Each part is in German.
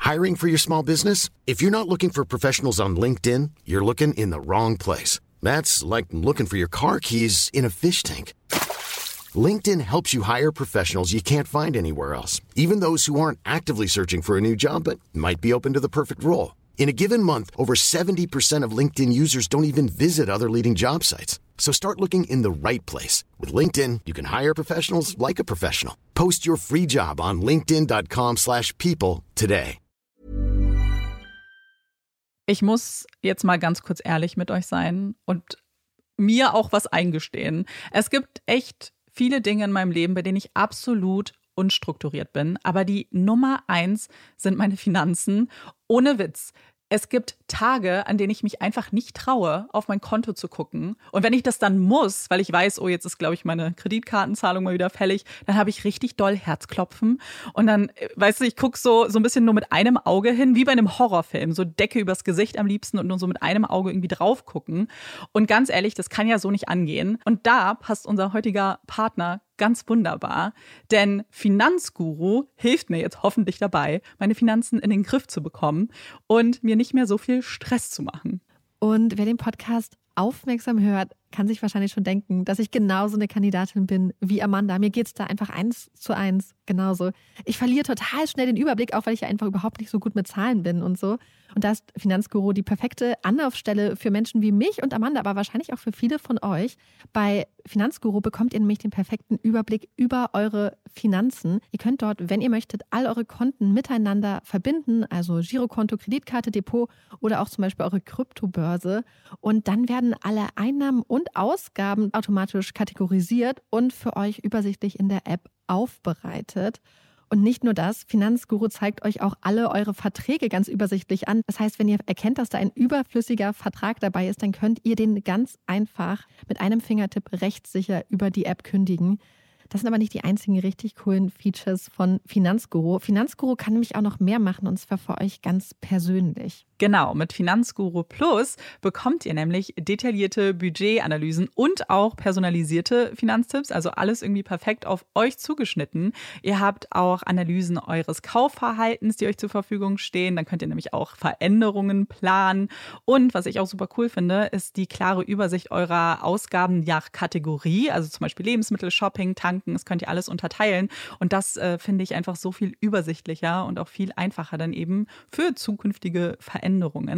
Hiring for your small business? If you're not looking for professionals on LinkedIn, you're looking in the wrong place. That's like looking for your car keys in a fish tank. LinkedIn helps you hire professionals you can't find anywhere else, even those who aren't actively searching for a new job but might be open to the perfect role. In a given month, over 70% of LinkedIn users don't even visit other leading job sites. So start looking in the right place. With LinkedIn, you can hire professionals like a professional. Post your free job on linkedin.com/people today. Ich muss jetzt mal ganz kurz ehrlich mit euch sein und mir auch was eingestehen. Es gibt echt viele Dinge in meinem Leben, bei denen ich absolut unstrukturiert bin. Aber die Nummer 1 sind meine Finanzen. Ohne Witz. Es gibt Tage, an denen ich mich einfach nicht traue, auf mein Konto zu gucken. Und wenn ich das dann muss, weil ich weiß, oh, jetzt ist, glaube ich, meine Kreditkartenzahlung mal wieder fällig, dann habe ich richtig doll Herzklopfen. Und dann, weißt du, ich gucke so ein bisschen nur mit einem Auge hin, wie bei einem Horrorfilm. So Decke übers Gesicht am liebsten und nur so mit einem Auge irgendwie drauf gucken. Und ganz ehrlich, das kann ja so nicht angehen. Und da passt unser heutiger Partner ganz wunderbar, denn Finanzguru hilft mir jetzt hoffentlich dabei, meine Finanzen in den Griff zu bekommen und mir nicht mehr so viel Stress zu machen. Und wer den Podcast aufmerksam hört, kann sich wahrscheinlich schon denken, dass ich genauso eine Kandidatin bin wie Amanda. Mir geht es da einfach 1:1 genauso. Ich verliere total schnell den Überblick, auch weil ich ja einfach überhaupt nicht so gut mit Zahlen bin und so. Und da ist Finanzguru die perfekte Anlaufstelle für Menschen wie mich und Amanda, aber wahrscheinlich auch für viele von euch. Bei Finanzguru bekommt ihr nämlich den perfekten Überblick über eure Finanzen. Ihr könnt dort, wenn ihr möchtet, all eure Konten miteinander verbinden, also Girokonto, Kreditkarte, Depot oder auch zum Beispiel eure Kryptobörse. Und dann werden alle Einnahmen und Ausgaben automatisch kategorisiert und für euch übersichtlich in der App aufbereitet. Und nicht nur das, Finanzguru zeigt euch auch alle eure Verträge ganz übersichtlich an. Das heißt, wenn ihr erkennt, dass da ein überflüssiger Vertrag dabei ist, dann könnt ihr den ganz einfach mit einem Fingertipp rechtssicher über die App kündigen. Das sind aber nicht die einzigen richtig coolen Features von Finanzguru. Finanzguru kann nämlich auch noch mehr machen, und zwar für euch ganz persönlich. Genau, mit Finanzguru Plus bekommt ihr nämlich detaillierte Budgetanalysen und auch personalisierte Finanztipps, also alles irgendwie perfekt auf euch zugeschnitten. Ihr habt auch Analysen eures Kaufverhaltens, die euch zur Verfügung stehen. Dann könnt ihr nämlich auch Veränderungen planen. Und was ich auch super cool finde, ist die klare Übersicht eurer Ausgaben nach Kategorie, also zum Beispiel Lebensmittel, Shopping, Tanken, das könnt ihr alles unterteilen. Und das finde ich einfach so viel übersichtlicher und auch viel einfacher dann eben für zukünftige Veränderungen.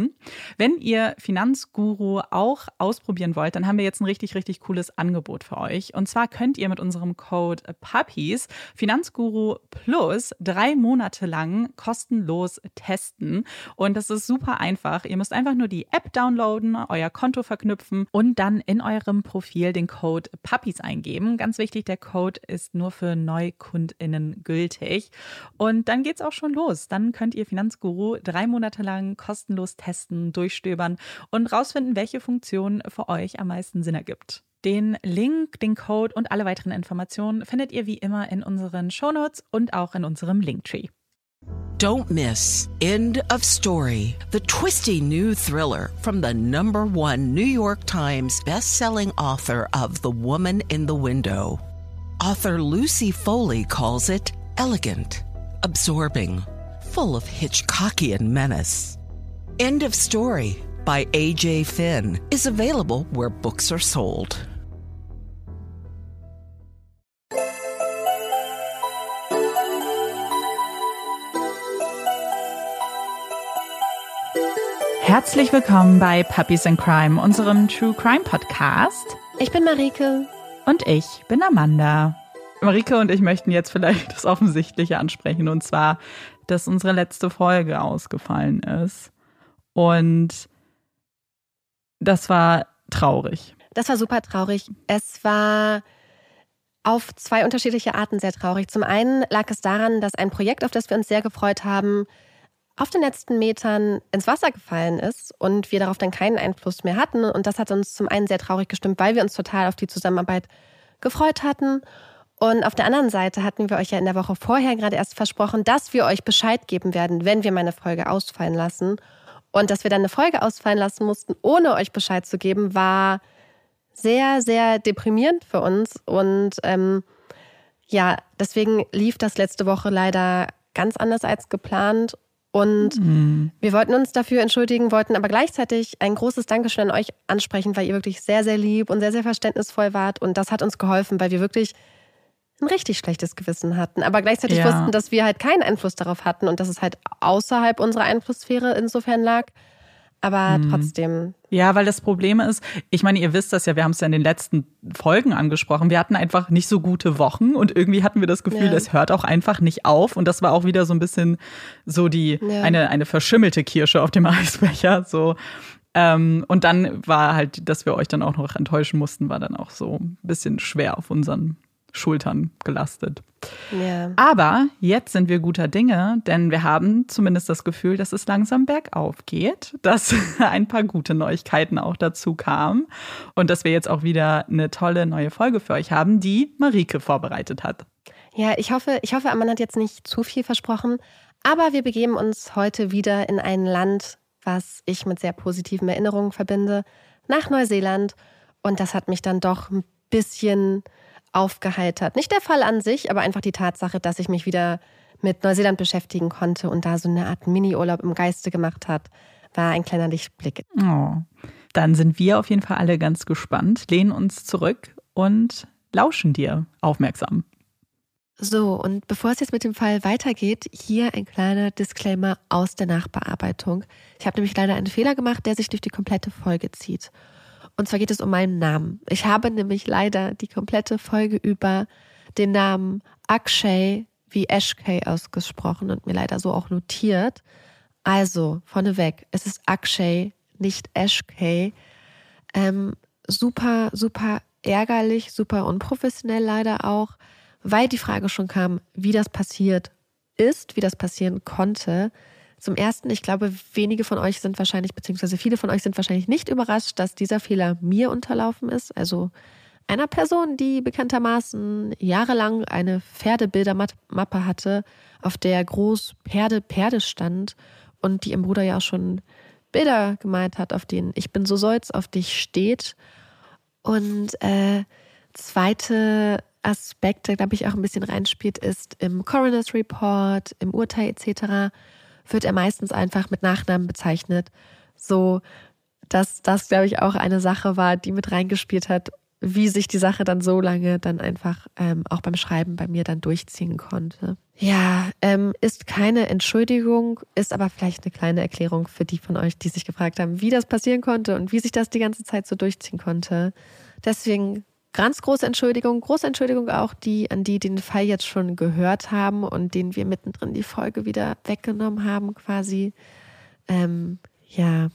Wenn ihr Finanzguru auch ausprobieren wollt, dann haben wir jetzt ein richtig, richtig cooles Angebot für euch. Und zwar könnt ihr mit unserem Code PUPPIES Finanzguru Plus 3 Monate lang kostenlos testen. Und das ist super einfach. Ihr müsst einfach nur die App downloaden, euer Konto verknüpfen und dann in eurem Profil den Code PUPPIES eingeben. Ganz wichtig, der Code ist nur für NeukundInnen gültig. Und dann geht's auch schon los. Dann könnt ihr Finanzguru 3 Monate lang kostenlos testen, durchstöbern und rausfinden, welche Funktion für euch am meisten Sinn ergibt. Den Link, den Code und alle weiteren Informationen findet ihr wie immer in unseren Shownotes und auch in unserem Linktree. Don't miss End of Story, the twisty new thriller from the #1 New York Times bestselling author of The Woman in the Window. Author Lucy Foley calls it elegant, absorbing, full of Hitchcockian menace. End of Story by A.J. Finn is available where books are sold. Herzlich willkommen bei Puppies in Crime, unserem True Crime Podcast. Ich bin Marike. Und ich bin Amanda. Marike und ich möchten jetzt vielleicht das Offensichtliche ansprechen, und zwar, dass unsere letzte Folge ausgefallen ist. Und das war traurig. Das war super traurig. Es war auf 2 unterschiedliche Arten sehr traurig. Zum einen lag es daran, dass ein Projekt, auf das wir uns sehr gefreut haben, auf den letzten Metern ins Wasser gefallen ist und wir darauf dann keinen Einfluss mehr hatten. Und das hat uns zum einen sehr traurig gestimmt, weil wir uns total auf die Zusammenarbeit gefreut hatten. Und auf der anderen Seite hatten wir euch ja in der Woche vorher gerade erst versprochen, dass wir euch Bescheid geben werden, wenn wir mal eine Folge ausfallen lassen. Und dass wir dann eine Folge ausfallen lassen mussten, ohne euch Bescheid zu geben, war sehr, sehr deprimierend für uns. Und deswegen lief das letzte Woche leider ganz anders als geplant. Und wir wollten uns dafür entschuldigen, wollten aber gleichzeitig ein großes Dankeschön an euch ansprechen, weil ihr wirklich sehr, sehr lieb und sehr, sehr verständnisvoll wart. Und das hat uns geholfen, weil wir wirklich ein richtig schlechtes Gewissen hatten. Aber gleichzeitig wussten, dass wir halt keinen Einfluss darauf hatten und dass es halt außerhalb unserer Einflusssphäre insofern lag. Aber trotzdem. Ja, weil das Problem ist, ich meine, ihr wisst das ja, wir haben es ja in den letzten Folgen angesprochen, wir hatten einfach nicht so gute Wochen und irgendwie hatten wir das Gefühl, es hört auch einfach nicht auf und das war auch wieder so ein bisschen so eine verschimmelte Kirsche auf dem Eisbecher, so. Und dann war halt, dass wir euch dann auch noch enttäuschen mussten, war dann auch so ein bisschen schwer auf unseren Schultern gelastet. Ja. Aber jetzt sind wir guter Dinge, denn wir haben zumindest das Gefühl, dass es langsam bergauf geht, dass ein paar gute Neuigkeiten auch dazu kamen und dass wir jetzt auch wieder eine tolle neue Folge für euch haben, die Marike vorbereitet hat. Ja, ich hoffe, Amanda hat jetzt nicht zu viel versprochen, aber wir begeben uns heute wieder in ein Land, was ich mit sehr positiven Erinnerungen verbinde, nach Neuseeland. Und das hat mich dann doch ein bisschen aufgeheitert. Nicht der Fall an sich, aber einfach die Tatsache, dass ich mich wieder mit Neuseeland beschäftigen konnte und da so eine Art Mini-Urlaub im Geiste gemacht hat, war ein kleiner Lichtblick. Oh. Dann sind wir auf jeden Fall alle ganz gespannt, lehnen uns zurück und lauschen dir aufmerksam. So, und bevor es jetzt mit dem Fall weitergeht, hier ein kleiner Disclaimer aus der Nachbearbeitung. Ich habe nämlich leider einen Fehler gemacht, der sich durch die komplette Folge zieht. Und zwar geht es um meinen Namen. Ich habe nämlich leider die komplette Folge über den Namen Akshay wie Ashkay ausgesprochen und mir leider so auch notiert. Also, vorneweg, es ist Akshay, nicht Ashkay. Super, super ärgerlich, super unprofessionell leider auch, weil die Frage schon kam, wie das passiert ist, wie das passieren konnte. Zum Ersten, ich glaube, wenige von euch sind wahrscheinlich, beziehungsweise viele von euch sind wahrscheinlich nicht überrascht, dass dieser Fehler mir unterlaufen ist. Also einer Person, die bekanntermaßen jahrelang eine Pferdebildermappe hatte, auf der groß Perde stand und die ihrem Bruder ja auch schon Bilder gemalt hat, auf denen "Ich bin so stolz auf dich" steht. Und zweite Aspekt, der glaube ich auch ein bisschen reinspielt, ist im Coroner's Report, im Urteil etc. wird er meistens einfach mit Nachnamen bezeichnet, so dass das, glaube ich, auch eine Sache war, die mit reingespielt hat, wie sich die Sache dann so lange dann einfach auch beim Schreiben bei mir dann durchziehen konnte. Ja, ist keine Entschuldigung, ist aber vielleicht eine kleine Erklärung für die von euch, die sich gefragt haben, wie das passieren konnte und wie sich das die ganze Zeit so durchziehen konnte. Deswegen ganz große Entschuldigung auch an die den Fall jetzt schon gehört haben und denen wir mittendrin die Folge wieder weggenommen haben quasi. Ja.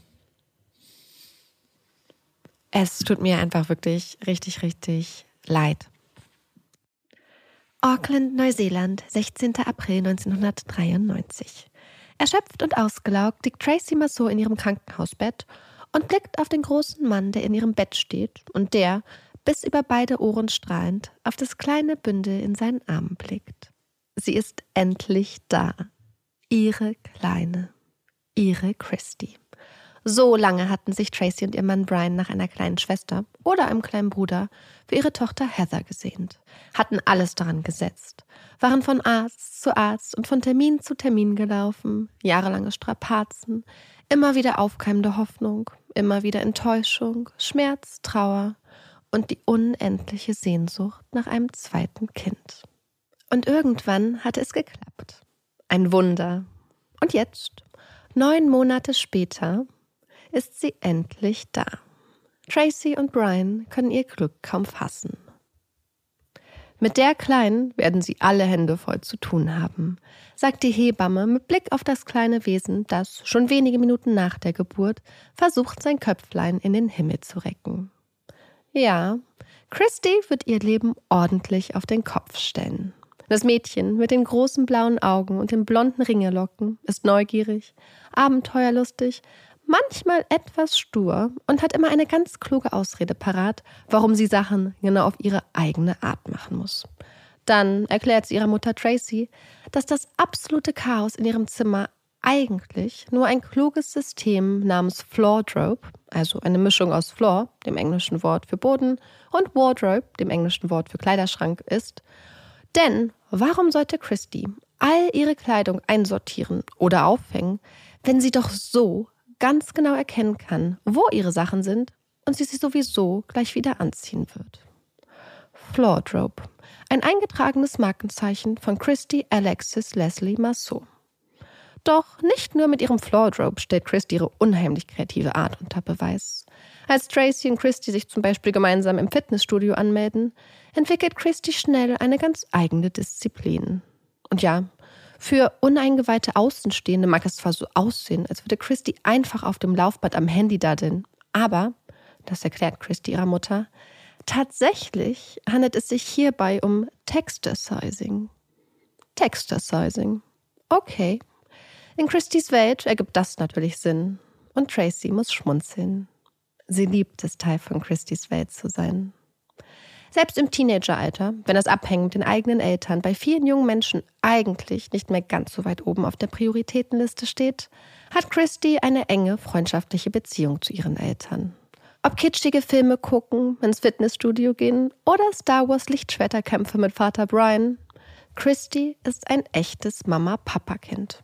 Es tut mir einfach wirklich richtig, richtig leid. Auckland, Neuseeland, 16. April 1993. Erschöpft und ausgelaugt liegt Tracy Massot in ihrem Krankenhausbett und blickt auf den großen Mann, der in ihrem Bett steht und der, bis über beide Ohren strahlend, auf das kleine Bündel in seinen Armen blickt. Sie ist endlich da. Ihre Kleine. Ihre Christy. So lange hatten sich Tracy und ihr Mann Brian nach einer kleinen Schwester oder einem kleinen Bruder für ihre Tochter Heather gesehnt, hatten alles daran gesetzt, waren von Arzt zu Arzt und von Termin zu Termin gelaufen, jahrelange Strapazen, immer wieder aufkeimende Hoffnung, immer wieder Enttäuschung, Schmerz, Trauer und die unendliche Sehnsucht nach einem zweiten Kind. Und irgendwann hatte es geklappt. Ein Wunder. Und jetzt, 9 Monate später, ist sie endlich da. Tracy und Brian können ihr Glück kaum fassen. Mit der Kleinen werden sie alle Hände voll zu tun haben, sagt die Hebamme mit Blick auf das kleine Wesen, das schon wenige Minuten nach der Geburt versucht, sein Köpflein in den Himmel zu recken. Ja, Christy wird ihr Leben ordentlich auf den Kopf stellen. Das Mädchen mit den großen blauen Augen und den blonden Ringellocken ist neugierig, abenteuerlustig, manchmal etwas stur und hat immer eine ganz kluge Ausrede parat, warum sie Sachen genau auf ihre eigene Art machen muss. Dann erklärt sie ihrer Mutter Tracy, dass das absolute Chaos in ihrem Zimmer eigentlich nur ein kluges System namens Floordrobe, also eine Mischung aus Floor, dem englischen Wort für Boden, und Wardrobe, dem englischen Wort für Kleiderschrank, ist. Denn warum sollte Christy all ihre Kleidung einsortieren oder aufhängen, wenn sie doch so ganz genau erkennen kann, wo ihre Sachen sind und sie sowieso gleich wieder anziehen wird. Floordrobe, ein eingetragenes Markenzeichen von Christy Alexis Leslie Marceau. Doch nicht nur mit ihrem Floordrobe stellt Christy ihre unheimlich kreative Art unter Beweis. Als Tracy und Christy sich zum Beispiel gemeinsam im Fitnessstudio anmelden, entwickelt Christy schnell eine ganz eigene Disziplin. Und ja, für uneingeweihte Außenstehende mag es zwar so aussehen, als würde Christy einfach auf dem Laufband am Handy daddeln, aber, das erklärt Christy ihrer Mutter, tatsächlich handelt es sich hierbei um Textercising. Textercising. Okay. In Christys Welt ergibt das natürlich Sinn. Und Tracy muss schmunzeln. Sie liebt es, Teil von Christys Welt zu sein. Selbst im Teenageralter, wenn das Abhängen mit den eigenen Eltern bei vielen jungen Menschen eigentlich nicht mehr ganz so weit oben auf der Prioritätenliste steht, hat Christy eine enge freundschaftliche Beziehung zu ihren Eltern. Ob kitschige Filme gucken, ins Fitnessstudio gehen oder Star Wars Lichtschwerterkämpfe mit Vater Brian, Christy ist ein echtes Mama-Papa-Kind.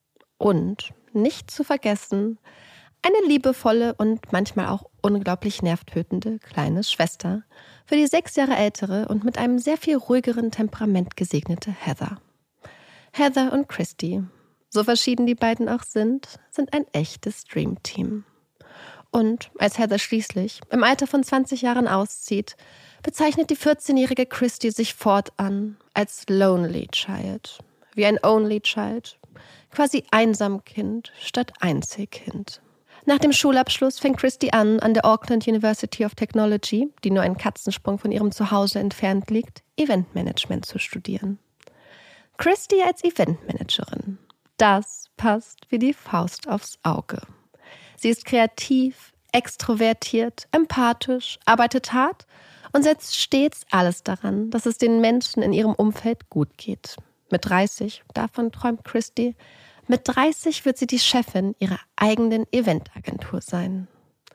Und, nicht zu vergessen, eine liebevolle und manchmal auch unglaublich nervtötende kleine Schwester für die 6 Jahre ältere und mit einem sehr viel ruhigeren Temperament gesegnete Heather. Heather und Christy, so verschieden die beiden auch sind ein echtes Dreamteam. Und als Heather schließlich im Alter von 20 Jahren auszieht, bezeichnet die 14-jährige Christy sich fortan als Lonely Child, wie ein Only Child, quasi Einsamkind statt Einzelkind. Nach dem Schulabschluss fängt Christy an der Auckland University of Technology, die nur einen Katzensprung von ihrem Zuhause entfernt liegt, Eventmanagement zu studieren. Christy als Eventmanagerin, das passt wie die Faust aufs Auge. Sie ist kreativ, extrovertiert, empathisch, arbeitet hart und setzt stets alles daran, dass es den Menschen in ihrem Umfeld gut geht. Mit 30, davon träumt Christy, mit 30 wird sie die Chefin ihrer eigenen Eventagentur sein.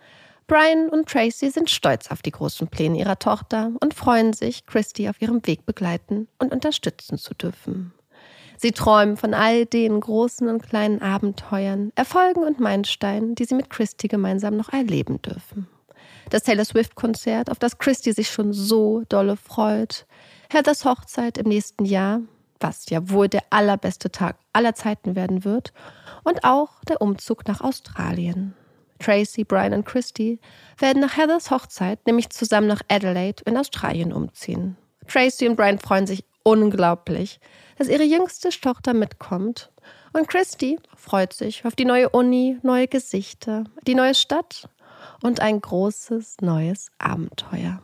Brian und Tracy sind stolz auf die großen Pläne ihrer Tochter und freuen sich, Christy auf ihrem Weg begleiten und unterstützen zu dürfen. Sie träumen von all den großen und kleinen Abenteuern, Erfolgen und Meilensteinen, die sie mit Christy gemeinsam noch erleben dürfen. Das Taylor Swift-Konzert, auf das Christy sich schon so dolle freut, Heathers Hochzeit im nächsten Jahr, was ja wohl der allerbeste Tag aller Zeiten werden wird, und auch der Umzug nach Australien. Tracy, Brian und Christy werden nach Heathers Hochzeit nämlich zusammen nach Adelaide in Australien umziehen. Tracy und Brian freuen sich unglaublich, dass ihre jüngste Tochter mitkommt. Und Christy freut sich auf die neue Uni, neue Gesichter, die neue Stadt und ein großes neues Abenteuer.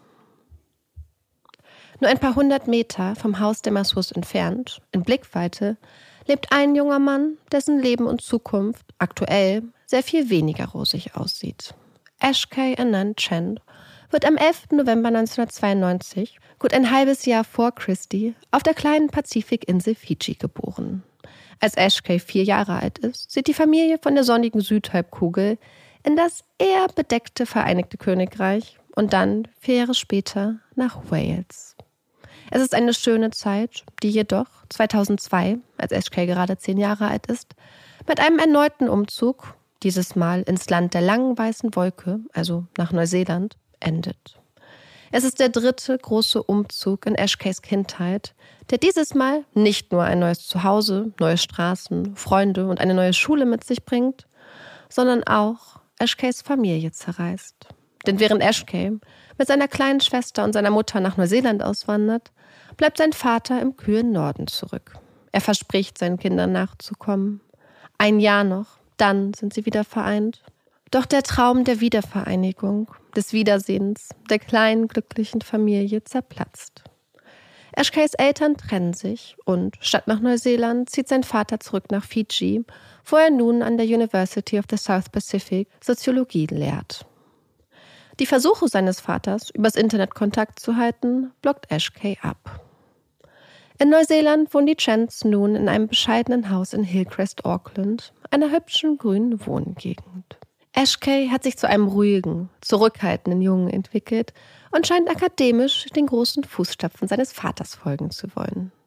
Nur ein paar 100 Meter vom Haus der Marceaus entfernt, in Blickweite, lebt ein junger Mann, dessen Leben und Zukunft aktuell sehr viel weniger rosig aussieht. Ashkay Anand Chand wird am 11. November 1992, gut ein halbes Jahr vor Christy, auf der kleinen Pazifikinsel Fidschi geboren. Als Ashkay 4 Jahre alt ist, zieht die Familie von der sonnigen Südhalbkugel in das eher bedeckte Vereinigte Königreich und dann 4 Jahre später nach Wales. Es ist eine schöne Zeit, die jedoch 2002, als Ashkay gerade 10 Jahre alt ist, mit einem erneuten Umzug, dieses Mal ins Land der langen weißen Wolke, also nach Neuseeland, endet. Es ist der 3. große Umzug in Ashkays Kindheit, der dieses Mal nicht nur ein neues Zuhause, neue Straßen, Freunde und eine neue Schule mit sich bringt, sondern auch Ashkays Familie zerreißt. Denn während Ashkay mit seiner kleinen Schwester und seiner Mutter nach Neuseeland auswandert, bleibt sein Vater im kühlen Norden zurück. Er verspricht, seinen Kindern nachzukommen. 1 Jahr noch, dann sind sie wieder vereint. Doch der Traum der Wiedervereinigung, des Wiedersehens, der kleinen, glücklichen Familie zerplatzt. Ashkays Eltern trennen sich und statt nach Neuseeland zieht sein Vater zurück nach Fidschi, wo er nun an der University of the South Pacific Soziologie lehrt. Die Versuche seines Vaters, übers Internet Kontakt zu halten, blockt Ashkay ab. In Neuseeland wohnen die Chands nun in einem bescheidenen Haus in Hillcrest, Auckland, einer hübschen grünen Wohngegend. Ashkay hat sich zu einem ruhigen, zurückhaltenden Jungen entwickelt und scheint akademisch den großen Fußstapfen seines Vaters folgen zu wollen.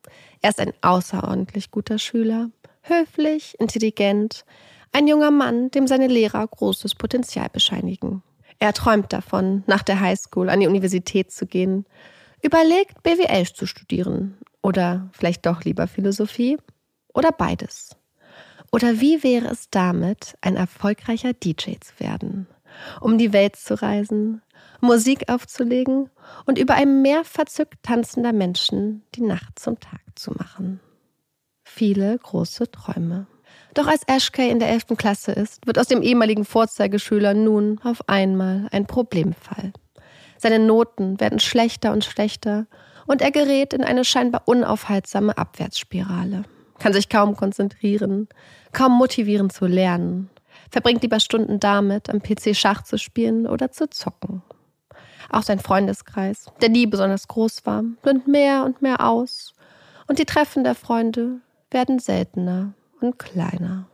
Er ist ein außerordentlich guter Schüler, höflich, intelligent, ein junger Mann, dem seine Lehrer großes Potenzial bescheinigen. Er träumt davon, nach der Highschool an die Universität zu gehen, überlegt, BWL zu studieren oder vielleicht doch lieber Philosophie oder beides. Oder wie wäre es damit, ein erfolgreicher DJ zu werden, um die Welt zu reisen, Musik aufzulegen und über einem Meer verzückt tanzender Menschen die Nacht zum Tag zu machen. Viele große Träume. Doch als Ashkay in der 11. Klasse ist, wird aus dem ehemaligen Vorzeigeschüler nun auf einmal ein Problemfall. Seine Noten werden schlechter und schlechter und er gerät in eine scheinbar unaufhaltsame Abwärtsspirale. Kann sich kaum konzentrieren, kaum motivieren zu lernen, verbringt lieber Stunden damit, am PC Schach zu spielen oder zu zocken. Auch sein Freundeskreis, der nie besonders groß war, dünnt mehr und mehr aus und die Treffen der Freunde werden seltener und kleiner.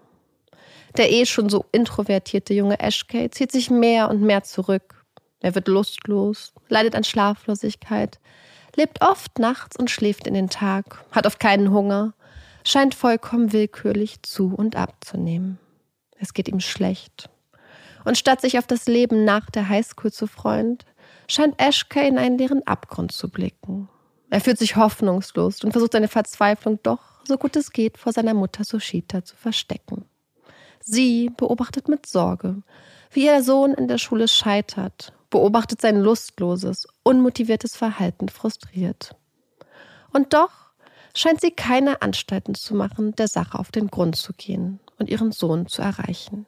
Der schon so introvertierte junge Ashkay zieht sich mehr und mehr zurück. Er wird lustlos, leidet an Schlaflosigkeit, lebt oft nachts und schläft in den Tag, hat oft keinen Hunger, scheint vollkommen willkürlich zu- und abzunehmen. Es geht ihm schlecht. Und statt sich auf das Leben nach der Highschool zu freuen, scheint Ashkay in einen leeren Abgrund zu blicken. Er fühlt sich hoffnungslos und versucht seine Verzweiflung doch, so gut es geht, vor seiner Mutter Sushita zu verstecken. Sie beobachtet mit Sorge, wie ihr Sohn in der Schule scheitert, beobachtet sein lustloses, unmotiviertes Verhalten frustriert. Und doch scheint sie keine Anstalten zu machen, der Sache auf den Grund zu gehen und ihren Sohn zu erreichen.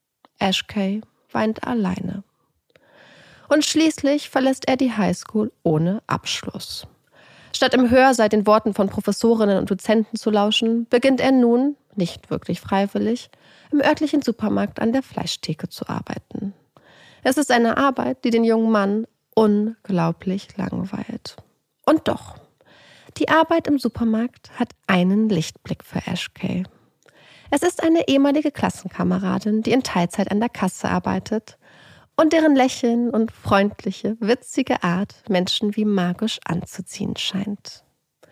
Ashkay weint alleine. Und schließlich verlässt er die Highschool ohne Abschluss. Statt im Hörsaal den Worten von Professorinnen und Dozenten zu lauschen, beginnt er nun, nicht wirklich freiwillig, im örtlichen Supermarkt an der Fleischtheke zu arbeiten. Es ist eine Arbeit, die den jungen Mann unglaublich langweilt. Und doch, die Arbeit im Supermarkt hat einen Lichtblick für Ashkay. Es ist eine ehemalige Klassenkameradin, die in Teilzeit an der Kasse arbeitet und deren Lächeln und freundliche, witzige Art Menschen wie magisch anzuziehen scheint.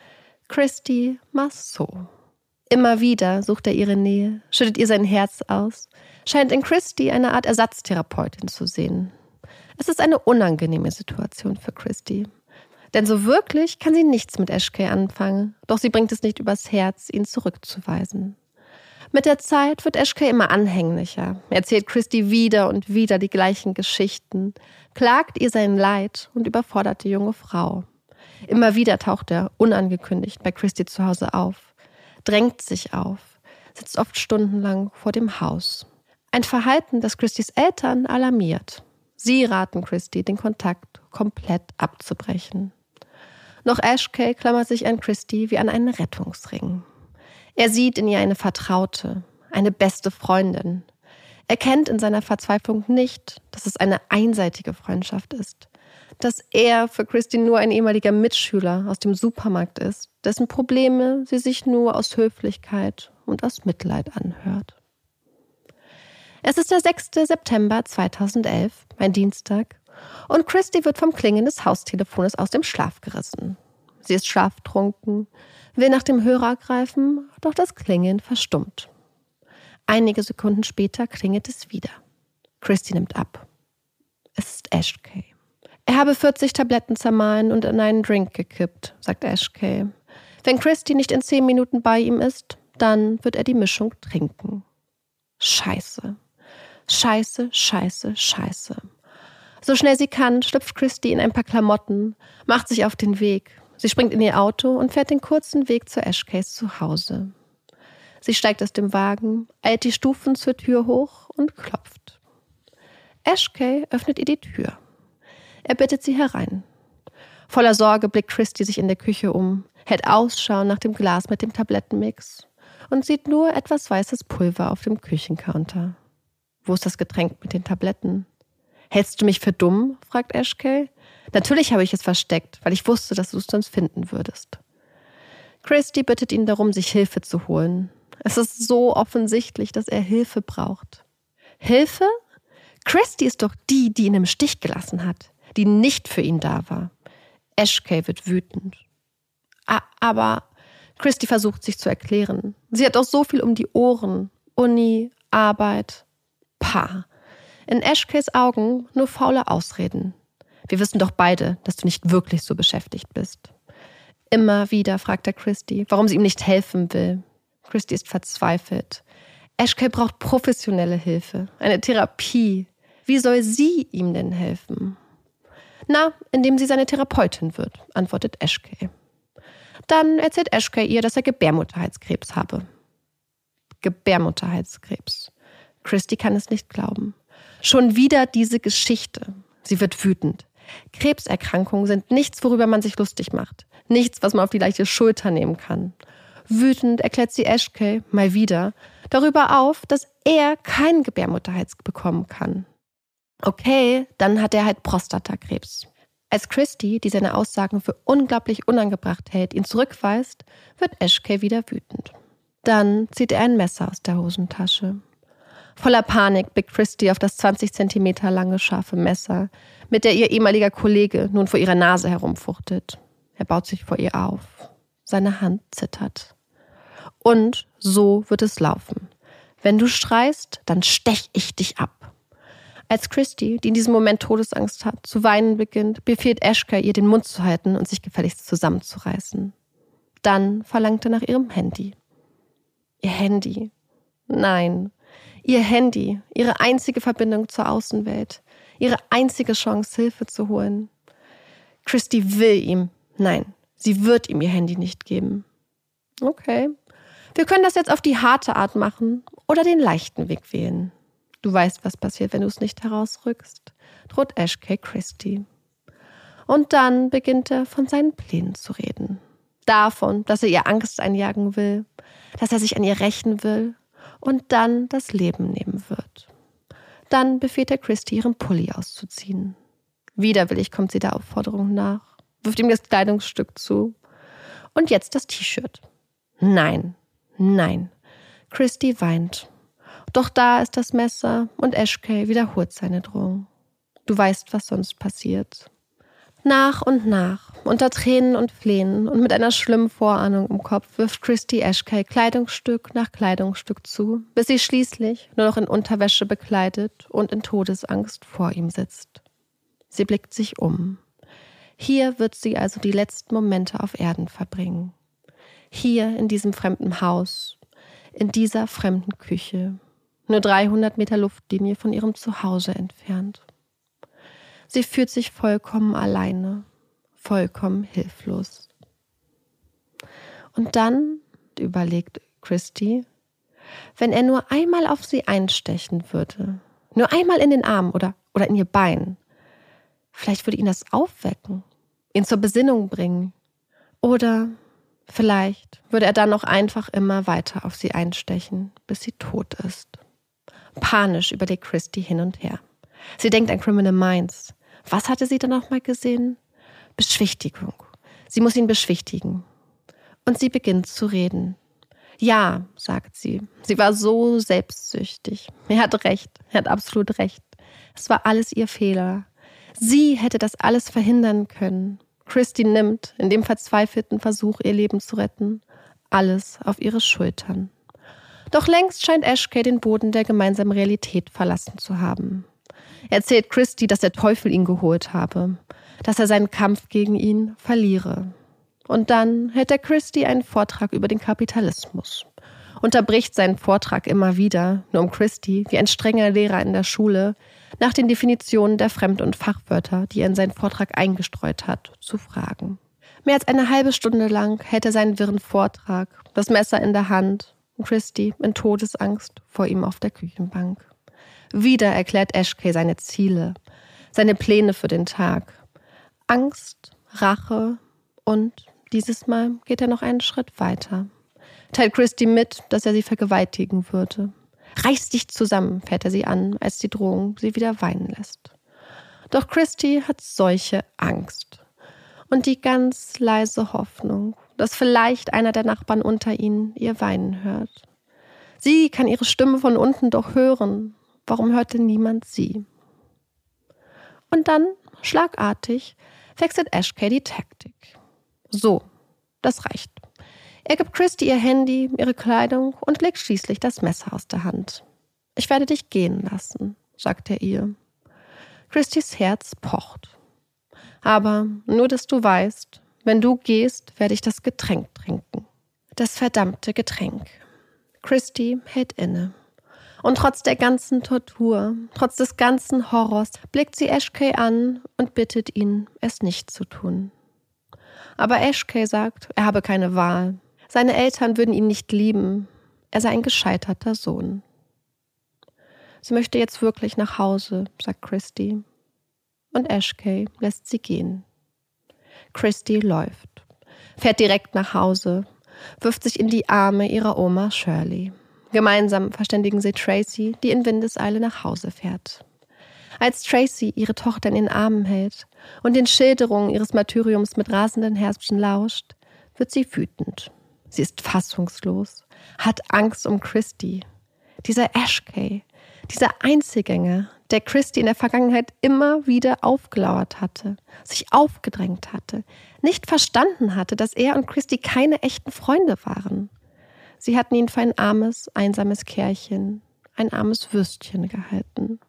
Christy Marceau. Immer wieder sucht er ihre Nähe, schüttet ihr sein Herz aus, scheint in Christy eine Art Ersatztherapeutin zu sehen. Es ist eine unangenehme Situation für Christy. Denn so wirklich kann sie nichts mit Ashkay anfangen, doch sie bringt es nicht übers Herz, ihn zurückzuweisen. Mit der Zeit wird Ashkay immer anhänglicher, erzählt Christy wieder und wieder die gleichen Geschichten, klagt ihr sein Leid und überfordert die junge Frau. Immer wieder taucht er unangekündigt bei Christy zu Hause auf, drängt sich auf, sitzt oft stundenlang vor dem Haus. Ein Verhalten, das Christys Eltern alarmiert. Sie raten Christy, den Kontakt komplett abzubrechen. Doch Ashkay klammert sich an Christy wie an einen Rettungsring. Er sieht in ihr eine Vertraute, eine beste Freundin. Er kennt in seiner Verzweiflung nicht, dass es eine einseitige Freundschaft ist. Dass er für Christy nur ein ehemaliger Mitschüler aus dem Supermarkt ist, dessen Probleme sie sich nur aus Höflichkeit und aus Mitleid anhört. Es ist der 6. September 2011, ein Dienstag, und Christy wird vom Klingeln des Haustelefones aus dem Schlaf gerissen. Sie ist schlaftrunken, will nach dem Hörer greifen, doch das Klingeln verstummt. Einige Sekunden später klingelt es wieder. Christy nimmt ab. Es ist Ashkay. Er habe 40 Tabletten zermahlen und in einen Drink gekippt, sagt Ashkay. Wenn Christy nicht in 10 Minuten bei ihm ist, dann wird er die Mischung trinken. Scheiße. Scheiße, scheiße, scheiße. So schnell sie kann, schlüpft Christy in ein paar Klamotten, macht sich auf den Weg. Sie springt in ihr Auto und fährt den kurzen Weg zu Ashkays Zuhause. Sie steigt aus dem Wagen, eilt die Stufen zur Tür hoch und klopft. Ashkay öffnet ihr die Tür. Er bittet sie herein. Voller Sorge blickt Christy sich in der Küche um, hält Ausschau nach dem Glas mit dem Tablettenmix und sieht nur etwas weißes Pulver auf dem Küchencounter. Wo ist das Getränk mit den Tabletten? Hältst du mich für dumm? Fragt Ashkay. Natürlich habe ich es versteckt, weil ich wusste, dass du es sonst finden würdest. Christy bittet ihn darum, sich Hilfe zu holen. Es ist so offensichtlich, dass er Hilfe braucht. Hilfe? Christy ist doch die, die ihn im Stich gelassen hat, die nicht für ihn da war. Ashkay wird wütend. Aber Christy versucht sich zu erklären. Sie hat doch so viel um die Ohren. Uni, Arbeit, Paar. In Ashkays Augen nur faule Ausreden. Wir wissen doch beide, dass du nicht wirklich so beschäftigt bist. Immer wieder fragt er Christy, warum sie ihm nicht helfen will. Christy ist verzweifelt. Ashkay braucht professionelle Hilfe, eine Therapie. Wie soll sie ihm denn helfen? Na, indem sie seine Therapeutin wird, antwortet Ashkay. Dann erzählt Ashkay ihr, dass er Gebärmutterhalskrebs habe. Gebärmutterhalskrebs. Christy kann es nicht glauben. Schon wieder diese Geschichte. Sie wird wütend. Krebserkrankungen sind nichts, worüber man sich lustig macht. Nichts, was man auf die leichte Schulter nehmen kann. Wütend erklärt sie Ashkay mal wieder darüber auf, dass er keinen Gebärmutterhals bekommen kann. Okay, dann hat er halt Prostatakrebs. Als Christy, die seine Aussagen für unglaublich unangebracht hält, ihn zurückweist, wird Ashkay wieder wütend. Dann zieht er ein Messer aus der Hosentasche. Voller Panik blickt Christy auf das 20 Zentimeter lange scharfe Messer, mit der ihr ehemaliger Kollege nun vor ihrer Nase herumfuchtelt. Er baut sich vor ihr auf. Seine Hand zittert. Und so wird es laufen. Wenn du schreist, dann stech ich dich ab. Als Christy, die in diesem Moment Todesangst hat, zu weinen beginnt, befiehlt Ashkay, ihr den Mund zu halten und sich gefälligst zusammenzureißen. Dann verlangt er nach ihrem Handy. Ihr Handy. Nein. Ihr Handy, ihre einzige Verbindung zur Außenwelt, ihre einzige Chance, Hilfe zu holen. Christy will ihm, nein, sie wird ihm ihr Handy nicht geben. Okay, wir können das jetzt auf die harte Art machen oder den leichten Weg wählen. Du weißt, was passiert, wenn du es nicht herausrückst, droht Ashkay Christy. Und dann beginnt er von seinen Plänen zu reden. Davon, dass er ihr Angst einjagen will, dass er sich an ihr rächen will und dann das Leben nehmen wird. Dann befiehlt er Christy, ihren Pulli auszuziehen. Widerwillig kommt sie der Aufforderung nach, wirft ihm das Kleidungsstück zu. Und jetzt das T-Shirt. Nein, nein. Christy weint. Doch da ist das Messer und Ashkay wiederholt seine Drohung. Du weißt, was sonst passiert. Nach und nach, unter Tränen und Flehen und mit einer schlimmen Vorahnung im Kopf, wirft Christy Ashkay Kleidungsstück nach Kleidungsstück zu, bis sie schließlich nur noch in Unterwäsche bekleidet und in Todesangst vor ihm sitzt. Sie blickt sich um. Hier wird sie also die letzten Momente auf Erden verbringen. Hier in diesem fremden Haus, in dieser fremden Küche, nur 300 Meter Luftlinie von ihrem Zuhause entfernt. Sie fühlt sich vollkommen alleine, vollkommen hilflos. Und dann, überlegt Christy, wenn er nur einmal auf sie einstechen würde, nur einmal in den Arm oder in ihr Bein, vielleicht würde ihn das aufwecken, ihn zur Besinnung bringen. Oder vielleicht würde er dann auch einfach immer weiter auf sie einstechen, bis sie tot ist. Panisch überlegt Christy hin und her. Sie denkt an Criminal Minds. Was hatte sie dann noch mal gesehen? Beschwichtigung. Sie muss ihn beschwichtigen. Und sie beginnt zu reden. Ja, sagt sie. Sie war so selbstsüchtig. Er hat recht. Er hat absolut recht. Es war alles ihr Fehler. Sie hätte das alles verhindern können. Christy nimmt, in dem verzweifelten Versuch, ihr Leben zu retten, alles auf ihre Schultern. Doch längst scheint Ashkay den Boden der gemeinsamen Realität verlassen zu haben. Er erzählt Christy, dass der Teufel ihn geholt habe, dass er seinen Kampf gegen ihn verliere. Und dann hält er Christy einen Vortrag über den Kapitalismus, unterbricht seinen Vortrag immer wieder, nur um Christy, wie ein strenger Lehrer in der Schule, nach den Definitionen der Fremd- und Fachwörter, die er in seinen Vortrag eingestreut hat, zu fragen. Mehr als eine halbe Stunde lang hält er seinen wirren Vortrag, das Messer in der Hand, und Christy in Todesangst vor ihm auf der Küchenbank. Wieder erklärt Ashkay seine Ziele, seine Pläne für den Tag. Angst, Rache und dieses Mal geht er noch einen Schritt weiter. Teilt Christy mit, dass er sie vergewaltigen würde. Reiß dich zusammen, fährt er sie an, als die Drohung sie wieder weinen lässt. Doch Christy hat solche Angst. Und die ganz leise Hoffnung, dass vielleicht einer der Nachbarn unter ihnen ihr weinen hört. Sie kann ihre Stimme von unten doch hören. Warum hörte niemand sie? Und dann, schlagartig, wechselt Ashkay die Taktik. So, das reicht. Er gibt Christy ihr Handy, ihre Kleidung und legt schließlich das Messer aus der Hand. »Ich werde dich gehen lassen«, sagt er ihr. Christys Herz pocht. »Aber nur, dass du weißt, wenn du gehst, werde ich das Getränk trinken.« Das verdammte Getränk. Christy hält inne. Und trotz der ganzen Tortur, trotz des ganzen Horrors, blickt sie Ashkay an und bittet ihn, es nicht zu tun. Aber Ashkay sagt, er habe keine Wahl. Seine Eltern würden ihn nicht lieben. Er sei ein gescheiterter Sohn. Sie möchte jetzt wirklich nach Hause, sagt Christy. Und Ashkay lässt sie gehen. Christy läuft, fährt direkt nach Hause, wirft sich in die Arme ihrer Oma Shirley. Gemeinsam verständigen sie Tracy, die in Windeseile nach Hause fährt. Als Tracy ihre Tochter in den Armen hält und den Schilderungen ihres Martyriums mit rasenden Herzchen lauscht, wird sie wütend. Sie ist fassungslos, hat Angst um Christy. Dieser Ashkay, dieser Einzelgänger, der Christy in der Vergangenheit immer wieder aufgelauert hatte, sich aufgedrängt hatte, nicht verstanden hatte, dass er und Christy keine echten Freunde waren. Sie hatten ihn für ein armes, einsames Kerlchen, ein armes Würstchen gehalten.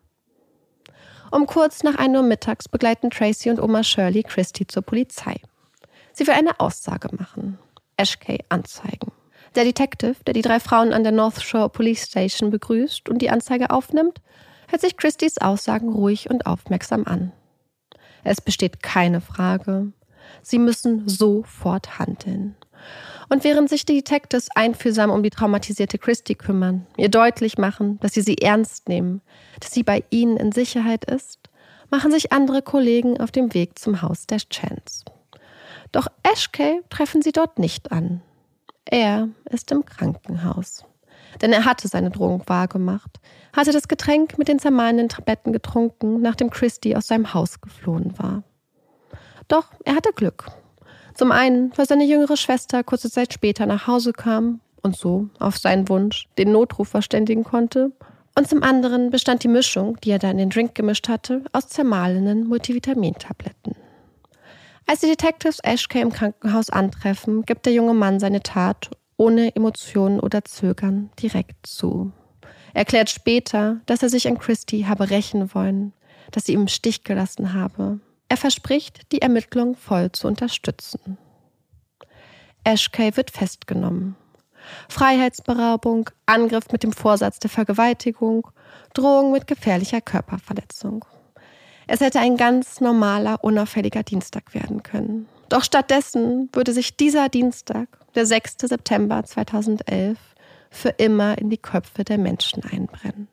Um kurz nach 1 Uhr mittags begleiten Tracy und Oma Shirley Christy zur Polizei. Sie will eine Aussage machen, Ashkay anzeigen. Der Detective, der die 3 Frauen an der North Shore Police Station begrüßt und die Anzeige aufnimmt, hört sich Christys Aussagen ruhig und aufmerksam an. Es besteht keine Frage. Sie müssen sofort handeln. Und während sich die Detectives einfühlsam um die traumatisierte Christy kümmern, ihr deutlich machen, dass sie ernst nehmen, dass sie bei ihnen in Sicherheit ist, machen sich andere Kollegen auf dem Weg zum Haus der Chants. Doch Ashkay treffen sie dort nicht an. Er ist im Krankenhaus. Denn er hatte seine Drohung wahrgemacht, hatte das Getränk mit den zermahlenen Tabletten getrunken, nachdem Christy aus seinem Haus geflohen war. Doch er hatte Glück. Zum einen, weil seine jüngere Schwester kurze Zeit später nach Hause kam und so, auf seinen Wunsch, den Notruf verständigen konnte. Und zum anderen bestand die Mischung, die er da in den Drink gemischt hatte, aus zermahlenen Multivitamintabletten. Als die Detectives Ashkay im Krankenhaus antreffen, gibt der junge Mann seine Tat ohne Emotionen oder Zögern direkt zu. Er erklärt später, dass er sich an Christy habe rächen wollen, dass sie ihm im Stich gelassen habe. Er verspricht, die Ermittlung voll zu unterstützen. Ashkay wird festgenommen. Freiheitsberaubung, Angriff mit dem Vorsatz der Vergewaltigung, Drohung mit gefährlicher Körperverletzung. Es hätte ein ganz normaler, unauffälliger Dienstag werden können. Doch stattdessen würde sich dieser Dienstag, der 6. September 2011, für immer in die Köpfe der Menschen einbrennen.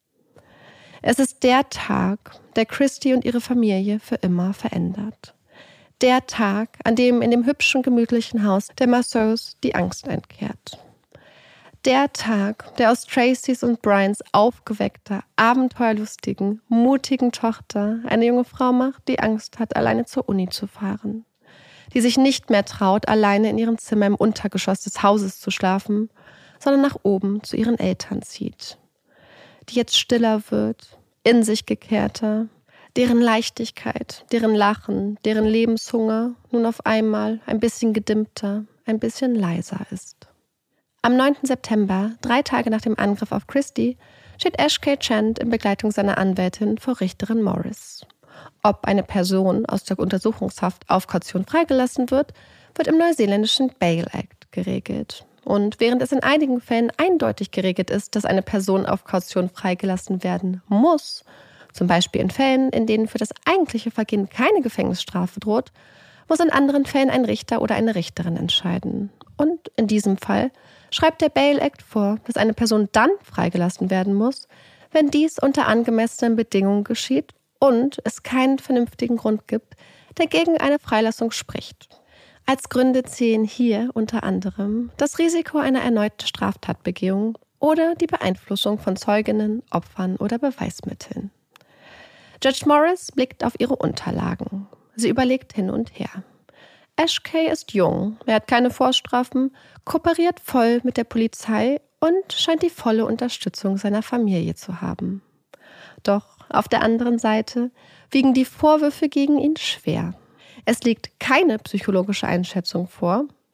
Es ist der Tag, der Christy und ihre Familie für immer verändert. Der Tag, an dem in dem hübschen, gemütlichen Haus der Marceaus die Angst einkehrt. Der Tag, der aus Tracys und Brians aufgeweckter, abenteuerlustigen, mutigen Tochter eine junge Frau macht, die Angst hat, alleine zur Uni zu fahren. Die sich nicht mehr traut, alleine in ihrem Zimmer im Untergeschoss des Hauses zu schlafen, sondern nach oben zu ihren Eltern zieht. Die jetzt stiller wird, in sich gekehrter, deren Leichtigkeit, deren Lachen, deren Lebenshunger nun auf einmal ein bisschen gedimmter, ein bisschen leiser ist. Am 9. September, 3 Tage nach dem Angriff auf Christy, steht Ashkay Chant in Begleitung seiner Anwältin vor Richterin Morris. Ob eine Person aus der Untersuchungshaft auf Kaution freigelassen wird, wird im neuseeländischen Bail Act geregelt. Und während es in einigen Fällen eindeutig geregelt ist, dass eine Person auf Kaution freigelassen werden muss, zum Beispiel in Fällen, in denen für das eigentliche Vergehen keine Gefängnisstrafe droht, muss in anderen Fällen ein Richter oder eine Richterin entscheiden. Und in diesem Fall schreibt der Bail Act vor, dass eine Person dann freigelassen werden muss, wenn dies unter angemessenen Bedingungen geschieht und es keinen vernünftigen Grund gibt, der gegen eine Freilassung spricht. Als Gründe zählen hier unter anderem das Risiko einer erneuten Straftatbegehung oder die Beeinflussung von Zeuginnen, Opfern oder Beweismitteln. Judge Morris blickt auf ihre Unterlagen. Sie überlegt hin und her. Ashkay ist jung, er hat keine Vorstrafen, kooperiert voll mit der Polizei und scheint die volle Unterstützung seiner Familie zu haben. Doch auf der anderen Seite wiegen die Vorwürfe gegen ihn schwer. Es liegt keine psychologische Einschätzung vor,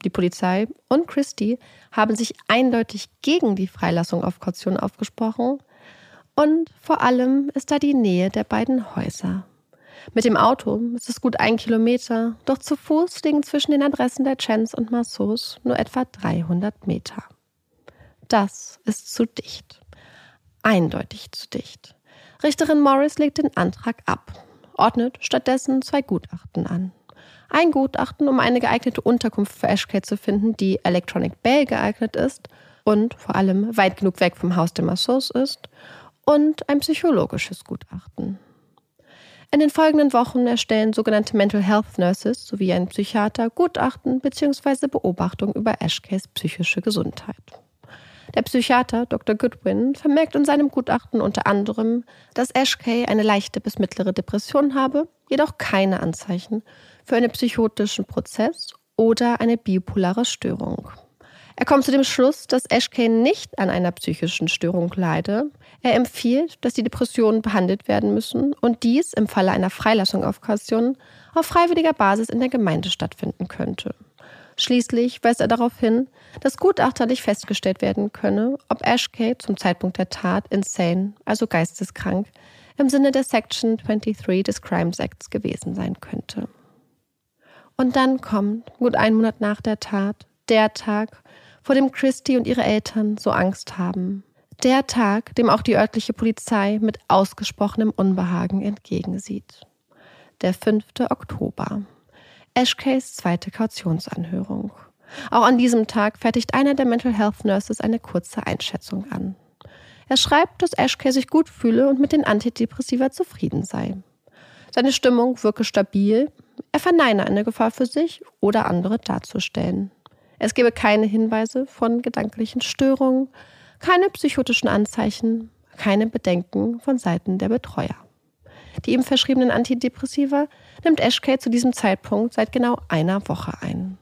Die Polizei und Christie haben sich eindeutig gegen die Freilassung auf Kaution ausgesprochen. Und vor allem ist da die Nähe der beiden Häuser. Mit dem Auto ist es gut 1 Kilometer, doch zu Fuß liegen zwischen den Adressen der Chens und Marceaus nur etwa 300 Meter. Das ist zu dicht. Eindeutig zu dicht. Richterin Morris legt den Antrag ab, ordnet stattdessen 2 Gutachten an. Ein Gutachten, um eine geeignete Unterkunft für Ashcay zu finden, die Electronic Bail geeignet ist und vor allem weit genug weg vom Haus der Marceaus ist, und ein psychologisches Gutachten. In den folgenden Wochen erstellen sogenannte Mental Health Nurses sowie ein Psychiater Gutachten bzw. Beobachtungen über Ashcays psychische Gesundheit. Der Psychiater Dr. Goodwin vermerkt in seinem Gutachten unter anderem, dass Ashcay eine leichte bis mittlere Depression habe, jedoch keine Anzeichen für einen psychotischen Prozess oder eine bipolare Störung. Er kommt zu dem Schluss, dass Ashcay nicht an einer psychischen Störung leide. Er empfiehlt, dass die Depressionen behandelt werden müssen und dies im Falle einer Freilassung auf Kaution auf freiwilliger Basis in der Gemeinde stattfinden könnte. Schließlich weist er darauf hin, dass gutachterlich festgestellt werden könne, ob Ashcay zum Zeitpunkt der Tat insane, also geisteskrank, im Sinne der Section 23 des Crimes Acts gewesen sein könnte. Und dann kommt, gut 1 Monat nach der Tat, der Tag, vor dem Christie und ihre Eltern so Angst haben. Der Tag, dem auch die örtliche Polizei mit ausgesprochenem Unbehagen entgegensieht. Der 5. Oktober. Ashcays 2. Kautionsanhörung. Auch an diesem Tag fertigt einer der Mental Health Nurses eine kurze Einschätzung an. Er schreibt, dass Ashcay sich gut fühle und mit den Antidepressiva zufrieden sei. Seine Stimmung wirke stabil, er verneine eine Gefahr für sich oder andere darzustellen. Es gebe keine Hinweise von gedanklichen Störungen, keine psychotischen Anzeichen, keine Bedenken von Seiten der Betreuer. Die ihm verschriebenen Antidepressiva nimmt Ashcay zu diesem Zeitpunkt seit genau 1 Woche ein.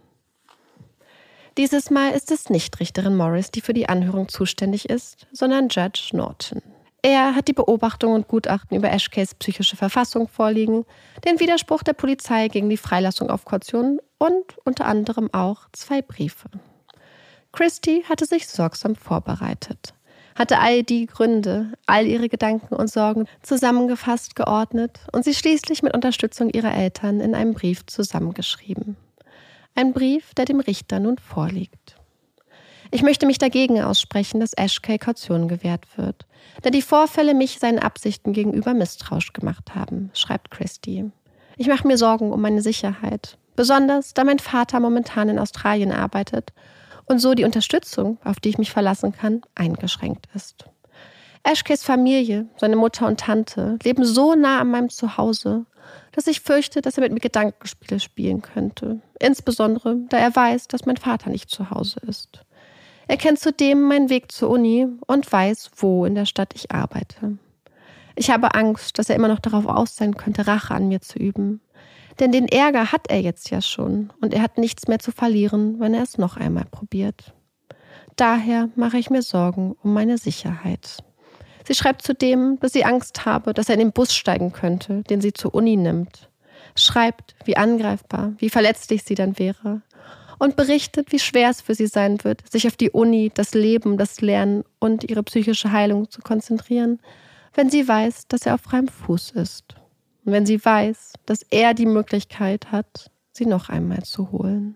Dieses Mal ist es nicht Richterin Morris, die für die Anhörung zuständig ist, sondern Judge Norton. Er hat die Beobachtungen und Gutachten über Ashcays psychische Verfassung vorliegen, den Widerspruch der Polizei gegen die Freilassung auf Kaution und unter anderem auch 2 Briefe. Christie hatte sich sorgsam vorbereitet, hatte all die Gründe, all ihre Gedanken und Sorgen zusammengefasst, geordnet und sie schließlich mit Unterstützung ihrer Eltern in einem Brief zusammengeschrieben. Ein Brief, der dem Richter nun vorliegt. Ich möchte mich dagegen aussprechen, dass Ashcay Kaution gewährt wird, da die Vorfälle mich seinen Absichten gegenüber misstrauisch gemacht haben, schreibt Christie. Ich mache mir Sorgen um meine Sicherheit, besonders da mein Vater momentan in Australien arbeitet und so die Unterstützung, auf die ich mich verlassen kann, eingeschränkt ist. Ashcays Familie, seine Mutter und Tante, leben so nah an meinem Zuhause, dass ich fürchte, dass er mit mir Gedankenspiele spielen könnte, insbesondere da er weiß, dass mein Vater nicht zu Hause ist. Er kennt zudem meinen Weg zur Uni und weiß, wo in der Stadt ich arbeite. Ich habe Angst, dass er immer noch darauf aus sein könnte, Rache an mir zu üben. Denn den Ärger hat er jetzt ja schon und er hat nichts mehr zu verlieren, wenn er es noch einmal probiert. Daher mache ich mir Sorgen um meine Sicherheit. Sie schreibt zudem, dass sie Angst habe, dass er in den Bus steigen könnte, den sie zur Uni nimmt. Schreibt, wie angreifbar, wie verletzlich sie dann wäre. Und berichtet, wie schwer es für sie sein wird, sich auf die Uni, das Leben, das Lernen und ihre psychische Heilung zu konzentrieren, wenn sie weiß, dass er auf freiem Fuß ist. Und wenn sie weiß, dass er die Möglichkeit hat, sie noch einmal zu holen.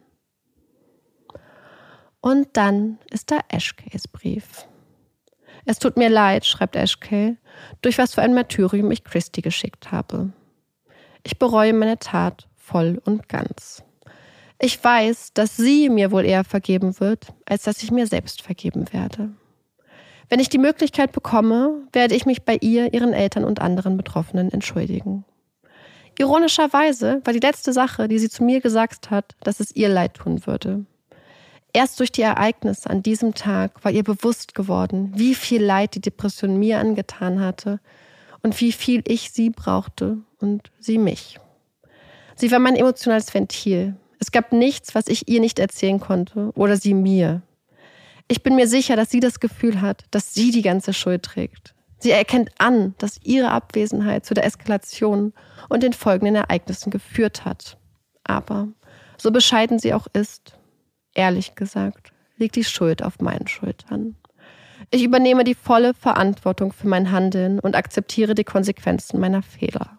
Und dann ist da Ashcays Brief. Es tut mir leid, schreibt Ashcay, durch was für ein Martyrium ich Christie geschickt habe. Ich bereue meine Tat voll und ganz. Ich weiß, dass sie mir wohl eher vergeben wird, als dass ich mir selbst vergeben werde. Wenn ich die Möglichkeit bekomme, werde ich mich bei ihr, ihren Eltern und anderen Betroffenen entschuldigen. Ironischerweise war die letzte Sache, die sie zu mir gesagt hat, dass es ihr leid tun würde. Erst durch die Ereignisse an diesem Tag war ihr bewusst geworden, wie viel Leid die Depression mir angetan hatte und wie viel ich sie brauchte und sie mich. Sie war mein emotionales Ventil. Es gab nichts, was ich ihr nicht erzählen konnte oder sie mir. Ich bin mir sicher, dass sie das Gefühl hat, dass sie die ganze Schuld trägt. Sie erkennt an, dass ihre Abwesenheit zu der Eskalation und den folgenden Ereignissen geführt hat. Aber, so bescheiden sie auch ist, Ehrlich gesagt, liegt die Schuld auf meinen Schultern. Ich übernehme die volle Verantwortung für mein Handeln und akzeptiere die Konsequenzen meiner Fehler.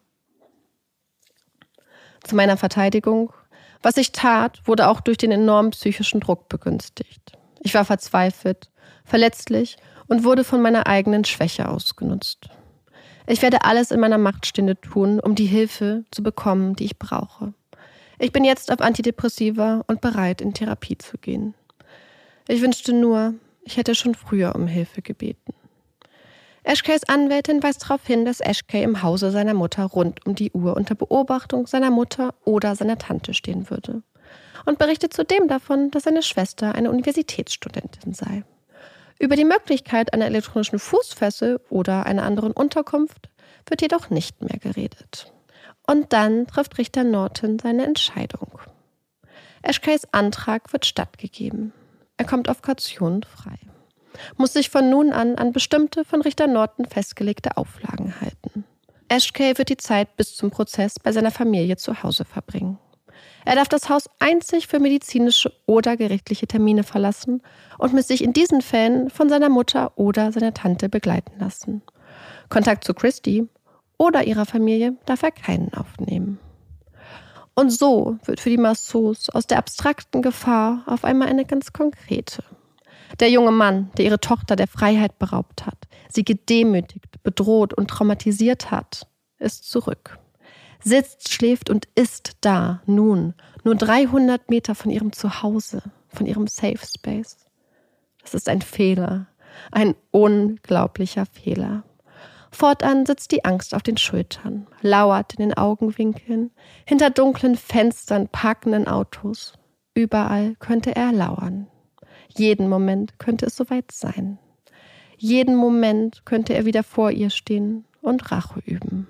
Zu meiner Verteidigung: Was ich tat, wurde auch durch den enormen psychischen Druck begünstigt. Ich war verzweifelt, verletzlich und wurde von meiner eigenen Schwäche ausgenutzt. Ich werde alles in meiner Macht Stehende tun, um die Hilfe zu bekommen, die ich brauche. Ich bin jetzt auf Antidepressiva und bereit, in Therapie zu gehen. Ich wünschte nur, ich hätte schon früher um Hilfe gebeten. Ashkays Anwältin weist darauf hin, dass Ashkay im Hause seiner Mutter rund um die Uhr unter Beobachtung seiner Mutter oder seiner Tante stehen würde. Und berichtet zudem davon, dass seine Schwester eine Universitätsstudentin sei. Über die Möglichkeit einer elektronischen Fußfessel oder einer anderen Unterkunft wird jedoch nicht mehr geredet. Und dann trifft Richter Norton seine Entscheidung. Ashkays Antrag wird stattgegeben. Er kommt auf Kaution frei, muss sich von nun an bestimmte von Richter Norton festgelegte Auflagen halten. Ashkay wird die Zeit bis zum Prozess bei seiner Familie zu Hause verbringen. Er darf das Haus einzig für medizinische oder gerichtliche Termine verlassen und muss sich in diesen Fällen von seiner Mutter oder seiner Tante begleiten lassen. Kontakt zu Christy oder ihrer Familie darf er keinen aufnehmen. Und so wird für die Massos aus der abstrakten Gefahr auf einmal eine ganz konkrete. Der junge Mann, der ihre Tochter der Freiheit beraubt hat, sie gedemütigt, bedroht und traumatisiert hat, ist zurück. Sitzt, schläft und ist da, nun, nur 300 Meter von ihrem Zuhause, von ihrem Safe Space. Das ist ein Fehler, ein unglaublicher Fehler. Fortan sitzt die Angst auf den Schultern, lauert in den Augenwinkeln, hinter dunklen Fenstern, parkenden Autos. Überall könnte er lauern. Jeden Moment könnte es soweit sein. Jeden Moment könnte er wieder vor ihr stehen und Rache üben.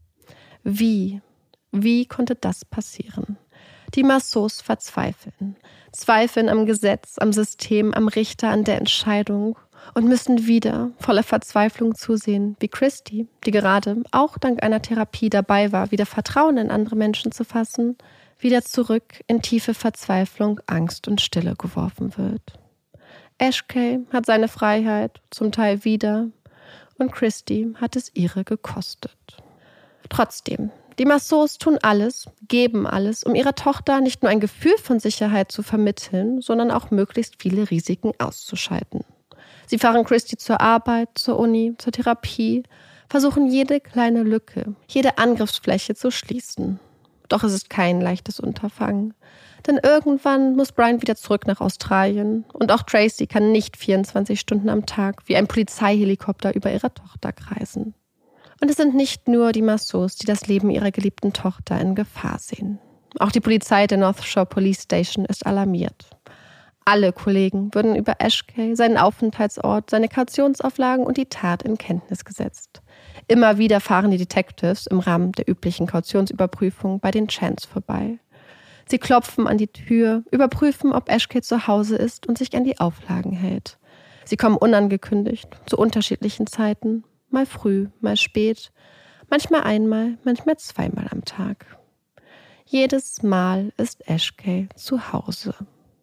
Wie konnte das passieren? Die Massos verzweifeln. Zweifeln am Gesetz, am System, am Richter, an der Entscheidung und müssen wieder voller Verzweiflung zusehen, wie Christy, die gerade auch dank einer Therapie dabei war, wieder Vertrauen in andere Menschen zu fassen, wieder zurück in tiefe Verzweiflung, Angst und Stille geworfen wird. Ashkay hat seine Freiheit zum Teil wieder und Christy hat es ihre gekostet. Trotzdem, die Massos tun alles, geben alles, um ihrer Tochter nicht nur ein Gefühl von Sicherheit zu vermitteln, sondern auch möglichst viele Risiken auszuschalten. Sie fahren Christy zur Arbeit, zur Uni, zur Therapie, versuchen jede kleine Lücke, jede Angriffsfläche zu schließen. Doch es ist kein leichtes Unterfangen. Denn irgendwann muss Brian wieder zurück nach Australien und auch Tracy kann nicht 24 Stunden am Tag wie ein Polizeihelikopter über ihrer Tochter kreisen. Und es sind nicht nur die Massos, die das Leben ihrer geliebten Tochter in Gefahr sehen. Auch die Polizei der North Shore Police Station ist alarmiert. Alle Kollegen würden über Ashkay, seinen Aufenthaltsort, seine Kautionsauflagen und die Tat in Kenntnis gesetzt. Immer wieder fahren die Detectives im Rahmen der üblichen Kautionsüberprüfung bei den Chans vorbei. Sie klopfen an die Tür, überprüfen, ob Ashkay zu Hause ist und sich an die Auflagen hält. Sie kommen unangekündigt, zu unterschiedlichen Zeiten, mal früh, mal spät, manchmal einmal, manchmal zweimal am Tag. Jedes Mal ist Ashkay zu Hause.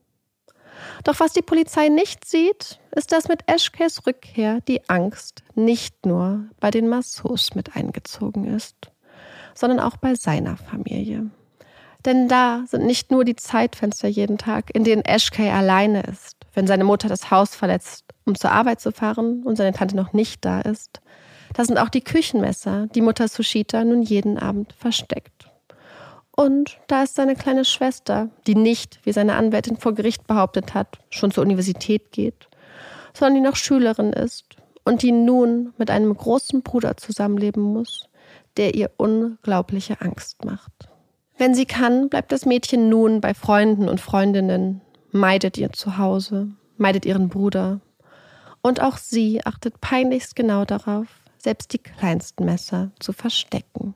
Doch was die Polizei nicht sieht, ist, dass mit Ashkays Rückkehr die Angst nicht nur bei den Massos mit eingezogen ist, sondern auch bei seiner Familie. Denn da sind nicht nur die Zeitfenster jeden Tag, in denen Ashkay alleine ist, wenn seine Mutter das Haus verlässt, um zur Arbeit zu fahren und seine Tante noch nicht da ist. Da sind auch die Küchenmesser, die Mutter Sushita nun jeden Abend versteckt. Und da ist seine kleine Schwester, die nicht, wie seine Anwältin vor Gericht behauptet hat, schon zur Universität geht, sondern die noch Schülerin ist und die nun mit einem großen Bruder zusammenleben muss, der ihr unglaubliche Angst macht. Wenn sie kann, bleibt das Mädchen nun bei Freunden und Freundinnen, meidet ihr Zuhause, meidet ihren Bruder. Und auch sie achtet peinlichst genau darauf, selbst die kleinsten Messer zu verstecken.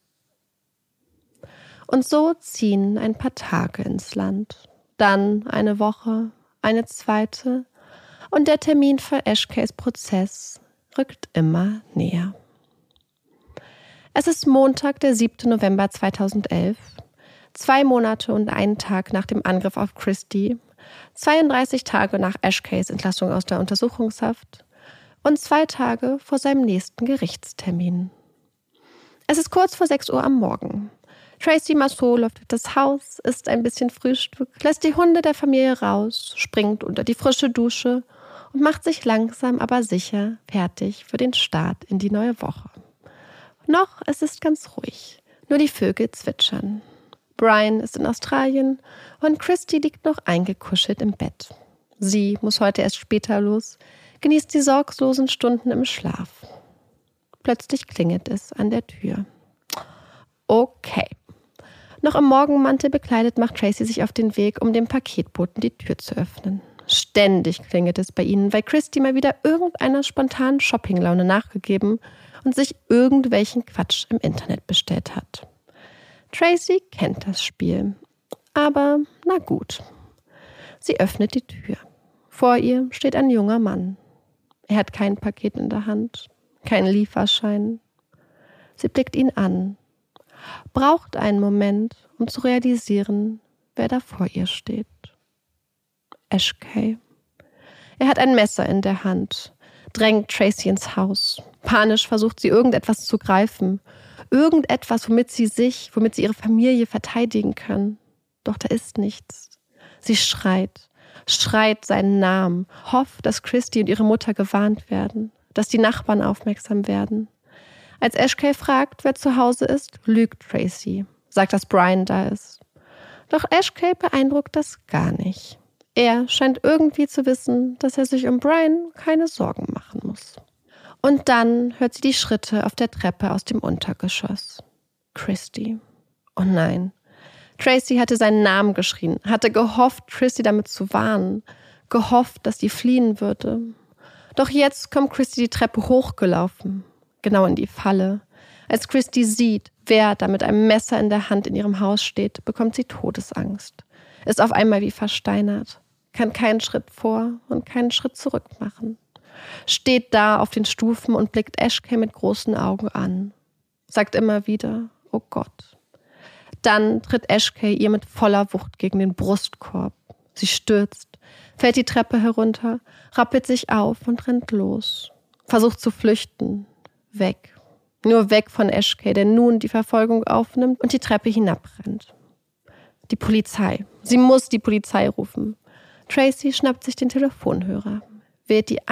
Und so ziehen ein paar Tage ins Land, dann eine Woche, eine zweite und der Termin für Ashkays Prozess rückt immer näher. Es ist Montag, der 7. November 2011, 2 Monate und einen Tag nach dem Angriff auf Christy, 32 Tage nach Ashkays Entlassung aus der Untersuchungshaft und 2 Tage vor seinem nächsten Gerichtstermin. Es ist kurz vor 6 Uhr am Morgen. Tracy Marceau läuft durch das Haus, isst ein bisschen Frühstück, lässt die Hunde der Familie raus, springt unter die frische Dusche und macht sich langsam aber sicher fertig für den Start in die neue Woche. Noch es ist ganz ruhig, nur die Vögel zwitschern. Brian ist in Australien und Christy liegt noch eingekuschelt im Bett. Sie muss heute erst später los, genießt die sorglosen Stunden im Schlaf. Plötzlich klingelt es an der Tür. Okay. Noch im Morgenmantel bekleidet macht Tracy sich auf den Weg, um dem Paketboten die Tür zu öffnen. Ständig klingelt es bei ihnen, weil Christy mal wieder irgendeiner spontanen Shoppinglaune nachgegeben und sich irgendwelchen Quatsch im Internet bestellt hat. Tracy kennt das Spiel. Aber na gut. Sie öffnet die Tür. Vor ihr steht ein junger Mann. Er hat kein Paket in der Hand, keinen Lieferschein. Sie blickt ihn an, braucht einen Moment, um zu realisieren, wer da vor ihr steht. Ashkay. Er hat ein Messer in der Hand, drängt Tracy ins Haus. Panisch versucht sie irgendetwas zu greifen. Irgendetwas, womit sie ihre Familie verteidigen können. Doch da ist nichts. Sie schreit seinen Namen, hofft, dass Christy und ihre Mutter gewarnt werden, dass die Nachbarn aufmerksam werden. Als Ashkay fragt, wer zu Hause ist, lügt Tracy, sagt, dass Brian da ist. Doch Ashkay beeindruckt das gar nicht. Er scheint irgendwie zu wissen, dass er sich um Brian keine Sorgen machen muss. Und dann hört sie die Schritte auf der Treppe aus dem Untergeschoss. Christy. Oh nein. Tracy hatte seinen Namen geschrien, hatte gehofft, Christy damit zu warnen, gehofft, dass sie fliehen würde. Doch jetzt kommt Christy die Treppe hochgelaufen, genau in die Falle. Als Christy sieht, wer da mit einem Messer in der Hand in ihrem Haus steht, bekommt sie Todesangst. Ist auf einmal wie versteinert, kann keinen Schritt vor und keinen Schritt zurück machen. Steht da auf den Stufen und blickt Ashkay mit großen Augen an. Sagt immer wieder, oh Gott. Dann tritt Ashkay ihr mit voller Wucht gegen den Brustkorb. Sie stürzt, fällt die Treppe herunter, rappelt sich auf und rennt los. Versucht zu flüchten. Weg. Nur weg von Ashkay, der nun die Verfolgung aufnimmt und die Treppe hinabrennt. Die Polizei. Sie muss die Polizei rufen. Tracy schnappt sich den Telefonhörer. Wählt die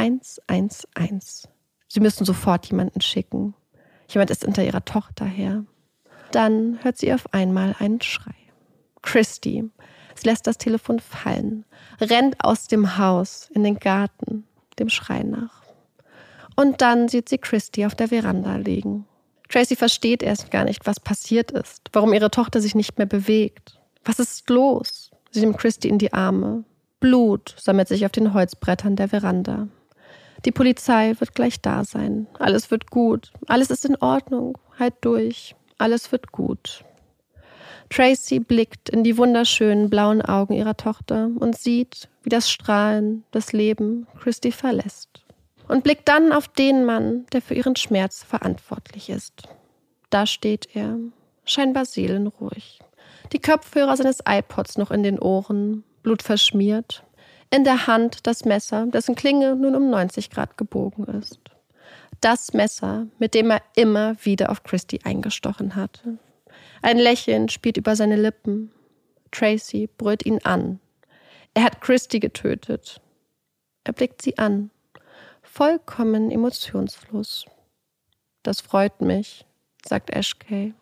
111. Sie müssen sofort jemanden schicken. Jemand ist hinter ihrer Tochter her. Dann hört sie auf einmal einen Schrei. Christy. Sie lässt das Telefon fallen, rennt aus dem Haus in den Garten, dem Schrei nach. Und dann sieht sie Christy auf der Veranda liegen. Tracy versteht erst gar nicht, was passiert ist, warum ihre Tochter sich nicht mehr bewegt. Was ist los? Sie nimmt Christy in die Arme. Blut sammelt sich auf den Holzbrettern der Veranda. Die Polizei wird gleich da sein. Alles wird gut. Alles ist in Ordnung. Halt durch. Alles wird gut. Tracy blickt in die wunderschönen blauen Augen ihrer Tochter und sieht, wie das Strahlen, das Leben Christy verlässt. Und blickt dann auf den Mann, der für ihren Schmerz verantwortlich ist. Da steht er, scheinbar seelenruhig. Die Kopfhörer seines iPods noch in den Ohren, blutverschmiert. In der Hand das Messer, dessen Klinge nun um 90 Grad gebogen ist. Das Messer, mit dem er immer wieder auf Christy eingestochen hatte. Ein Lächeln spielt über seine Lippen. Tracy brüllt ihn an. Er hat Christy getötet. Er blickt sie an. Vollkommen emotionslos. Das freut mich, sagt Ashkay.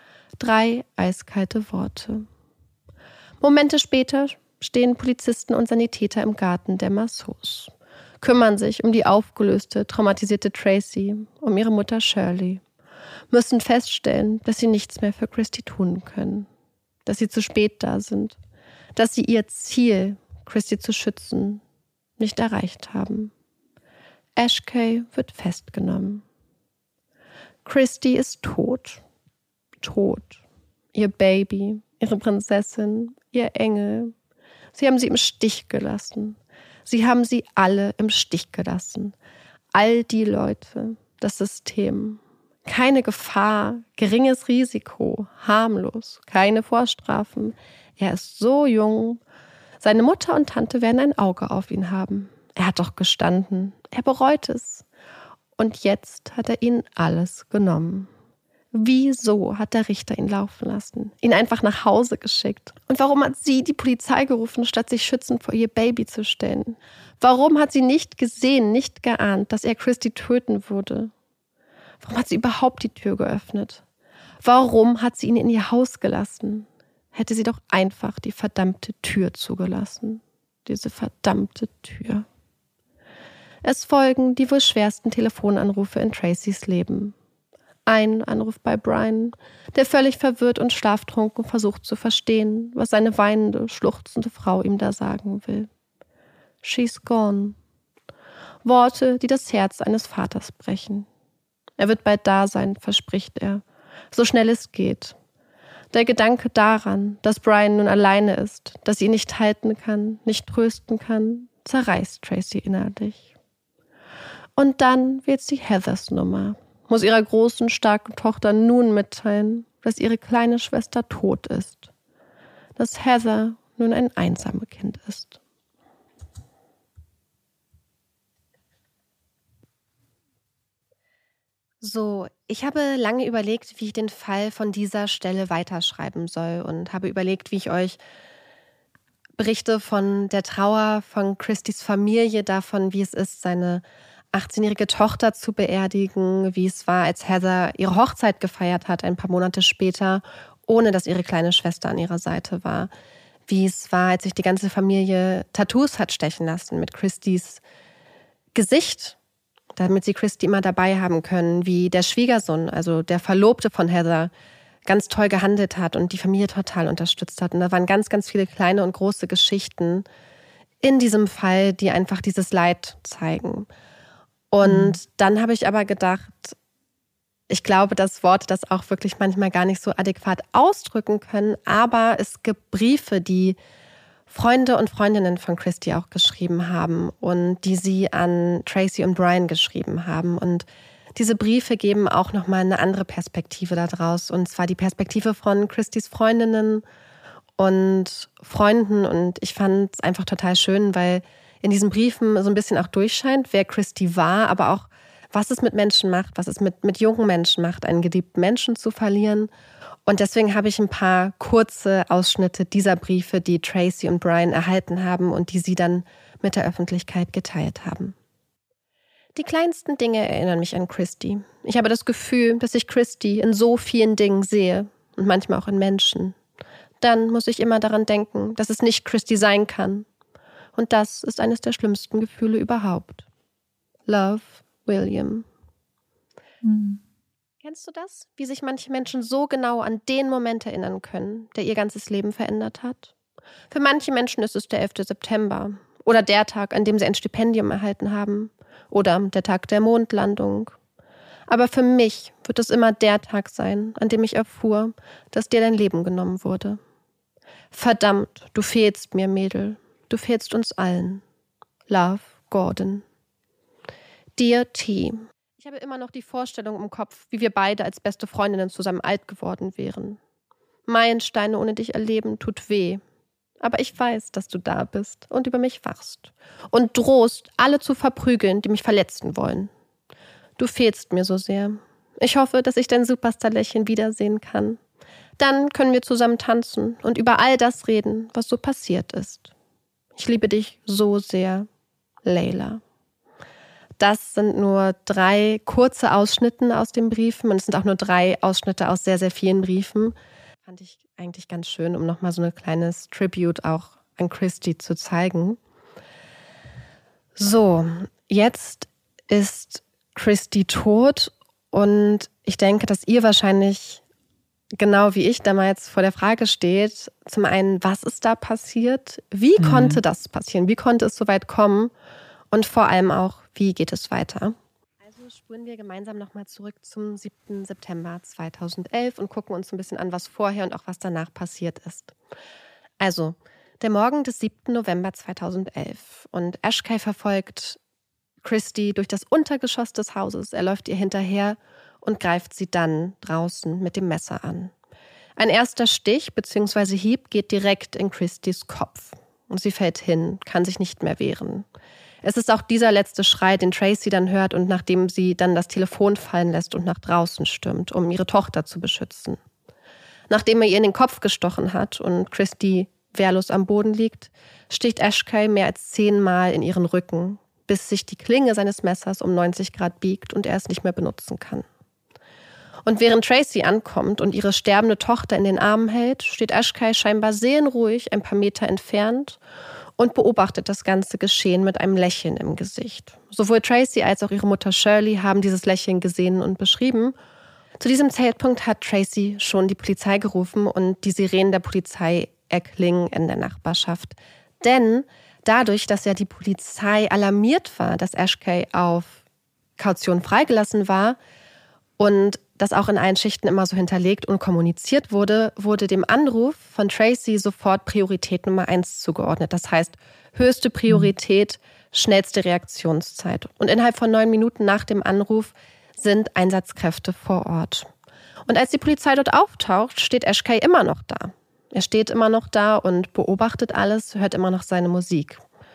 3 eiskalte Worte. Momente später stehen Polizisten und Sanitäter im Garten der Marceaus, kümmern sich um die aufgelöste, traumatisierte Tracy, um ihre Mutter Shirley, müssen feststellen, dass sie nichts mehr für Christy tun können, dass sie zu spät da sind, dass sie ihr Ziel, Christy zu schützen, nicht erreicht haben. Ashkay wird festgenommen. Christy ist tot. Tot. Ihr Baby, ihre Prinzessin, ihr Engel. Sie haben sie im Stich gelassen. Sie haben sie alle im Stich gelassen. All die Leute, das System. Keine Gefahr, geringes Risiko, harmlos, keine Vorstrafen. Er ist so jung, Seine Mutter und Tante werden ein Auge auf ihn haben. Er hat doch gestanden. Er bereut es. Und jetzt hat er ihnen alles genommen. Wieso hat der Richter ihn laufen lassen? Ihn einfach nach Hause geschickt? Und warum hat sie die Polizei gerufen, statt sich schützend vor ihr Baby zu stellen? Warum hat sie nicht gesehen, nicht geahnt, dass er Christy töten würde? Warum hat sie überhaupt die Tür geöffnet? Warum hat sie ihn in ihr Haus gelassen? Hätte sie doch einfach die verdammte Tür zugelassen. Diese verdammte Tür. Es folgen die wohl schwersten Telefonanrufe in Tracys Leben. Ein Anruf bei Brian, der völlig verwirrt und schlaftrunken versucht zu verstehen, was seine weinende, schluchzende Frau ihm da sagen will. She's gone. Worte, die das Herz eines Vaters brechen. Er wird bald da sein, verspricht er, so schnell es geht. Der Gedanke daran, dass Brian nun alleine ist, dass sie ihn nicht halten kann, nicht trösten kann, zerreißt Tracy innerlich. Und dann wählt sie Heathers Nummer, muss ihrer großen, starken Tochter nun mitteilen, dass ihre kleine Schwester tot ist, dass Heather nun ein einsames Kind ist. So, ich habe lange überlegt, wie ich den Fall von dieser Stelle weiterschreiben soll und habe überlegt, wie ich euch berichte von der Trauer von Christys Familie, davon, wie es ist, seine 18-jährige Tochter zu beerdigen, wie es war, als Heather ihre Hochzeit gefeiert hat, ein paar Monate später, ohne dass ihre kleine Schwester an ihrer Seite war, wie es war, als sich die ganze Familie Tattoos hat stechen lassen mit Christys Gesicht, damit sie Christy immer dabei haben können, wie der Schwiegersohn, also der Verlobte von Heather, ganz toll gehandelt hat und die Familie total unterstützt hat. Und da waren ganz, ganz viele kleine und große Geschichten in diesem Fall, die einfach dieses Leid zeigen. Und dann habe ich aber gedacht, ich glaube, dass Worte das auch wirklich manchmal gar nicht so adäquat ausdrücken können, aber es gibt Briefe, die Freunde und Freundinnen von Christy auch geschrieben haben und die sie an Tracy und Brian geschrieben haben. Und diese Briefe geben auch nochmal eine andere Perspektive daraus. Und zwar die Perspektive von Christys Freundinnen und Freunden. Und ich fand es einfach total schön, weil in diesen Briefen so ein bisschen auch durchscheint, wer Christy war, aber auch, was es mit Menschen macht, was es mit jungen Menschen macht, einen geliebten Menschen zu verlieren. Und deswegen habe ich ein paar kurze Ausschnitte dieser Briefe, die Tracy und Brian erhalten haben und die sie dann mit der Öffentlichkeit geteilt haben. Die kleinsten Dinge erinnern mich an Christy. Ich habe das Gefühl, dass ich Christy in so vielen Dingen sehe und manchmal auch in Menschen. Dann muss ich immer daran denken, dass es nicht Christy sein kann. Und das ist eines der schlimmsten Gefühle überhaupt. Love, William. Kennst du das? Wie sich manche Menschen so genau an den Moment erinnern können, der ihr ganzes Leben verändert hat? Für manche Menschen ist es der 11. September oder der Tag, an dem sie ein Stipendium erhalten haben oder der Tag der Mondlandung. Aber für mich wird es immer der Tag sein, an dem ich erfuhr, dass dir dein Leben genommen wurde. Verdammt, du fehlst mir, Mädel. Du fehlst uns allen. Love, Gordon. Dear T. Ich habe immer noch die Vorstellung im Kopf, wie wir beide als beste Freundinnen zusammen alt geworden wären. Meilensteine ohne dich erleben tut weh. Aber ich weiß, dass du da bist und über mich wachst und drohst, alle zu verprügeln, die mich verletzen wollen. Du fehlst mir so sehr. Ich hoffe, dass ich dein Superstar-Lächeln wiedersehen kann. Dann können wir zusammen tanzen und über all das reden, was so passiert ist. Ich liebe dich so sehr, Layla. Das sind nur 3 kurze Ausschnitte aus den Briefen und es sind auch nur 3 Ausschnitte aus sehr, sehr vielen Briefen. Fand ich eigentlich ganz schön, um nochmal so ein kleines Tribute auch an Christy zu zeigen. So, jetzt ist Christy tot und ich denke, dass ihr wahrscheinlich genau wie ich damals vor der Frage steht, zum einen, was ist da passiert? Wie konnte das passieren? Wie konnte es so weit kommen? Und vor allem auch, wie geht es weiter? Also spulen wir gemeinsam nochmal zurück zum 7. September 2011 und gucken uns ein bisschen an, was vorher und auch was danach passiert ist. Also, der Morgen des 7. November 2011 und Ashkay verfolgt Christy durch das Untergeschoss des Hauses. Er läuft ihr hinterher und greift sie dann draußen mit dem Messer an. Ein erster Stich bzw. Hieb geht direkt in Christys Kopf. Und sie fällt hin, kann sich nicht mehr wehren. Es ist auch dieser letzte Schrei, den Tracy dann hört und nachdem sie dann das Telefon fallen lässt und nach draußen stürmt, um ihre Tochter zu beschützen. Nachdem er ihr in den Kopf gestochen hat und Christy wehrlos am Boden liegt, sticht Ashkay mehr als 10 Mal in ihren Rücken, bis sich die Klinge seines Messers um 90 Grad biegt und er es nicht mehr benutzen kann. Und während Tracy ankommt und ihre sterbende Tochter in den Armen hält, steht Ashkay scheinbar seelenruhig ein paar Meter entfernt und beobachtet das ganze Geschehen mit einem Lächeln im Gesicht. Sowohl Tracy als auch ihre Mutter Shirley haben dieses Lächeln gesehen und beschrieben. Zu diesem Zeitpunkt hat Tracy schon die Polizei gerufen und die Sirenen der Polizei erklingen in der Nachbarschaft. Denn dadurch, dass ja die Polizei alarmiert war, dass Ashkay auf Kaution freigelassen war und das auch in allen Schichten immer so hinterlegt und kommuniziert wurde, wurde dem Anruf von Tracy sofort Priorität Nummer 1 zugeordnet. Das heißt, höchste Priorität, schnellste Reaktionszeit. Und innerhalb von 9 Minuten nach dem Anruf sind Einsatzkräfte vor Ort. Und als die Polizei dort auftaucht, steht Ashkay immer noch da. Er steht immer noch da und beobachtet alles, hört immer noch seine Musik.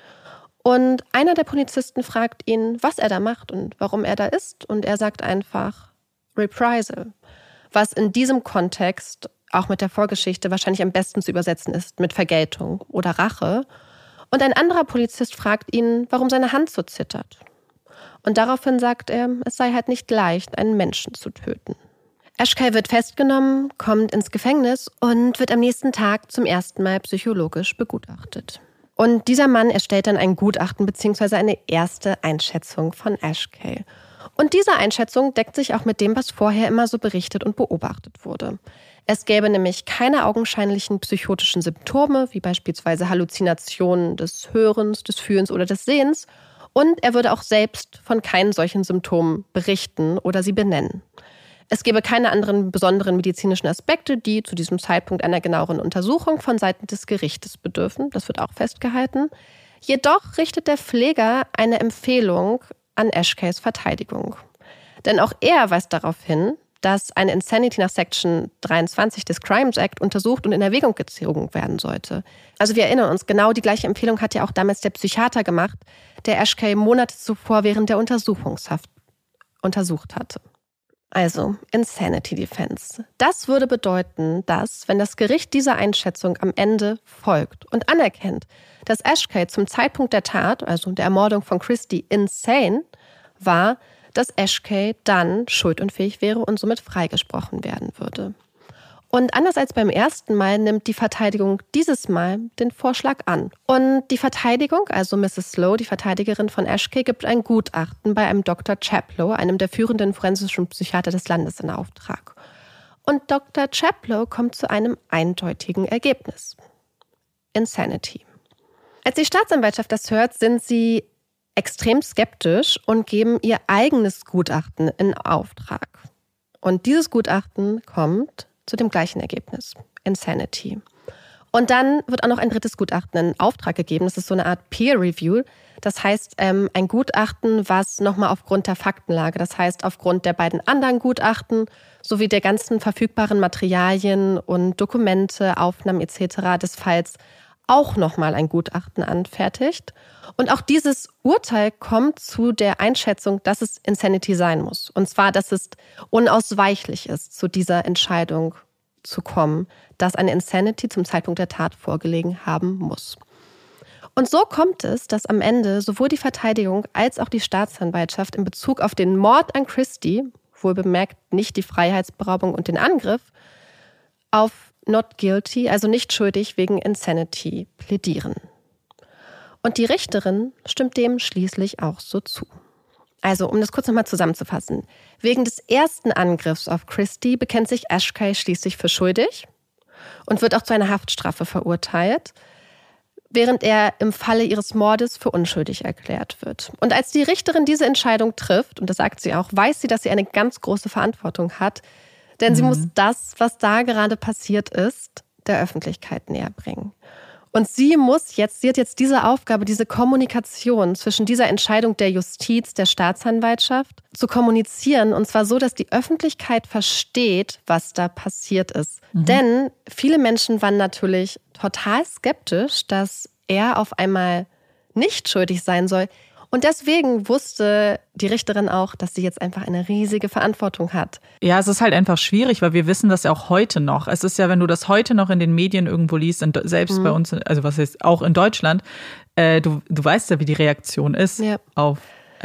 Und einer der Polizisten fragt ihn, was er da macht und warum er da ist. Und er sagt einfach Reprisal, was in diesem Kontext auch mit der Vorgeschichte wahrscheinlich am besten zu übersetzen ist mit Vergeltung oder Rache. Und ein anderer Polizist fragt ihn, warum seine Hand so zittert. Und daraufhin sagt er, es sei halt nicht leicht, einen Menschen zu töten. Ashkay wird festgenommen, kommt ins Gefängnis und wird am nächsten Tag zum ersten Mal psychologisch begutachtet. Und dieser Mann erstellt dann ein Gutachten bzw. eine erste Einschätzung von Ashkay. Und diese Einschätzung deckt sich auch mit dem, was vorher immer so berichtet und beobachtet wurde. Es gäbe nämlich keine augenscheinlichen psychotischen Symptome, wie beispielsweise Halluzinationen des Hörens, des Fühlens oder des Sehens. Und er würde auch selbst von keinen solchen Symptomen berichten oder sie benennen. Es gäbe keine anderen besonderen medizinischen Aspekte, die zu diesem Zeitpunkt einer genaueren Untersuchung von Seiten des Gerichtes bedürfen. Das wird auch festgehalten. Jedoch richtet der Pfleger eine Empfehlung an Ashkays Verteidigung. Denn auch er weist darauf hin, dass eine Insanity nach Section 23 des Crimes Act untersucht und in Erwägung gezogen werden sollte. Also wir erinnern uns, genau die gleiche Empfehlung hat ja auch damals der Psychiater gemacht, der Ashkay Monate zuvor während der Untersuchungshaft untersucht hatte. Also Insanity Defense. Das würde bedeuten, dass, wenn das Gericht dieser Einschätzung am Ende folgt und anerkennt, dass Ashkay zum Zeitpunkt der Tat, also der Ermordung von Christy, insane war, dass Ashkay dann schuldunfähig wäre und somit freigesprochen werden würde. Und anders als beim ersten Mal nimmt die Verteidigung dieses Mal den Vorschlag an. Und die Verteidigung, also Mrs. Slow, die Verteidigerin von Ashkay, gibt ein Gutachten bei einem Dr. Chaplow, einem der führenden forensischen Psychiater des Landes, in Auftrag. Und Dr. Chaplow kommt zu einem eindeutigen Ergebnis. Insanity. Als die Staatsanwaltschaft das hört, sind sie extrem skeptisch und geben ihr eigenes Gutachten in Auftrag. Und dieses Gutachten kommt zu dem gleichen Ergebnis, Insanity. Und dann wird auch noch ein drittes Gutachten in Auftrag gegeben. Das ist so eine Art Peer Review. Das heißt, ein Gutachten, was nochmal aufgrund der Faktenlage, das heißt aufgrund der beiden anderen Gutachten sowie der ganzen verfügbaren Materialien und Dokumente, Aufnahmen etc. des Falls auch nochmal ein Gutachten anfertigt. Und auch dieses Urteil kommt zu der Einschätzung, dass es Insanity sein muss. Und zwar, dass es unausweichlich ist, zu dieser Entscheidung zu kommen, dass eine Insanity zum Zeitpunkt der Tat vorgelegen haben muss. Und so kommt es, dass am Ende sowohl die Verteidigung als auch die Staatsanwaltschaft in Bezug auf den Mord an Christy, wohlbemerkt nicht die Freiheitsberaubung und den Angriff, auf not guilty, also nicht schuldig wegen Insanity, plädieren. Und die Richterin stimmt dem schließlich auch so zu. Also, um das kurz nochmal zusammenzufassen. Wegen des ersten Angriffs auf Christy bekennt sich Ashkay schließlich für schuldig und wird auch zu einer Haftstrafe verurteilt, während er im Falle ihres Mordes für unschuldig erklärt wird. Und als die Richterin diese Entscheidung trifft, und das sagt sie auch, weiß sie, dass sie eine ganz große Verantwortung hat, denn sie muss das, was da gerade passiert ist, der Öffentlichkeit näher bringen. Und sie hat jetzt diese Aufgabe, diese Kommunikation zwischen dieser Entscheidung der Justiz, der Staatsanwaltschaft zu kommunizieren. Und zwar so, dass die Öffentlichkeit versteht, was da passiert ist. Denn viele Menschen waren natürlich total skeptisch, dass er auf einmal nicht schuldig sein soll. Und deswegen wusste die Richterin auch, dass sie jetzt einfach eine riesige Verantwortung hat. Ja, es ist halt einfach schwierig, weil wir wissen das ja auch heute noch. Es ist ja, wenn du das heute noch in den Medien irgendwo liest, selbst bei uns, also was heißt auch in Deutschland, du weißt ja, wie die Reaktion ist auf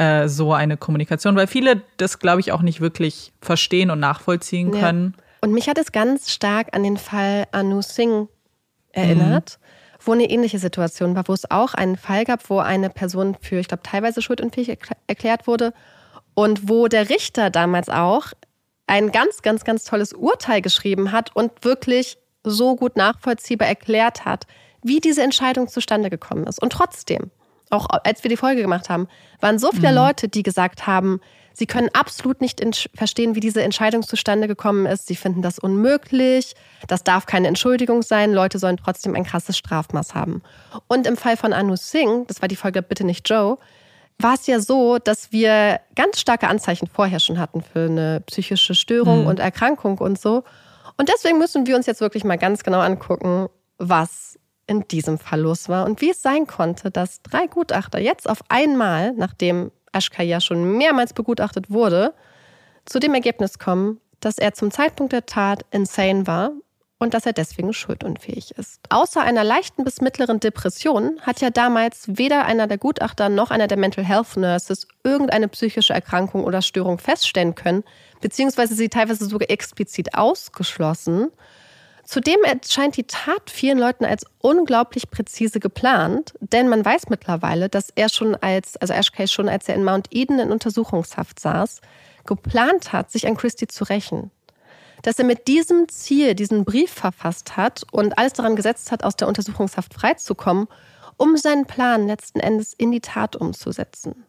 so eine Kommunikation, weil viele das, glaube ich, auch nicht wirklich verstehen und nachvollziehen können. Und mich hat es ganz stark an den Fall Anu Singh erinnert, wo eine ähnliche Situation war, wo es auch einen Fall gab, wo eine Person für, ich glaube, teilweise schuldunfähig erklärt wurde und wo der Richter damals auch ein ganz, ganz, ganz tolles Urteil geschrieben hat und wirklich so gut nachvollziehbar erklärt hat, wie diese Entscheidung zustande gekommen ist. Und trotzdem, auch als wir die Folge gemacht haben, waren so viele Leute, die gesagt haben, sie können absolut nicht verstehen, wie diese Entscheidung zustande gekommen ist. Sie finden das unmöglich. Das darf keine Entschuldigung sein. Leute sollen trotzdem ein krasses Strafmaß haben. Und im Fall von Anu Singh, das war die Folge Bitte nicht Joe, war es ja so, dass wir ganz starke Anzeichen vorher schon hatten für eine psychische Störung und Erkrankung und so. Und deswegen müssen wir uns jetzt wirklich mal ganz genau angucken, was in diesem Fall los war und wie es sein konnte, dass 3 Gutachter jetzt auf einmal, nachdem Ashkai ja schon mehrmals begutachtet wurde, zu dem Ergebnis kommen, dass er zum Zeitpunkt der Tat insane war und dass er deswegen schuldunfähig ist. Außer einer leichten bis mittleren Depression hat ja damals weder einer der Gutachter noch einer der Mental Health Nurses irgendeine psychische Erkrankung oder Störung feststellen können, beziehungsweise sie teilweise sogar explizit ausgeschlossen. Zudem erscheint die Tat vielen Leuten als unglaublich präzise geplant, denn man weiß mittlerweile, dass er Ashkai schon als er in Mount Eden in Untersuchungshaft saß, geplant hat, sich an Christy zu rächen. Dass er mit diesem Ziel diesen Brief verfasst hat und alles daran gesetzt hat, aus der Untersuchungshaft freizukommen, um seinen Plan letzten Endes in die Tat umzusetzen.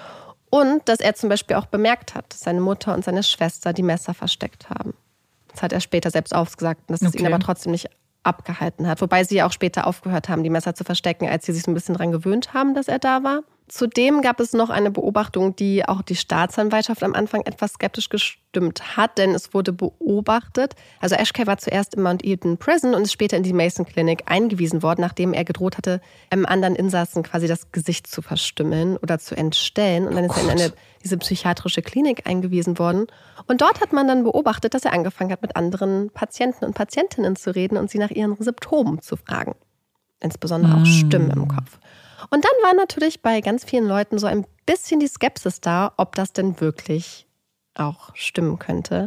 Und dass er zum Beispiel auch bemerkt hat, dass seine Mutter und seine Schwester die Messer versteckt haben. Das hat er später selbst ausgesagt, dass es ihn aber trotzdem nicht abgehalten hat. Wobei sie ja auch später aufgehört haben, die Messer zu verstecken, als sie sich so ein bisschen daran gewöhnt haben, dass er da war. Zudem gab es noch eine Beobachtung, die auch die Staatsanwaltschaft am Anfang etwas skeptisch gestimmt hat, denn es wurde beobachtet. Also Ashkai war zuerst im Mount Eden Prison und ist später in die Mason Clinic eingewiesen worden, nachdem er gedroht hatte, einem anderen Insassen quasi das Gesicht zu verstümmeln oder zu entstellen. Und dann ist er in diese psychiatrische Klinik eingewiesen worden. Und dort hat man dann beobachtet, dass er angefangen hat, mit anderen Patienten und Patientinnen zu reden und sie nach ihren Symptomen zu fragen. Insbesondere auch Stimmen im Kopf. Und dann war natürlich bei ganz vielen Leuten so ein bisschen die Skepsis da, ob das denn wirklich auch stimmen könnte.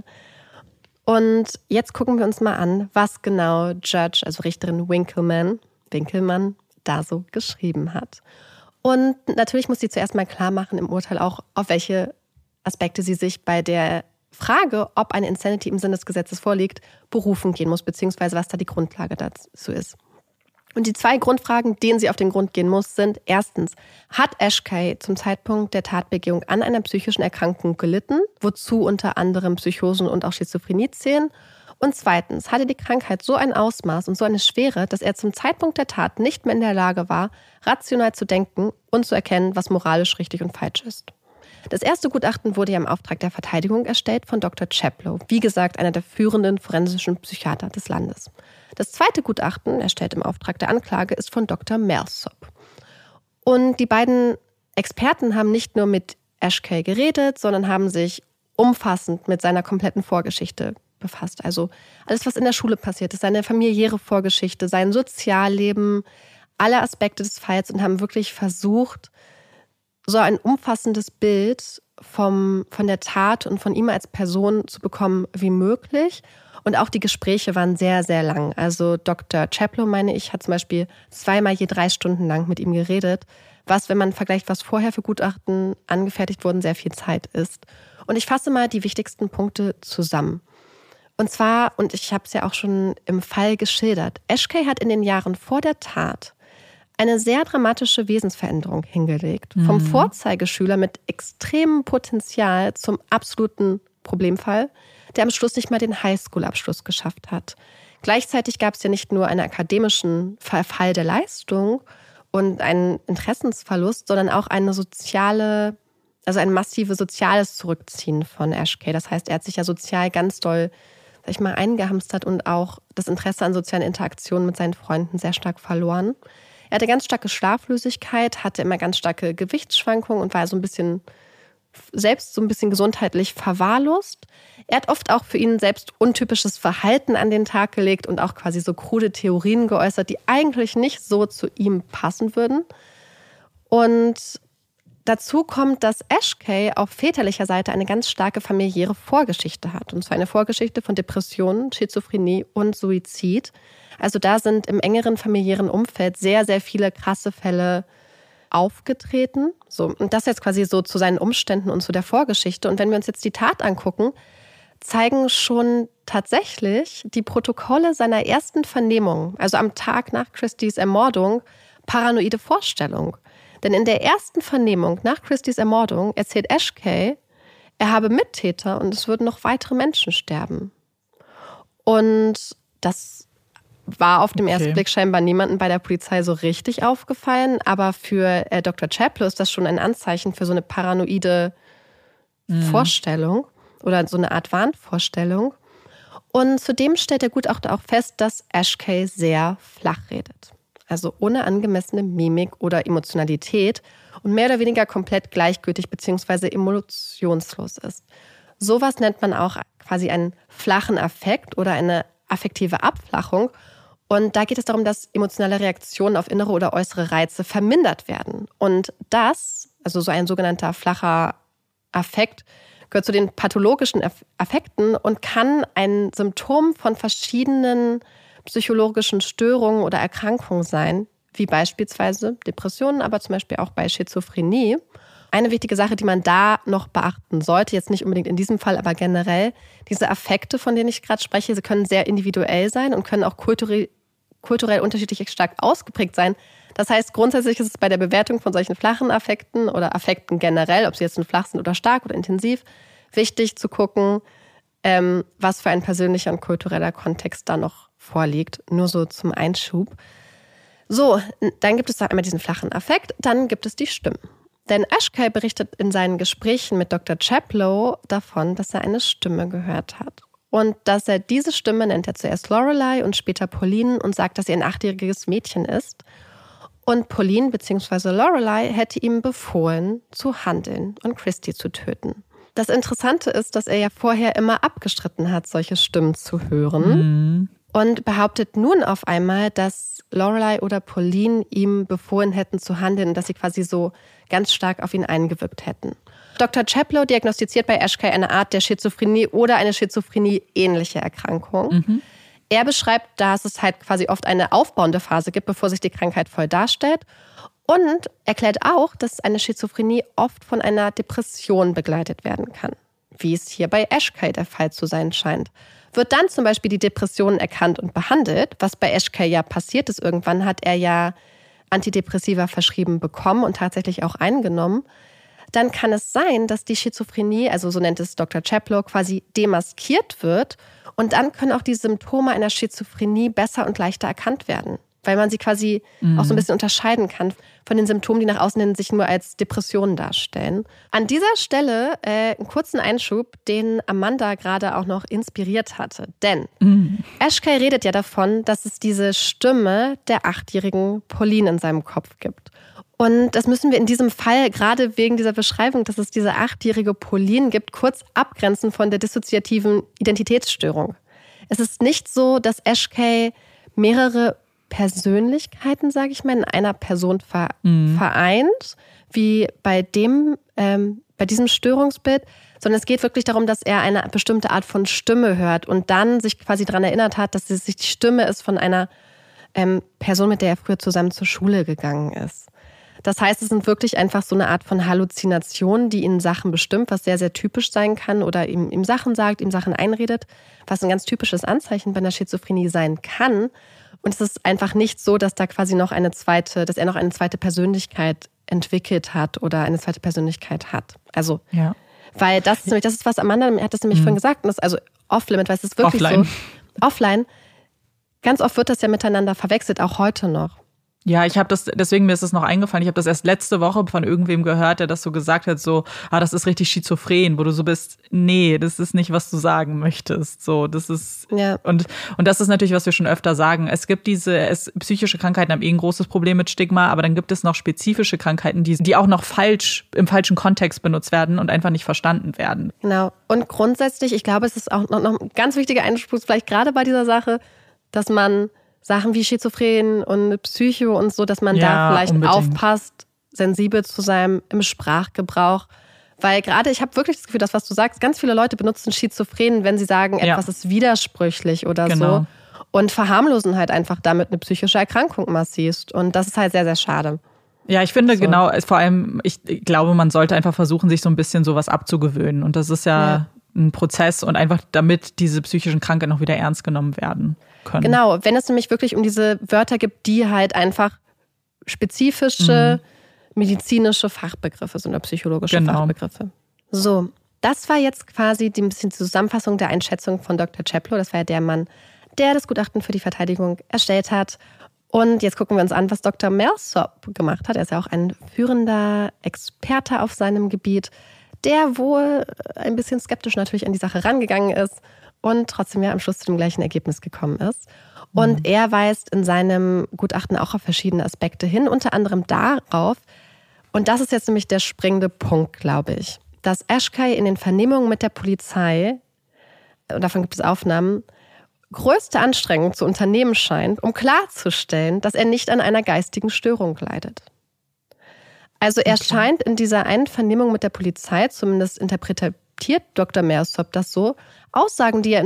Und jetzt gucken wir uns mal an, was genau Judge, also Richterin Winkelmann, da so geschrieben hat. Und natürlich muss sie zuerst mal klar machen im Urteil auch, auf welche Aspekte sie sich bei der Frage, ob eine Insanity im Sinne des Gesetzes vorliegt, berufen gehen muss, beziehungsweise was da die Grundlage dazu ist. Und die 2 Grundfragen, denen sie auf den Grund gehen muss, sind erstens, hat Ashkai zum Zeitpunkt der Tatbegehung an einer psychischen Erkrankung gelitten, wozu unter anderem Psychosen und auch Schizophrenie zählen? Und zweitens, hatte die Krankheit so ein Ausmaß und so eine Schwere, dass er zum Zeitpunkt der Tat nicht mehr in der Lage war, rational zu denken und zu erkennen, was moralisch richtig und falsch ist. Das erste Gutachten wurde ja im Auftrag der Verteidigung erstellt von Dr. Chaplow, wie gesagt, einer der führenden forensischen Psychiater des Landes. Das zweite Gutachten, erstellt im Auftrag der Anklage, ist von Dr. Millsop. Und die beiden Experten haben nicht nur mit Ashkai geredet, sondern haben sich umfassend mit seiner kompletten Vorgeschichte befasst. Also alles, was in der Schule passiert ist, seine familiäre Vorgeschichte, sein Sozialleben, alle Aspekte des Falls und haben wirklich versucht, so ein umfassendes Bild von der Tat und von ihm als Person zu bekommen wie möglich. Und auch die Gespräche waren sehr, sehr lang. Also Dr. Chaplow, meine ich, hat zum Beispiel 2-mal je 3 Stunden lang mit ihm geredet, was, wenn man vergleicht, was vorher für Gutachten angefertigt wurden, sehr viel Zeit ist. Und ich fasse mal die wichtigsten Punkte zusammen. Und zwar, und ich habe es ja auch schon im Fall geschildert, Ashkai hat in den Jahren vor der Tat eine sehr dramatische Wesensveränderung hingelegt. Vom Vorzeigeschüler mit extremem Potenzial zum absoluten Problemfall, der am Schluss nicht mal den Highschool-Abschluss geschafft hat. Gleichzeitig gab es ja nicht nur einen akademischen Verfall der Leistung und einen Interessensverlust, sondern auch ein massives soziales Zurückziehen von Ashkai. Das heißt, er hat sich ja sozial ganz doll, eingehamstert und auch das Interesse an sozialen Interaktionen mit seinen Freunden sehr stark verloren. Er hatte ganz starke Schlaflosigkeit, hatte immer ganz starke Gewichtsschwankungen und war selbst so ein bisschen gesundheitlich verwahrlost. Er hat oft auch für ihn selbst untypisches Verhalten an den Tag gelegt und auch quasi so krude Theorien geäußert, die eigentlich nicht so zu ihm passen würden. Und dazu kommt, dass Ashkay auf väterlicher Seite eine ganz starke familiäre Vorgeschichte hat. Und zwar eine Vorgeschichte von Depressionen, Schizophrenie und Suizid. Also da sind im engeren familiären Umfeld sehr, sehr viele krasse Fälle aufgetreten. So, und das jetzt quasi so zu seinen Umständen und zu der Vorgeschichte. Und wenn wir uns jetzt die Tat angucken, zeigen schon tatsächlich die Protokolle seiner ersten Vernehmung, also am Tag nach Christys Ermordung, paranoide Vorstellung. Denn in der ersten Vernehmung nach Christys Ermordung erzählt Ashkay, er habe Mittäter und es würden noch weitere Menschen sterben. Und das war auf dem ersten Blick scheinbar niemandem bei der Polizei so richtig aufgefallen. Aber für Dr. Chaplow ist das schon ein Anzeichen für so eine paranoide Vorstellung oder so eine Art Wahnvorstellung. Und zudem stellt der Gutachter auch fest, dass Ashkay sehr flach redet. Also ohne angemessene Mimik oder Emotionalität und mehr oder weniger komplett gleichgültig bzw. emotionslos ist. Sowas nennt man auch quasi einen flachen Affekt oder eine affektive Abflachung. Und da geht es darum, dass emotionale Reaktionen auf innere oder äußere Reize vermindert werden. Und das, also so ein sogenannter flacher Affekt, gehört zu den pathologischen Affekten und kann ein Symptom von verschiedenen psychologischen Störungen oder Erkrankungen sein, wie beispielsweise Depressionen, aber zum Beispiel auch bei Schizophrenie. Eine wichtige Sache, die man da noch beachten sollte, jetzt nicht unbedingt in diesem Fall, aber generell, diese Affekte, von denen ich gerade spreche, sie können sehr individuell sein und können auch kulturell unterschiedlich stark ausgeprägt sein. Das heißt, grundsätzlich ist es bei der Bewertung von solchen flachen Affekten oder Affekten generell, ob sie jetzt nun flach sind oder stark oder intensiv, wichtig zu gucken, was für ein persönlicher und kultureller Kontext da noch vorliegt. Nur so zum Einschub. So, dann gibt es da einmal diesen flachen Affekt, dann gibt es die Stimmen. Denn Ashkay berichtet in seinen Gesprächen mit Dr. Chaplow davon, dass er eine Stimme gehört hat. Und dass er diese Stimme nennt er zuerst Lorelei und später Pauline und sagt, dass sie ein 8-jähriges Mädchen ist. Und Pauline bzw. Lorelei hätte ihm befohlen, zu handeln und Christy zu töten. Das Interessante ist, dass er ja vorher immer abgestritten hat, solche Stimmen zu hören. Und behauptet nun auf einmal, dass Lorelei oder Pauline ihm befohlen hätten zu handeln und dass sie quasi so ganz stark auf ihn eingewirkt hätten. Dr. Chaplow diagnostiziert bei Ashkay eine Art der Schizophrenie oder eine Schizophrenie-ähnliche Erkrankung. Er beschreibt, dass es halt quasi oft eine aufbauende Phase gibt, bevor sich die Krankheit voll darstellt. Und erklärt auch, dass eine Schizophrenie oft von einer Depression begleitet werden kann, wie es hier bei Ashkay der Fall zu sein scheint. Wird dann zum Beispiel die Depression erkannt und behandelt, was bei Ashkay ja passiert ist. Irgendwann hat er ja Antidepressiva verschrieben bekommen und tatsächlich auch eingenommen. Dann kann es sein, dass die Schizophrenie, also so nennt es Dr. Chaplow, quasi demaskiert wird. Und dann können auch die Symptome einer Schizophrenie besser und leichter erkannt werden. Weil man sie quasi auch so ein bisschen unterscheiden kann von den Symptomen, die nach außen hin sich nur als Depressionen darstellen. An dieser Stelle einen kurzen Einschub, den Amanda gerade auch noch inspiriert hatte. Denn Ashkay redet ja davon, dass es diese Stimme der 8-jährigen Pauline in seinem Kopf gibt. Und das müssen wir in diesem Fall, gerade wegen dieser Beschreibung, dass es diese 8-jährige Pauline gibt, kurz abgrenzen von der dissoziativen Identitätsstörung. Es ist nicht so, dass Ashkay mehrere Persönlichkeiten, sage ich mal, in einer Person vereint, wie bei diesem Störungsbild, sondern es geht wirklich darum, dass er eine bestimmte Art von Stimme hört und dann sich quasi daran erinnert hat, dass es sich die Stimme ist von einer Person, mit der er früher zusammen zur Schule gegangen ist. Das heißt, es sind wirklich einfach so eine Art von Halluzination, die ihn Sachen bestimmt, was sehr, sehr typisch sein kann oder ihm Sachen sagt, ihm Sachen einredet, was ein ganz typisches Anzeichen bei einer Schizophrenie sein kann. Und es ist einfach nicht so, dass da quasi dass er noch eine zweite Persönlichkeit entwickelt hat oder eine zweite Persönlichkeit hat. Also, weil das ist, was Amanda hat das nämlich vorhin gesagt, und das ist also off-limit, weil es ist wirklich offline. So. Offline. Ganz oft wird das ja miteinander verwechselt, auch heute noch. Ja, deswegen mir ist es noch eingefallen, ich habe das erst letzte Woche von irgendwem gehört, der das so gesagt hat, so, das ist richtig schizophren, wo du so bist, nee, das ist nicht, was du sagen möchtest. So, das ist, ja. Und das ist natürlich, was wir schon öfter sagen. Es gibt psychische Krankheiten haben ein großes Problem mit Stigma, aber dann gibt es noch spezifische Krankheiten, die auch noch im falschen Kontext benutzt werden und einfach nicht verstanden werden. Genau. Und grundsätzlich, ich glaube, es ist auch noch ein ganz wichtiger Einspruch, vielleicht gerade bei dieser Sache, dass man Sachen wie Schizophren und Psycho und so, dass man da vielleicht aufpasst, sensibel zu sein im Sprachgebrauch. Weil gerade, ich habe wirklich das Gefühl, das, was du sagst, ganz viele Leute benutzen Schizophren, wenn sie sagen, etwas ist widersprüchlich oder so. Und verharmlosen halt einfach damit eine psychische Erkrankung massivst. Und das ist halt sehr, sehr schade. Ja, ich finde genau, vor allem, ich glaube, man sollte einfach versuchen, sich so ein bisschen sowas abzugewöhnen. Und das ist ja ein Prozess und einfach damit diese psychischen Krankheiten noch wieder ernst genommen werden können. Genau, wenn es nämlich wirklich um diese Wörter gibt, die halt einfach spezifische medizinische Fachbegriffe sind oder psychologische Fachbegriffe. So, das war jetzt quasi ein bisschen die Zusammenfassung der Einschätzung von Dr. Chaplow. Das war ja der Mann, der das Gutachten für die Verteidigung erstellt hat. Und jetzt gucken wir uns an, was Dr. Millsop gemacht hat. Er ist ja auch ein führender Experte auf seinem Gebiet, der wohl ein bisschen skeptisch natürlich an die Sache rangegangen ist und trotzdem ja am Schluss zu dem gleichen Ergebnis gekommen ist. Und er weist in seinem Gutachten auch auf verschiedene Aspekte hin, unter anderem darauf, und das ist jetzt nämlich der springende Punkt, glaube ich, dass Eshkay in den Vernehmungen mit der Polizei, und davon gibt es Aufnahmen, größte Anstrengung zu unternehmen scheint, um klarzustellen, dass er nicht an einer geistigen Störung leidet. Also er scheint in dieser einen Vernehmung mit der Polizei, zumindest interpretiert Dr. Millsop das so, Aussagen, die er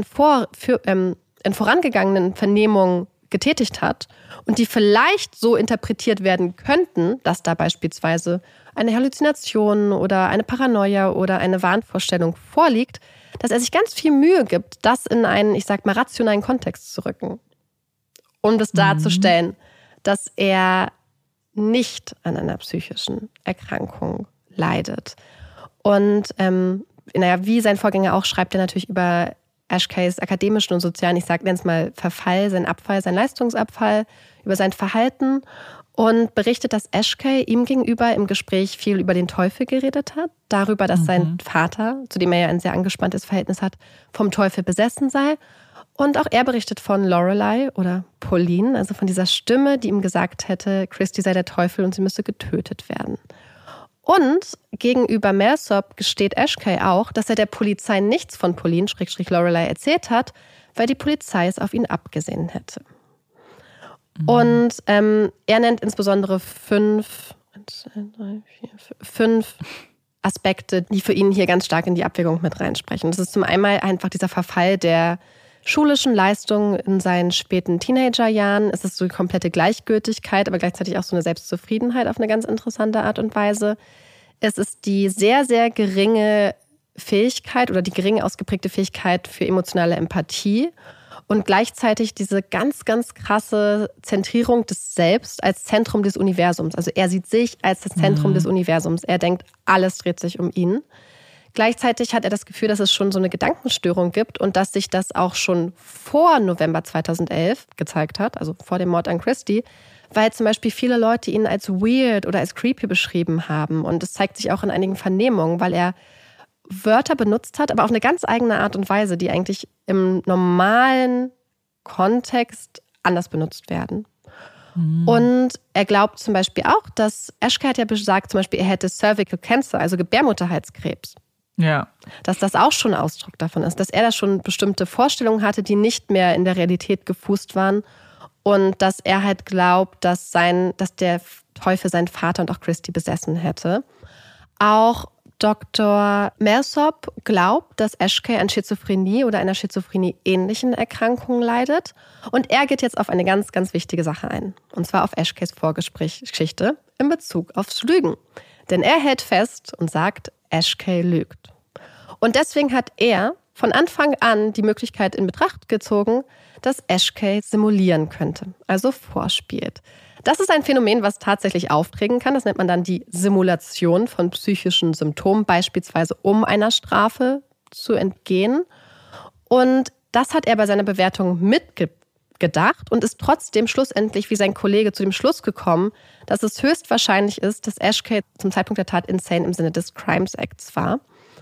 in vorangegangenen Vernehmungen getätigt hat und die vielleicht so interpretiert werden könnten, dass da beispielsweise eine Halluzination oder eine Paranoia oder eine Wahnvorstellung vorliegt, dass er sich ganz viel Mühe gibt, das in einen, ich sag mal, rationalen Kontext zu rücken, um das darzustellen, dass er nicht an einer psychischen Erkrankung leidet. Und wie sein Vorgänger auch, schreibt er natürlich über Eshkays akademischen und sozialen, ich nenne es mal Verfall, sein Abfall, sein Leistungsabfall, über sein Verhalten und berichtet, dass Eshkay ihm gegenüber im Gespräch viel über den Teufel geredet hat, darüber, dass sein Vater, zu dem er ja ein sehr angespanntes Verhältnis hat, vom Teufel besessen sei. Und auch er berichtet von Lorelei oder Pauline, also von dieser Stimme, die ihm gesagt hätte, Christy sei der Teufel und sie müsse getötet werden. Und gegenüber Millsop gesteht Eshkay auch, dass er der Polizei nichts von Pauline, Lorelei, erzählt hat, weil die Polizei es auf ihn abgesehen hätte. Und er nennt insbesondere fünf Aspekte, die für ihn hier ganz stark in die Abwägung mit reinsprechen. Das ist zum einen einfach dieser Verfall der schulischen Leistungen in seinen späten Teenagerjahren. Es ist so die komplette Gleichgültigkeit, aber gleichzeitig auch so eine Selbstzufriedenheit auf eine ganz interessante Art und Weise. Es ist die sehr, sehr geringe Fähigkeit oder die gering ausgeprägte Fähigkeit für emotionale Empathie und gleichzeitig diese ganz, ganz krasse Zentrierung des Selbst als Zentrum des Universums. Also er sieht sich als das Zentrum des Universums. Er denkt, alles dreht sich um ihn. Gleichzeitig hat er das Gefühl, dass es schon so eine Gedankenstörung gibt und dass sich das auch schon vor November 2011 gezeigt hat, also vor dem Mord an Christy, weil zum Beispiel viele Leute ihn als weird oder als creepy beschrieben haben. Und das zeigt sich auch in einigen Vernehmungen, weil er Wörter benutzt hat, aber auf eine ganz eigene Art und Weise, die eigentlich im normalen Kontext anders benutzt werden. Und er glaubt zum Beispiel auch, dass Eshkay hat ja gesagt, zum Beispiel, er hätte Cervical Cancer, also Gebärmutterhalskrebs. Ja. Dass das auch schon Ausdruck davon ist, dass er da schon bestimmte Vorstellungen hatte, die nicht mehr in der Realität gefußt waren und dass er halt glaubt, dass der Teufel seinen Vater und auch Christy besessen hätte. Auch Dr. Millsop glaubt, dass Eshkay an Schizophrenie oder einer Schizophrenie-ähnlichen Erkrankung leidet. Und er geht jetzt auf eine ganz, ganz wichtige Sache ein. Und zwar auf Eshkays Vorgeschichte in Bezug aufs Lügen. Denn er hält fest und sagt, Eshkay lügt. Und deswegen hat er von Anfang an die Möglichkeit in Betracht gezogen, dass Eshkay simulieren könnte, also vorspielt. Das ist ein Phänomen, was tatsächlich auftreten kann. Das nennt man dann die Simulation von psychischen Symptomen, beispielsweise um einer Strafe zu entgehen. Und das hat er bei seiner Bewertung gedacht und ist trotzdem schlussendlich wie sein Kollege zu dem Schluss gekommen, dass es höchstwahrscheinlich ist, dass Ashcade zum Zeitpunkt der Tat insane im Sinne des Crimes Acts war.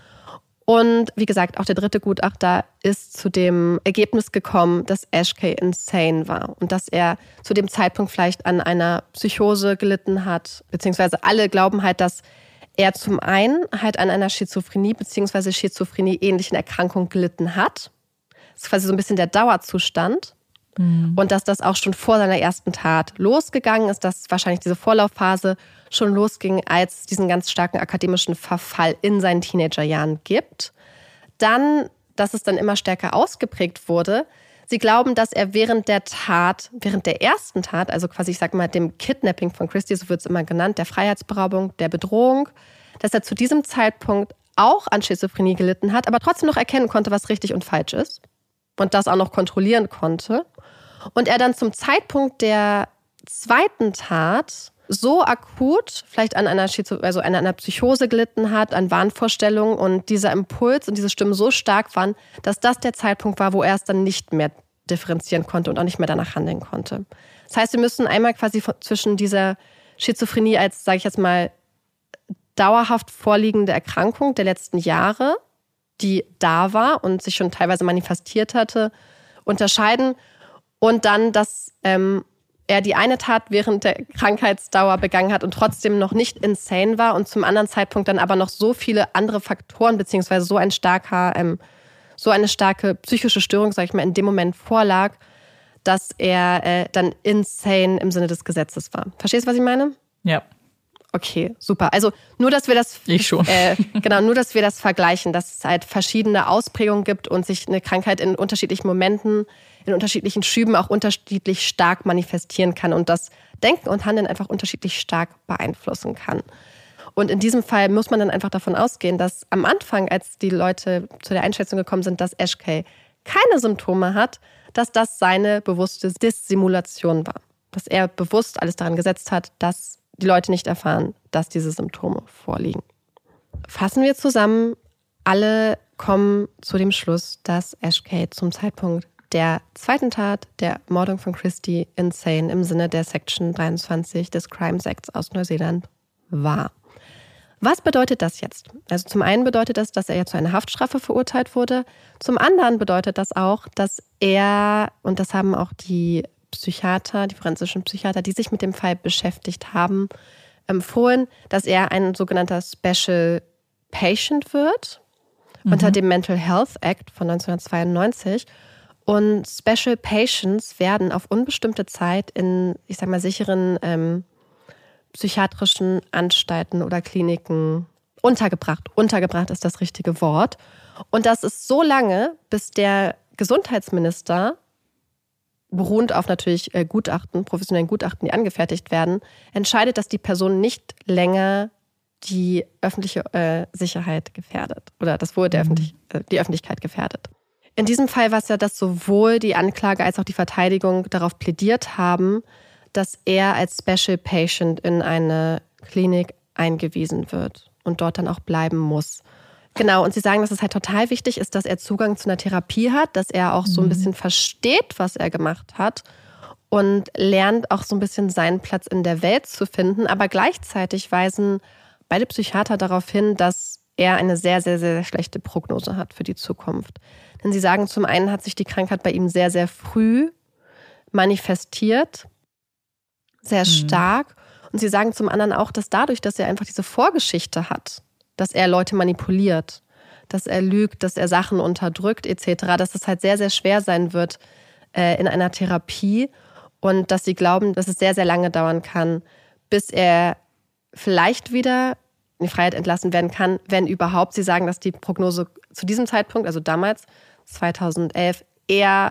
Und wie gesagt, auch der dritte Gutachter ist zu dem Ergebnis gekommen, dass Ashcade insane war und dass er zu dem Zeitpunkt vielleicht an einer Psychose gelitten hat, beziehungsweise alle glauben halt, dass er zum einen halt an einer Schizophrenie beziehungsweise Schizophrenie-ähnlichen Erkrankung gelitten hat. Das ist quasi so ein bisschen der Dauerzustand. Und dass das auch schon vor seiner ersten Tat losgegangen ist, dass wahrscheinlich diese Vorlaufphase schon losging, als es diesen ganz starken akademischen Verfall in seinen Teenagerjahren gibt. Dann, dass es dann immer stärker ausgeprägt wurde. Sie glauben, dass er während der ersten Tat, also quasi, ich sag mal, dem Kidnapping von Christie, so wird es immer genannt, der Freiheitsberaubung, der Bedrohung, dass er zu diesem Zeitpunkt auch an Schizophrenie gelitten hat, aber trotzdem noch erkennen konnte, was richtig und falsch ist. Und das auch noch kontrollieren konnte. Und er dann zum Zeitpunkt der zweiten Tat so akut vielleicht an einer Psychose gelitten hat, an Wahnvorstellungen und dieser Impuls und diese Stimmen so stark waren, dass das der Zeitpunkt war, wo er es dann nicht mehr differenzieren konnte und auch nicht mehr danach handeln konnte. Das heißt, wir müssen einmal quasi zwischen dieser Schizophrenie als, sage ich jetzt mal, dauerhaft vorliegende Erkrankung der letzten Jahre, die da war und sich schon teilweise manifestiert hatte, unterscheiden. Und dann, dass er die eine Tat während der Krankheitsdauer begangen hat und trotzdem noch nicht insane war und zum anderen Zeitpunkt dann aber noch so viele andere Faktoren beziehungsweise so eine starke psychische Störung, sag ich mal, in dem Moment vorlag, dass er dann insane im Sinne des Gesetzes war. Verstehst du, was ich meine? Ja. Okay, super. Also nur, dass wir das nur, dass wir das vergleichen, dass es halt verschiedene Ausprägungen gibt und sich eine Krankheit in unterschiedlichen Momenten, in unterschiedlichen Schüben auch unterschiedlich stark manifestieren kann und das Denken und Handeln einfach unterschiedlich stark beeinflussen kann. Und in diesem Fall muss man dann einfach davon ausgehen, dass am Anfang, als die Leute zu der Einschätzung gekommen sind, dass Ashcade keine Symptome hat, dass das seine bewusste Dissimulation war. Dass er bewusst alles daran gesetzt hat, dass die Leute nicht erfahren, dass diese Symptome vorliegen. Fassen wir zusammen, alle kommen zu dem Schluss, dass Ashcade zum Zeitpunkt der zweiten Tat, der Mordung von Christie, insane im Sinne der Section 23 des Crimes Acts aus Neuseeland war. Was bedeutet das jetzt? Also zum einen bedeutet das, dass er ja zu einer Haftstrafe verurteilt wurde. Zum anderen bedeutet das auch, dass er, und das haben auch die forensischen Psychiater, die sich mit dem Fall beschäftigt haben, empfohlen, dass er ein sogenannter Special Patient wird unter dem Mental Health Act von 1992. Und Special Patients werden auf unbestimmte Zeit in, ich sag mal, sicheren psychiatrischen Anstalten oder Kliniken untergebracht. Untergebracht ist das richtige Wort. Und das ist so lange, bis der Gesundheitsminister, beruhend auf natürlich professionellen Gutachten, die angefertigt werden, entscheidet, dass die Person nicht länger die öffentliche Sicherheit gefährdet oder das Wohl die Öffentlichkeit gefährdet. In diesem Fall war es ja, dass sowohl die Anklage als auch die Verteidigung darauf plädiert haben, dass er als Special Patient in eine Klinik eingewiesen wird und dort dann auch bleiben muss. Genau, und sie sagen, dass es halt total wichtig ist, dass er Zugang zu einer Therapie hat, dass er auch so ein bisschen versteht, was er gemacht hat und lernt auch so ein bisschen seinen Platz in der Welt zu finden. Aber gleichzeitig weisen beide Psychiater darauf hin, dass er eine sehr, sehr, sehr schlechte Prognose hat für die Zukunft. Denn sie sagen, zum einen hat sich die Krankheit bei ihm sehr, sehr früh manifestiert, sehr stark. Und sie sagen zum anderen auch, dass dadurch, dass er einfach diese Vorgeschichte hat, dass er Leute manipuliert, dass er lügt, dass er Sachen unterdrückt etc., dass es halt sehr, sehr schwer sein wird in einer Therapie und dass sie glauben, dass es sehr, sehr lange dauern kann, bis er vielleicht wieder in die Freiheit entlassen werden kann, wenn überhaupt. Sie sagen, dass die Prognose zu diesem Zeitpunkt, also damals 2012, eher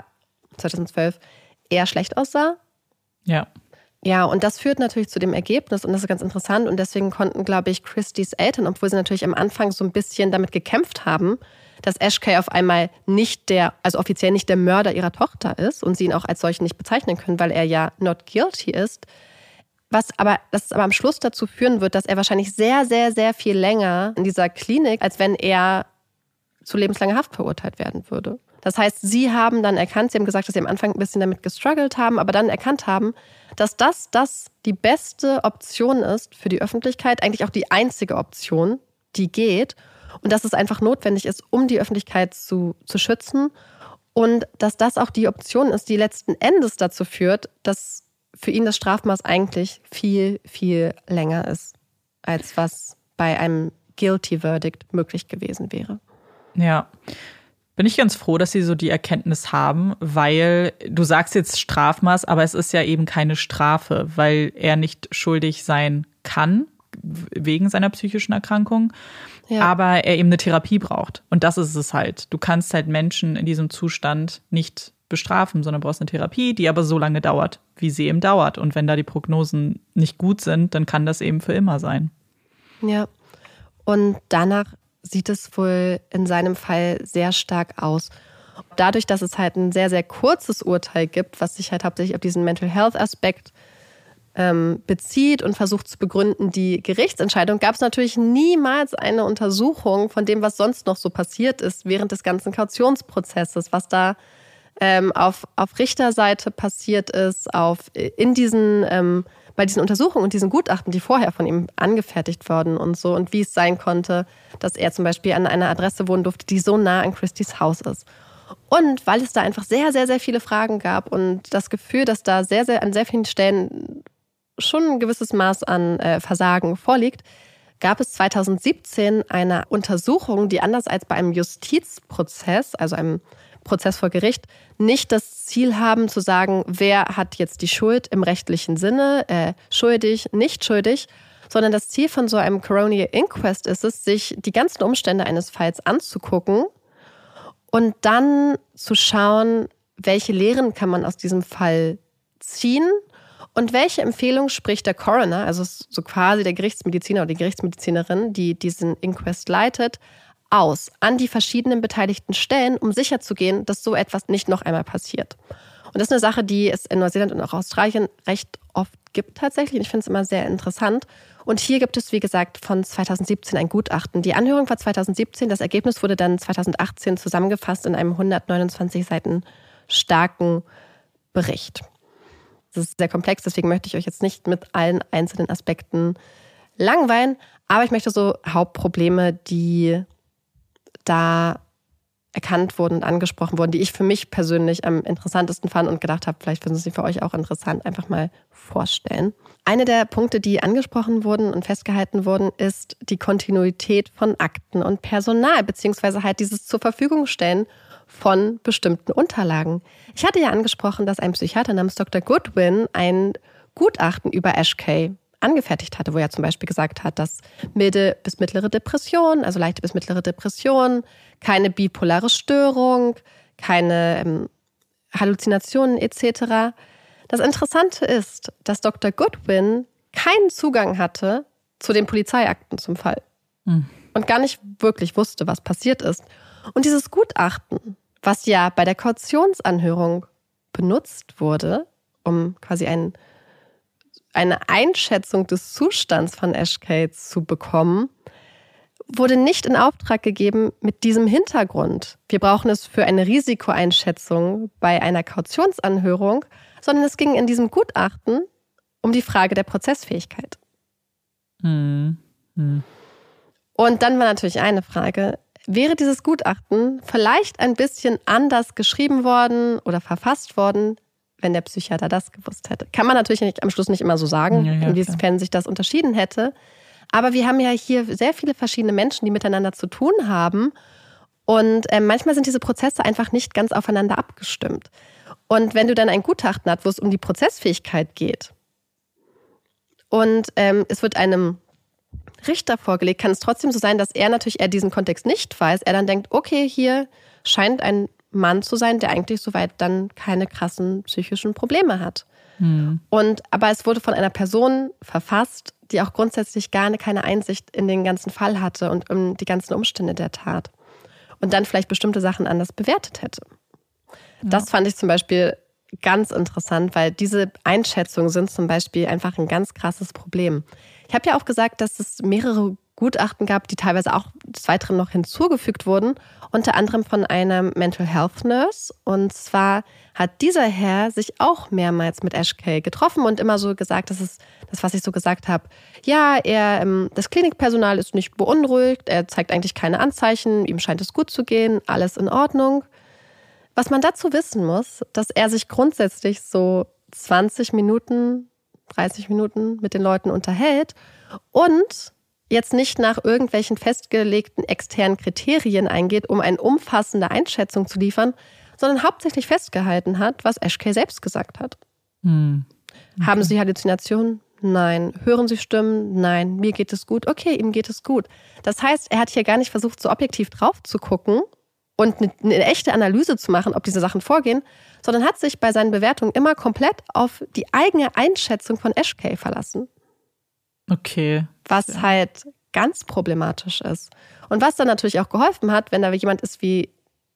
schlecht aussah. Ja. Ja, und das führt natürlich zu dem Ergebnis, und das ist ganz interessant, und deswegen konnten, glaube ich, Christies Eltern, obwohl sie natürlich am Anfang so ein bisschen damit gekämpft haben, dass Ashcade auf einmal offiziell nicht der Mörder ihrer Tochter ist und sie ihn auch als solchen nicht bezeichnen können, weil er ja not guilty ist. Das aber am Schluss dazu führen wird, dass er wahrscheinlich sehr, sehr, sehr viel länger in dieser Klinik, als wenn er zu lebenslanger Haft verurteilt werden würde. Das heißt, sie haben dann erkannt, sie haben gesagt, dass sie am Anfang ein bisschen damit gestruggelt haben, aber dann erkannt haben, dass das die beste Option ist für die Öffentlichkeit, eigentlich auch die einzige Option, die geht und dass es einfach notwendig ist, um die Öffentlichkeit zu schützen und dass das auch die Option ist, die letzten Endes dazu führt, dass für ihn das Strafmaß eigentlich viel, viel länger ist, als was bei einem Guilty Verdict möglich gewesen wäre. Ja, bin ich ganz froh, dass sie so die Erkenntnis haben, weil du sagst jetzt Strafmaß, aber es ist ja eben keine Strafe, weil er nicht schuldig sein kann wegen seiner psychischen Erkrankung, aber er eben eine Therapie braucht. Und das ist es halt. Du kannst halt Menschen in diesem Zustand nicht bestrafen, sondern brauchst eine Therapie, die aber so lange dauert, wie sie eben dauert. Und wenn da die Prognosen nicht gut sind, dann kann das eben für immer sein. Ja, und danach sieht es wohl in seinem Fall sehr stark aus. Dadurch, dass es halt ein sehr, sehr kurzes Urteil gibt, was sich halt hauptsächlich auf diesen Mental Health Aspekt bezieht und versucht zu begründen, die Gerichtsentscheidung, gab es natürlich niemals eine Untersuchung von dem, was sonst noch so passiert ist während des ganzen Kautionsprozesses, was da auf Richterseite passiert ist, bei diesen Untersuchungen und diesen Gutachten, die vorher von ihm angefertigt wurden und so und wie es sein konnte, dass er zum Beispiel an einer Adresse wohnen durfte, die so nah an Christys Haus ist. Und weil es da einfach sehr, sehr, sehr viele Fragen gab und das Gefühl, dass da sehr, sehr an sehr vielen Stellen schon ein gewisses Maß an Versagen vorliegt, gab es 2017 eine Untersuchung, die anders als bei einem Justizprozess, also einem Prozess vor Gericht, nicht das Ziel haben zu sagen, wer hat jetzt die Schuld im rechtlichen Sinne, schuldig, nicht schuldig, sondern das Ziel von so einem Coronial Inquest ist es, sich die ganzen Umstände eines Falls anzugucken und dann zu schauen, welche Lehren kann man aus diesem Fall ziehen und welche Empfehlung spricht der Coroner, also so quasi der Gerichtsmediziner oder die Gerichtsmedizinerin, die diesen Inquest leitet, aus an die verschiedenen beteiligten Stellen, um sicherzugehen, dass so etwas nicht noch einmal passiert. Und das ist eine Sache, die es in Neuseeland und auch Australien recht oft gibt tatsächlich. Ich finde es immer sehr interessant. Und hier gibt es, wie gesagt, von 2017 ein Gutachten. Die Anhörung war 2017, das Ergebnis wurde dann 2018 zusammengefasst in einem 129 Seiten starken Bericht. Das ist sehr komplex, deswegen möchte ich euch jetzt nicht mit allen einzelnen Aspekten langweilen, aber ich möchte so Hauptprobleme, die da erkannt wurden und angesprochen wurden, die ich für mich persönlich am interessantesten fand und gedacht habe, vielleicht finden sie für euch auch interessant, einfach mal vorstellen. Eine der Punkte, die angesprochen wurden und festgehalten wurden, ist die Kontinuität von Akten und Personal, beziehungsweise halt dieses zur Verfügung stellen von bestimmten Unterlagen. Ich hatte ja angesprochen, dass ein Psychiater namens Dr. Goodwin ein Gutachten über Ash Kay angefertigt hatte, wo er zum Beispiel gesagt hat, dass milde bis mittlere Depression, also leichte bis mittlere Depression, keine bipolare Störung, keine Halluzinationen etc. Das Interessante ist, dass Dr. Goodwin keinen Zugang hatte zu den Polizeiakten zum Fall und gar nicht wirklich wusste, was passiert ist. Und dieses Gutachten, was ja bei der Kautionsanhörung benutzt wurde, um quasi eine Einschätzung des Zustands von Ash Kay zu bekommen, wurde nicht in Auftrag gegeben mit diesem Hintergrund. Wir brauchen es für eine Risikoeinschätzung bei einer Kautionsanhörung, sondern es ging in diesem Gutachten um die Frage der Prozessfähigkeit. Und dann war natürlich eine Frage, wäre dieses Gutachten vielleicht ein bisschen anders geschrieben worden oder verfasst worden, wenn der Psychiater das gewusst hätte? Kann man natürlich am Schluss nicht immer so sagen, inwiefern sich das unterschieden hätte. Aber wir haben ja hier sehr viele verschiedene Menschen, die miteinander zu tun haben. Und manchmal sind diese Prozesse einfach nicht ganz aufeinander abgestimmt. Und wenn du dann ein Gutachten hast, wo es um die Prozessfähigkeit geht und es wird einem Richter vorgelegt, kann es trotzdem so sein, dass er natürlich diesen Kontext nicht weiß. Er dann denkt, okay, hier scheint ein Mann zu sein, der eigentlich soweit dann keine krassen psychischen Probleme hat. Aber es wurde von einer Person verfasst, die auch grundsätzlich keine Einsicht in den ganzen Fall hatte und um die ganzen Umstände der Tat. Und dann vielleicht bestimmte Sachen anders bewertet hätte. Ja. Das fand ich zum Beispiel ganz interessant, weil diese Einschätzungen sind zum Beispiel einfach ein ganz krasses Problem. Ich habe ja auch gesagt, dass es mehrere Gutachten gab, die teilweise auch des Weiteren noch hinzugefügt wurden, unter anderem von einer Mental Health Nurse. Und zwar hat dieser Herr sich auch mehrmals mit Eshkay getroffen und immer so gesagt, das ist das, was ich so gesagt habe. Ja, das Klinikpersonal ist nicht beunruhigt, er zeigt eigentlich keine Anzeichen, ihm scheint es gut zu gehen, alles in Ordnung. Was man dazu wissen muss, dass er sich grundsätzlich so 20 Minuten, 30 Minuten mit den Leuten unterhält und jetzt nicht nach irgendwelchen festgelegten externen Kriterien eingeht, um eine umfassende Einschätzung zu liefern, sondern hauptsächlich festgehalten hat, was Eshkay selbst gesagt hat. Okay. Haben Sie Halluzinationen? Nein. Hören Sie Stimmen? Nein. Mir geht es gut? Okay, ihm geht es gut. Das heißt, er hat hier gar nicht versucht, so objektiv drauf zu gucken und eine echte Analyse zu machen, ob diese Sachen vorgehen, sondern hat sich bei seinen Bewertungen immer komplett auf die eigene Einschätzung von Eshkay verlassen. Okay. Was halt ganz problematisch ist. Und was dann natürlich auch geholfen hat, wenn da jemand ist wie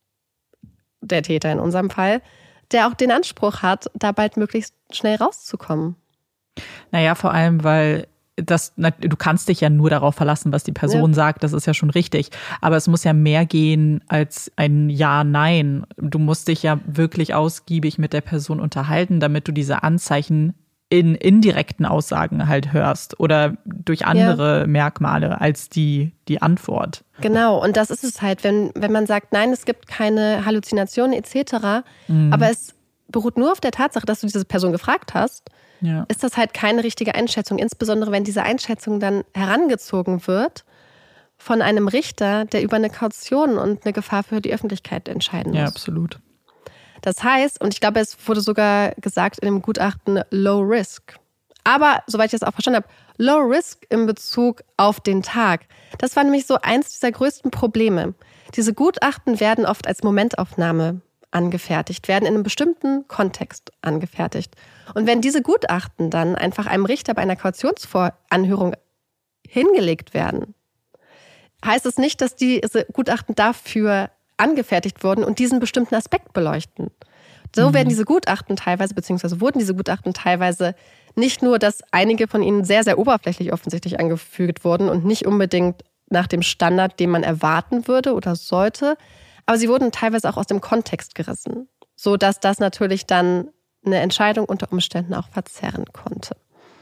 der Täter in unserem Fall, der auch den Anspruch hat, da bald möglichst schnell rauszukommen. Naja, vor allem, weil du kannst dich ja nur darauf verlassen, was die Person sagt, das ist ja schon richtig. Aber es muss ja mehr gehen als ein Ja, Nein. Du musst dich ja wirklich ausgiebig mit der Person unterhalten, damit du diese Anzeichen in indirekten Aussagen halt hörst oder durch andere Merkmale als die Antwort. Genau, und das ist es halt, wenn man sagt, nein, es gibt keine Halluzinationen etc., aber es beruht nur auf der Tatsache, dass du diese Person gefragt hast, ist das halt keine richtige Einschätzung, insbesondere wenn diese Einschätzung dann herangezogen wird von einem Richter, der über eine Kaution und eine Gefahr für die Öffentlichkeit entscheiden muss. Ja, absolut. Das heißt, und ich glaube, es wurde sogar gesagt in dem Gutachten Low Risk. Aber, soweit ich das auch verstanden habe, Low Risk in Bezug auf den Tag. Das war nämlich so eins dieser größten Probleme. Diese Gutachten werden oft als Momentaufnahme angefertigt, werden in einem bestimmten Kontext angefertigt. Und wenn diese Gutachten dann einfach einem Richter bei einer Kautionsvoranhörung hingelegt werden, heißt es nicht, dass diese Gutachten dafür angefertigt wurden und diesen bestimmten Aspekt beleuchten. So werden diese Gutachten teilweise, beziehungsweise wurden diese Gutachten teilweise nicht nur, dass einige von ihnen sehr, sehr oberflächlich offensichtlich angefügt wurden und nicht unbedingt nach dem Standard, den man erwarten würde oder sollte, aber sie wurden teilweise auch aus dem Kontext gerissen, sodass das natürlich dann eine Entscheidung unter Umständen auch verzerren konnte.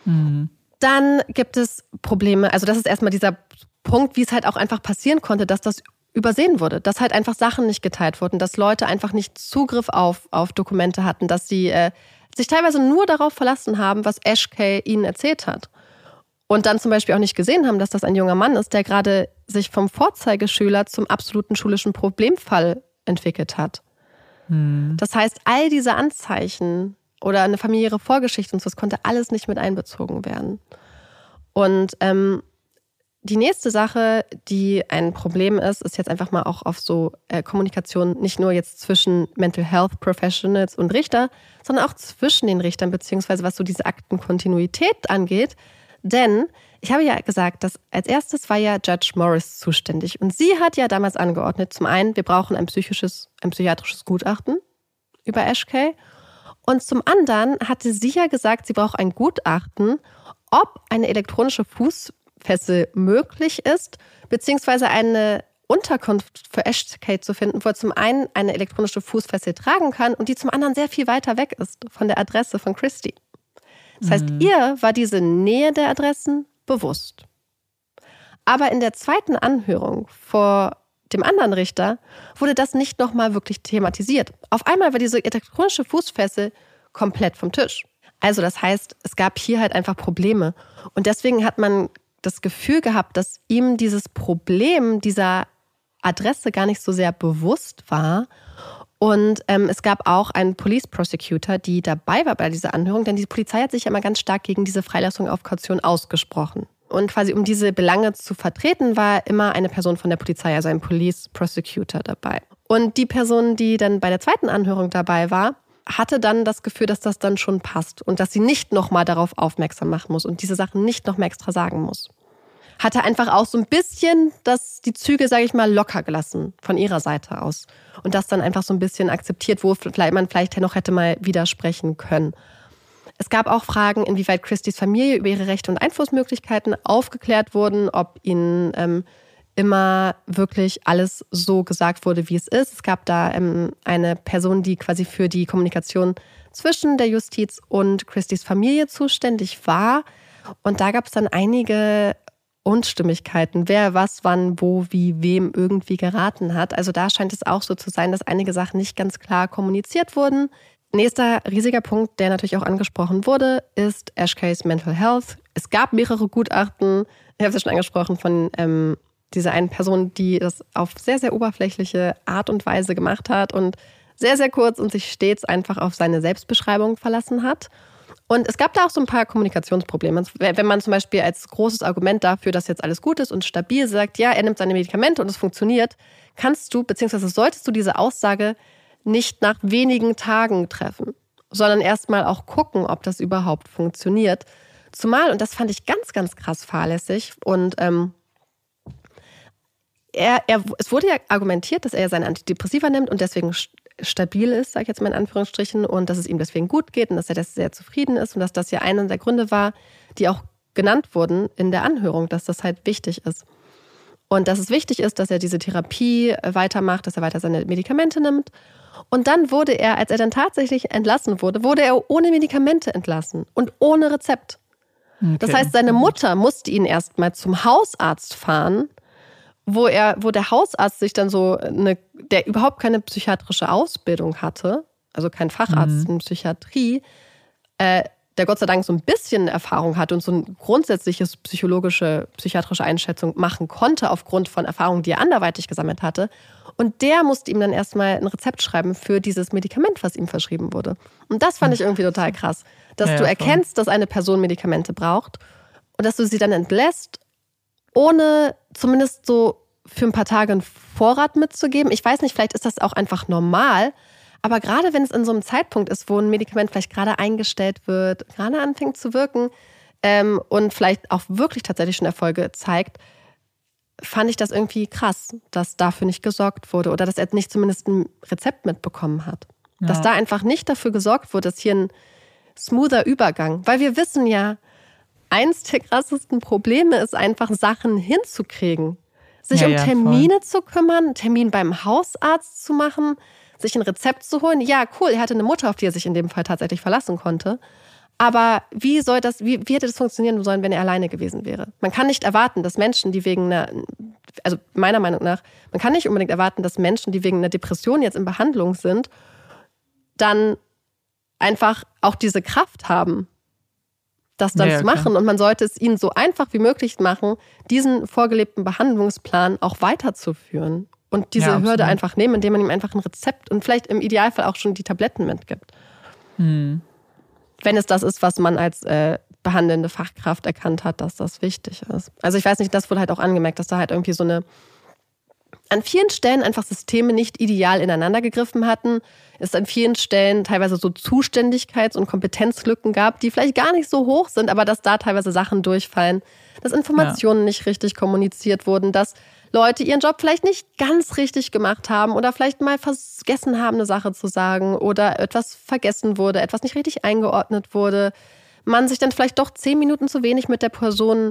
Dann gibt es Probleme, also das ist erstmal dieser Punkt, wie es halt auch einfach passieren konnte, dass das übersehen wurde, dass halt einfach Sachen nicht geteilt wurden, dass Leute einfach nicht Zugriff auf Dokumente hatten, dass sie sich teilweise nur darauf verlassen haben, was Eshkay ihnen erzählt hat. Und dann zum Beispiel auch nicht gesehen haben, dass das ein junger Mann ist, der gerade sich vom Vorzeigeschüler zum absoluten schulischen Problemfall entwickelt hat. Das heißt, all diese Anzeichen oder eine familiäre Vorgeschichte und so, das konnte alles nicht mit einbezogen werden. Und die nächste Sache, die ein Problem ist jetzt einfach mal auch auf so Kommunikation, nicht nur jetzt zwischen Mental Health Professionals und Richter, sondern auch zwischen den Richtern, beziehungsweise was so diese Aktenkontinuität angeht. Denn ich habe ja gesagt, dass als erstes war ja Judge Morris zuständig. Und sie hat ja damals angeordnet, zum einen, wir brauchen ein psychiatrisches Gutachten über Eshkay. Und zum anderen hatte sie ja gesagt, sie braucht ein Gutachten, ob eine elektronische Fußfessel möglich ist, beziehungsweise eine Unterkunft für Eshkay zu finden, wo er zum einen eine elektronische Fußfessel tragen kann und die zum anderen sehr viel weiter weg ist von der Adresse von Christy. Das heißt, ihr war diese Nähe der Adressen bewusst. Aber in der zweiten Anhörung vor dem anderen Richter wurde das nicht nochmal wirklich thematisiert. Auf einmal war diese elektronische Fußfessel komplett vom Tisch. Also das heißt, es gab hier halt einfach Probleme. Und deswegen hat man das Gefühl gehabt, dass ihm dieses Problem dieser Adresse gar nicht so sehr bewusst war. Und es gab auch einen Police Prosecutor, die dabei war bei dieser Anhörung, denn die Polizei hat sich ja immer ganz stark gegen diese Freilassung auf Kaution ausgesprochen. Und quasi um diese Belange zu vertreten, war immer eine Person von der Polizei, also ein Police Prosecutor dabei. Und die Person, die dann bei der zweiten Anhörung dabei war, hatte dann das Gefühl, dass das dann schon passt und dass sie nicht nochmal darauf aufmerksam machen muss und diese Sachen nicht nochmal extra sagen muss. Hatte einfach auch so ein bisschen die Züge, sage ich mal, locker gelassen von ihrer Seite aus. Und das dann einfach so ein bisschen akzeptiert, wo man vielleicht noch hätte mal widersprechen können. Es gab auch Fragen, inwieweit Christys Familie über ihre Rechte und Einflussmöglichkeiten aufgeklärt wurden, ob ihnen immer wirklich alles so gesagt wurde, wie es ist. Es gab da eine Person, die quasi für die Kommunikation zwischen der Justiz und Christys Familie zuständig war. Und da gab es dann einige Unstimmigkeiten, wer was, wann, wo, wie, wem irgendwie geraten hat. Also da scheint es auch so zu sein, dass einige Sachen nicht ganz klar kommuniziert wurden. Nächster riesiger Punkt, der natürlich auch angesprochen wurde, ist Ash Kays Mental Health. Es gab mehrere Gutachten, ich habe es ja schon angesprochen, von dieser einen Person, die das auf sehr, sehr oberflächliche Art und Weise gemacht hat und sehr, sehr kurz und sich stets einfach auf seine Selbstbeschreibung verlassen hat. Und es gab da auch so ein paar Kommunikationsprobleme. Wenn man zum Beispiel als großes Argument dafür, dass jetzt alles gut ist und stabil sagt, ja, er nimmt seine Medikamente und es funktioniert, kannst du, beziehungsweise solltest du diese Aussage nicht nach wenigen Tagen treffen, sondern erstmal auch gucken, ob das überhaupt funktioniert. Zumal, und das fand ich ganz, ganz krass fahrlässig, und es wurde ja argumentiert, dass er seine Antidepressiva nimmt und deswegen stabil ist, sage ich jetzt mal in Anführungsstrichen, und dass es ihm deswegen gut geht und dass er das sehr zufrieden ist und dass das ja einer der Gründe war, die auch genannt wurden in der Anhörung, dass das halt wichtig ist. Und dass es wichtig ist, dass er diese Therapie weitermacht, dass er weiter seine Medikamente nimmt. Und dann wurde er, als er dann tatsächlich entlassen wurde, wurde er ohne Medikamente entlassen und ohne Rezept. Okay. Das heißt, seine Mutter musste ihn erstmal zum Hausarzt fahren, wo der Hausarzt sich dann der überhaupt keine psychiatrische Ausbildung hatte, also kein Facharzt in Psychiatrie, der Gott sei Dank so ein bisschen Erfahrung hatte und so ein grundsätzliches psychiatrische Einschätzung machen konnte aufgrund von Erfahrungen, die er anderweitig gesammelt hatte. Und der musste ihm dann erstmal ein Rezept schreiben für dieses Medikament, was ihm verschrieben wurde. Und das fand ich irgendwie total krass, dass du erkennst, dass eine Person Medikamente braucht und dass du sie dann entlässt, ohne zumindest so für ein paar Tage einen Vorrat mitzugeben. Ich weiß nicht, vielleicht ist das auch einfach normal, aber gerade wenn es in so einem Zeitpunkt ist, wo ein Medikament vielleicht gerade eingestellt wird, gerade anfängt zu wirken und vielleicht auch wirklich tatsächlich schon Erfolge zeigt, fand ich das irgendwie krass, dass dafür nicht gesorgt wurde oder dass er nicht zumindest ein Rezept mitbekommen hat. Ja. Dass da einfach nicht dafür gesorgt wurde, dass hier ein smoother Übergang, weil wir wissen ja, eins der krassesten Probleme ist einfach, Sachen hinzukriegen. Sich um Termine zu kümmern, einen Termin beim Hausarzt zu machen, sich ein Rezept zu holen. Ja, cool, er hatte eine Mutter, auf die er sich in dem Fall tatsächlich verlassen konnte. Aber wie hätte das funktionieren sollen, wenn er alleine gewesen wäre? Man kann nicht erwarten, dass Menschen, die also meiner Meinung nach, man kann nicht unbedingt erwarten, dass Menschen, die wegen einer Depression jetzt in Behandlung sind, dann einfach auch diese Kraft haben, das dann zu machen. Klar. Und man sollte es ihnen so einfach wie möglich machen, diesen vorgelebten Behandlungsplan auch weiterzuführen. Und diese Hürde einfach nehmen, indem man ihm einfach ein Rezept und vielleicht im Idealfall auch schon die Tabletten mitgibt. Wenn es das ist, was man als behandelnde Fachkraft erkannt hat, dass das wichtig ist. Also ich weiß nicht, das wurde halt auch angemerkt, dass da halt irgendwie an vielen Stellen einfach Systeme nicht ideal ineinander gegriffen hatten. Es an vielen Stellen teilweise so Zuständigkeits- und Kompetenzlücken gab, die vielleicht gar nicht so hoch sind, aber dass da teilweise Sachen durchfallen, dass Informationen nicht richtig kommuniziert wurden, dass Leute ihren Job vielleicht nicht ganz richtig gemacht haben oder vielleicht mal vergessen haben, eine Sache zu sagen oder etwas vergessen wurde, etwas nicht richtig eingeordnet wurde, man sich dann vielleicht doch 10 Minuten zu wenig mit der Person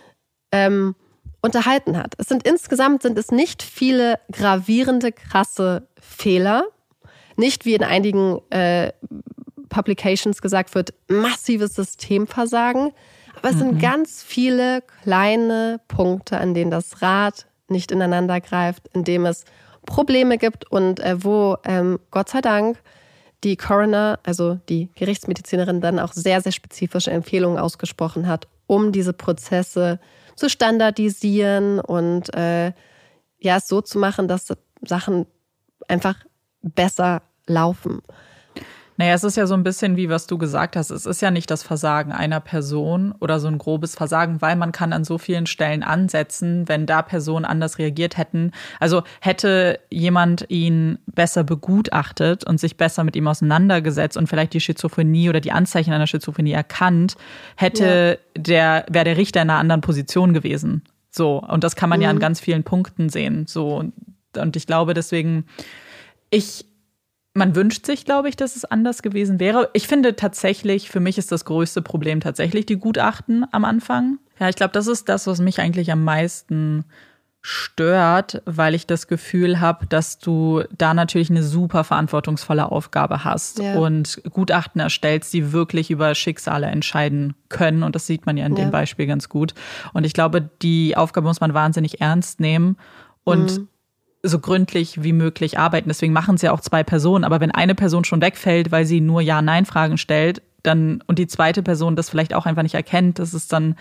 unterhalten hat. Insgesamt sind es nicht viele gravierende, krasse Fehler. Nicht wie in einigen Publications gesagt wird, massives Systemversagen. Aber es sind ganz viele kleine Punkte, an denen das Rad nicht ineinander greift, in dem es Probleme gibt und wo Gott sei Dank die Coroner, also die Gerichtsmedizinerin, dann auch sehr, sehr spezifische Empfehlungen ausgesprochen hat, um diese Prozesse zu standardisieren und es so zu machen, dass Sachen einfach besser laufen. Naja, es ist ja so ein bisschen wie, was du gesagt hast. Es ist ja nicht das Versagen einer Person oder so ein grobes Versagen, weil man kann an so vielen Stellen ansetzen, wenn da Personen anders reagiert hätten. Also hätte jemand ihn besser begutachtet und sich besser mit ihm auseinandergesetzt und vielleicht die Schizophrenie oder die Anzeichen einer Schizophrenie erkannt, wäre der Richter in einer anderen Position gewesen. So, und das kann man ja an ganz vielen Punkten sehen. So, und ich glaube deswegen, Man wünscht sich, glaube ich, dass es anders gewesen wäre. Ich finde tatsächlich, für mich ist das größte Problem tatsächlich die Gutachten am Anfang. Ja, ich glaube, das ist das, was mich eigentlich am meisten stört, weil ich das Gefühl habe, dass du da natürlich eine super verantwortungsvolle Aufgabe hast und Gutachten erstellst, die wirklich über Schicksale entscheiden können. Und das sieht man ja in dem Beispiel ganz gut. Und ich glaube, die Aufgabe muss man wahnsinnig ernst nehmen und so gründlich wie möglich arbeiten. Deswegen machen es ja auch 2 Personen. Aber wenn eine Person schon wegfällt, weil sie nur Ja-Nein-Fragen stellt, dann und die zweite Person das vielleicht auch einfach nicht erkennt, das ist dann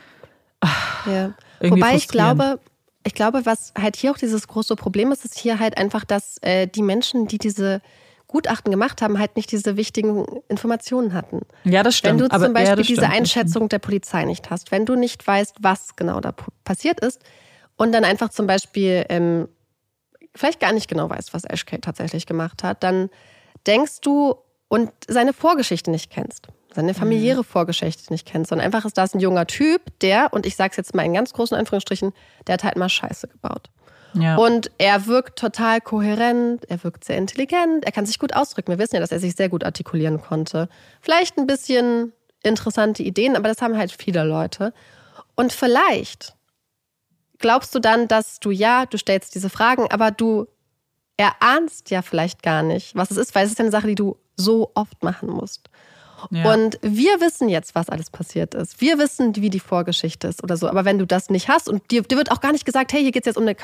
irgendwie Wobei frustrierend. ich glaube, was halt hier auch dieses große Problem ist, ist hier halt einfach, dass die Menschen, die diese Gutachten gemacht haben, halt nicht diese wichtigen Informationen hatten. Ja, das stimmt. Wenn du zum Beispiel diese stimmt. Einschätzung der Polizei nicht hast, wenn du nicht weißt, was genau da passiert ist und dann einfach zum Beispiel vielleicht gar nicht genau weißt, was Ash Kay tatsächlich gemacht hat, dann denkst du und seine Vorgeschichte nicht kennst, seine familiäre Vorgeschichte nicht kennst, sondern einfach ist das ein junger Typ, der, und ich sag's jetzt mal in ganz großen Anführungsstrichen, der hat halt mal Scheiße gebaut. Ja. Und er wirkt total kohärent, er wirkt sehr intelligent, er kann sich gut ausdrücken. Wir wissen ja, dass er sich sehr gut artikulieren konnte. Vielleicht ein bisschen interessante Ideen, aber das haben halt viele Leute. Und vielleicht glaubst du dann, dass du stellst diese Fragen, aber du erahnst ja vielleicht gar nicht, was es ist, weil es ist ja eine Sache, die du so oft machen musst. Ja. Und wir wissen jetzt, was alles passiert ist. Wir wissen, wie die Vorgeschichte ist oder so. Aber wenn du das nicht hast und dir wird auch gar nicht gesagt, hey, hier geht es jetzt um eine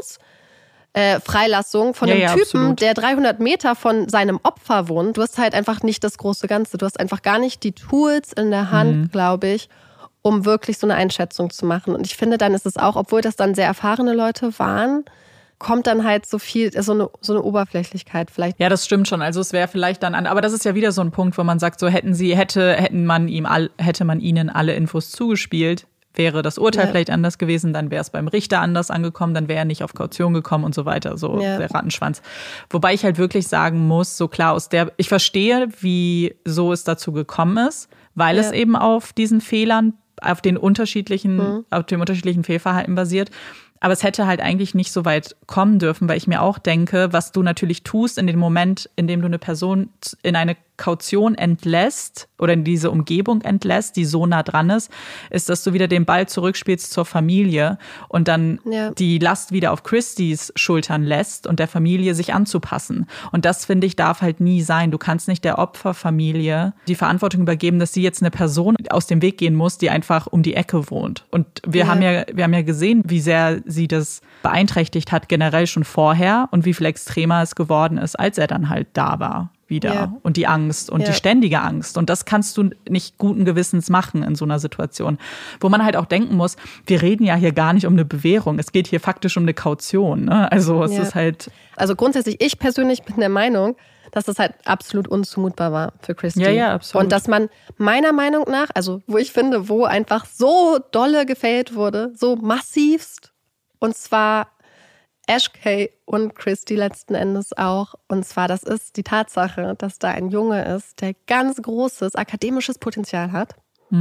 Kautionsfreilassung von einem Typen, absolut. der 300 Meter von seinem Opfer wohnt. Du hast halt einfach nicht das große Ganze. Du hast einfach gar nicht die Tools in der Hand, glaube ich, um wirklich so eine Einschätzung zu machen. Und ich finde, dann ist es auch, obwohl das dann sehr erfahrene Leute waren, kommt dann halt so viel, so eine Oberflächlichkeit vielleicht. Ja, das stimmt schon. Also es wäre vielleicht dann aber das ist ja wieder so ein Punkt, wo man sagt, so hätte man ihnen alle Infos zugespielt, wäre das Urteil vielleicht anders gewesen, dann wäre es beim Richter anders angekommen, dann wäre er nicht auf Kaution gekommen und so weiter, so der Rattenschwanz. Wobei ich halt wirklich sagen muss, so klar ich verstehe, wieso es dazu gekommen ist, weil es eben auf diesen Fehlern, auf dem unterschiedlichen Fehlverhalten basiert. Aber es hätte halt eigentlich nicht so weit kommen dürfen, weil ich mir auch denke, was du natürlich tust in dem Moment, in dem du eine Person in eine Kaution entlässt oder in diese Umgebung entlässt, die so nah dran ist, dass du wieder den Ball zurückspielst zur Familie und dann die Last wieder auf Christys Schultern lässt und der Familie sich anzupassen. Und das, finde ich, darf halt nie sein. Du kannst nicht der Opferfamilie die Verantwortung übergeben, dass sie jetzt eine Person aus dem Weg gehen muss, die einfach um die Ecke wohnt. Und wir haben ja gesehen, wie sehr sie das beeinträchtigt hat, generell schon vorher und wie viel extremer es geworden ist, als er dann halt da war. Wieder. Ja. Und die Angst und die ständige Angst. Und das kannst du nicht guten Gewissens machen in so einer Situation. Wo man halt auch denken muss, wir reden ja hier gar nicht um eine Bewährung. Es geht hier faktisch um eine Kaution. Ne? Also es ist halt... Also grundsätzlich, ich persönlich bin der Meinung, dass das halt absolut unzumutbar war für Christy. Ja, absolut. Und dass man meiner Meinung nach, also wo ich finde, wo einfach so dolle gefailt wurde, so massivst, und zwar Ash Kay und Christy letzten Endes auch. Und zwar, das ist die Tatsache, dass da ein Junge ist, der ganz großes akademisches Potenzial hat.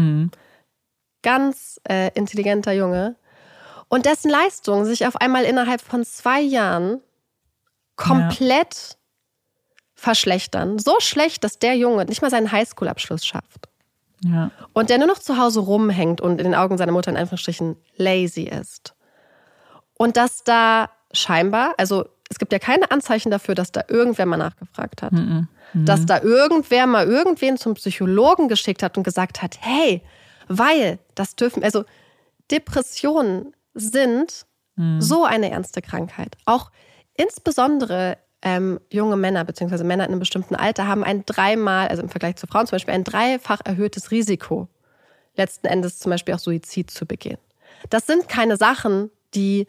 Ganz intelligenter Junge. Und dessen Leistungen sich auf einmal innerhalb von 2 Jahren komplett verschlechtern. So schlecht, dass der Junge nicht mal seinen Highschool-Abschluss schafft. Ja. Und der nur noch zu Hause rumhängt und in den Augen seiner Mutter in Anführungsstrichen lazy ist. Und dass da scheinbar, also es gibt ja keine Anzeichen dafür, dass da irgendwer mal nachgefragt hat. Dass da irgendwer mal irgendwen zum Psychologen geschickt hat und gesagt hat, hey, weil das dürfen, also Depressionen sind so eine ernste Krankheit. Auch insbesondere junge Männer bzw. Männer in einem bestimmten Alter haben ein 3-mal, also im Vergleich zu Frauen zum Beispiel, ein 3-fach erhöhtes Risiko, letzten Endes zum Beispiel auch Suizid zu begehen. Das sind keine Sachen, die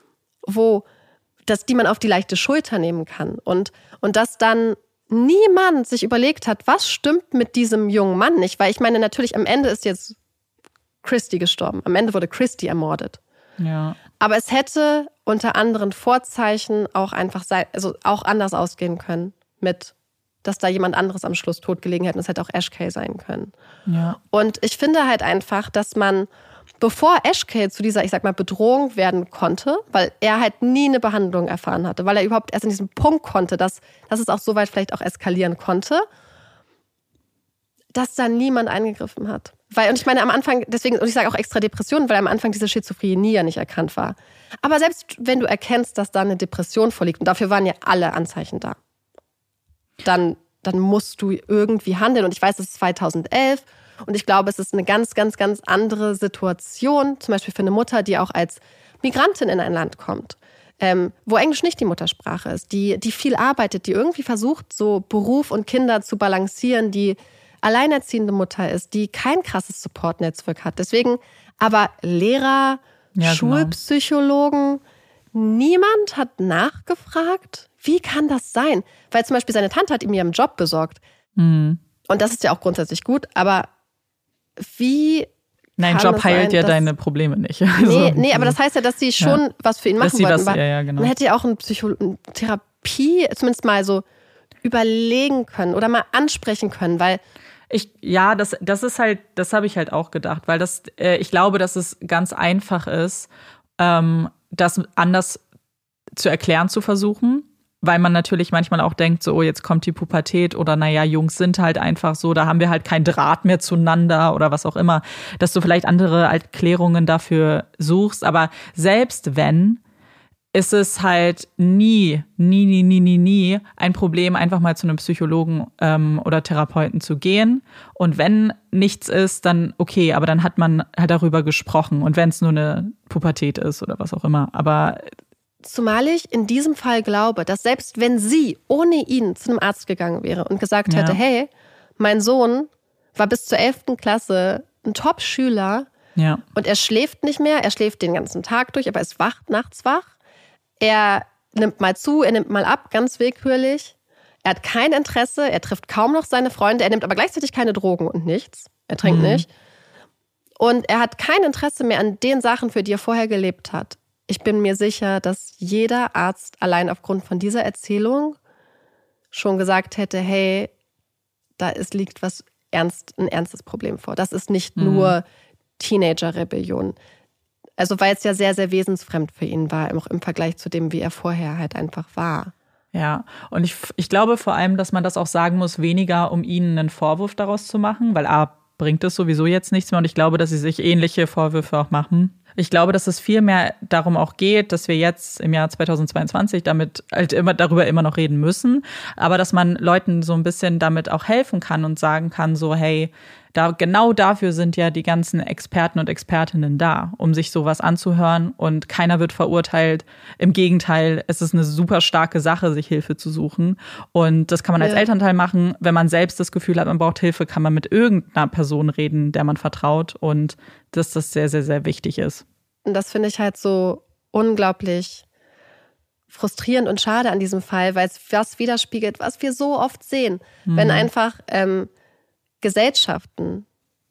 man auf die leichte Schulter nehmen kann. Und dass dann niemand sich überlegt hat, was stimmt mit diesem jungen Mann nicht. Weil ich meine, natürlich am Ende ist jetzt Christy gestorben. Am Ende wurde Christy ermordet. Ja. Aber es hätte unter anderen Vorzeichen auch einfach auch anders ausgehen können, mit, dass da jemand anderes am Schluss tot gelegen hätte. Und es hätte auch Ash Kay sein können. Ja. Und ich finde halt einfach, dass man bevor Eschkay zu dieser, ich sag mal, Bedrohung werden konnte, weil er halt nie eine Behandlung erfahren hatte, weil er überhaupt erst in diesem Punkt konnte, dass es auch so weit vielleicht auch eskalieren konnte, dass da niemand eingegriffen hat. Und ich meine, am Anfang, deswegen, und ich sage auch extra Depressionen, weil am Anfang diese Schizophrenie ja nicht erkannt war. Aber selbst wenn du erkennst, dass da eine Depression vorliegt, und dafür waren ja alle Anzeichen da, dann musst du irgendwie handeln. Und ich weiß, es ist 2011 und ich glaube, es ist eine ganz, ganz, ganz andere Situation, zum Beispiel für eine Mutter, die auch als Migrantin in ein Land kommt, wo Englisch nicht die Muttersprache ist, die viel arbeitet, die irgendwie versucht, so Beruf und Kinder zu balancieren, die alleinerziehende Mutter ist, die kein krasses Support-Netzwerk hat. Deswegen aber Lehrer, Schulpsychologen, niemand hat nachgefragt, wie kann das sein? Weil zum Beispiel seine Tante hat ihm ja einen Job besorgt. Und das ist ja auch grundsätzlich gut, aber wie... Nein, Job heilt ja deine Probleme nicht. Also, nee, aber das heißt ja, dass sie schon was für ihn machen wollten. Genau. Man hätte ja auch eine Therapie zumindest mal so überlegen können oder mal ansprechen können, weil das ist halt, das habe ich halt auch gedacht, weil ich glaube, dass es ganz einfach ist, das anders zu erklären zu versuchen, weil man natürlich manchmal auch denkt, so, oh, jetzt kommt die Pubertät oder naja, Jungs sind halt einfach so, da haben wir halt keinen Draht mehr zueinander oder was auch immer, dass du vielleicht andere Erklärungen dafür suchst, aber selbst wenn, ist es halt nie ein Problem, einfach mal zu einem Psychologen oder Therapeuten zu gehen. Und wenn nichts ist, dann okay, aber dann hat man halt darüber gesprochen. Und wenn es nur eine Pubertät ist oder was auch immer. Aber zumal ich in diesem Fall glaube, dass selbst wenn sie ohne ihn zu einem Arzt gegangen wäre und gesagt hätte, hey, mein Sohn war bis zur 11. Klasse ein Top-Schüler und er schläft nicht mehr, er schläft den ganzen Tag durch, aber ist nachts wach. Er nimmt mal zu, er nimmt mal ab, ganz willkürlich. Er hat kein Interesse, er trifft kaum noch seine Freunde, er nimmt aber gleichzeitig keine Drogen und nichts. Er trinkt nicht. Und er hat kein Interesse mehr an den Sachen, für die er vorher gelebt hat. Ich bin mir sicher, dass jeder Arzt allein aufgrund von dieser Erzählung schon gesagt hätte, hey, da liegt ein ernstes Problem vor. Das ist nicht nur Teenager-Rebellion. Also weil es ja sehr, sehr wesensfremd für ihn war, auch im Vergleich zu dem, wie er vorher halt einfach war. Ja, und ich glaube vor allem, dass man das auch sagen muss, weniger um ihnen einen Vorwurf daraus zu machen, weil bringt es sowieso jetzt nichts mehr und ich glaube, dass sie sich ähnliche Vorwürfe auch machen. Ich glaube, dass es viel mehr darum auch geht, dass wir jetzt im Jahr 2022 damit halt darüber immer noch reden müssen, aber dass man Leuten so ein bisschen damit auch helfen kann und sagen kann, so hey, genau dafür sind ja die ganzen Experten und Expertinnen da, um sich sowas anzuhören und keiner wird verurteilt. Im Gegenteil, es ist eine super starke Sache, sich Hilfe zu suchen und das kann man als Elternteil machen. Wenn man selbst das Gefühl hat, man braucht Hilfe, kann man mit irgendeiner Person reden, der man vertraut und dass das sehr, sehr, sehr wichtig ist. Und das finde ich halt so unglaublich frustrierend und schade an diesem Fall, weil es was widerspiegelt, was wir so oft sehen. Wenn einfach Gesellschaften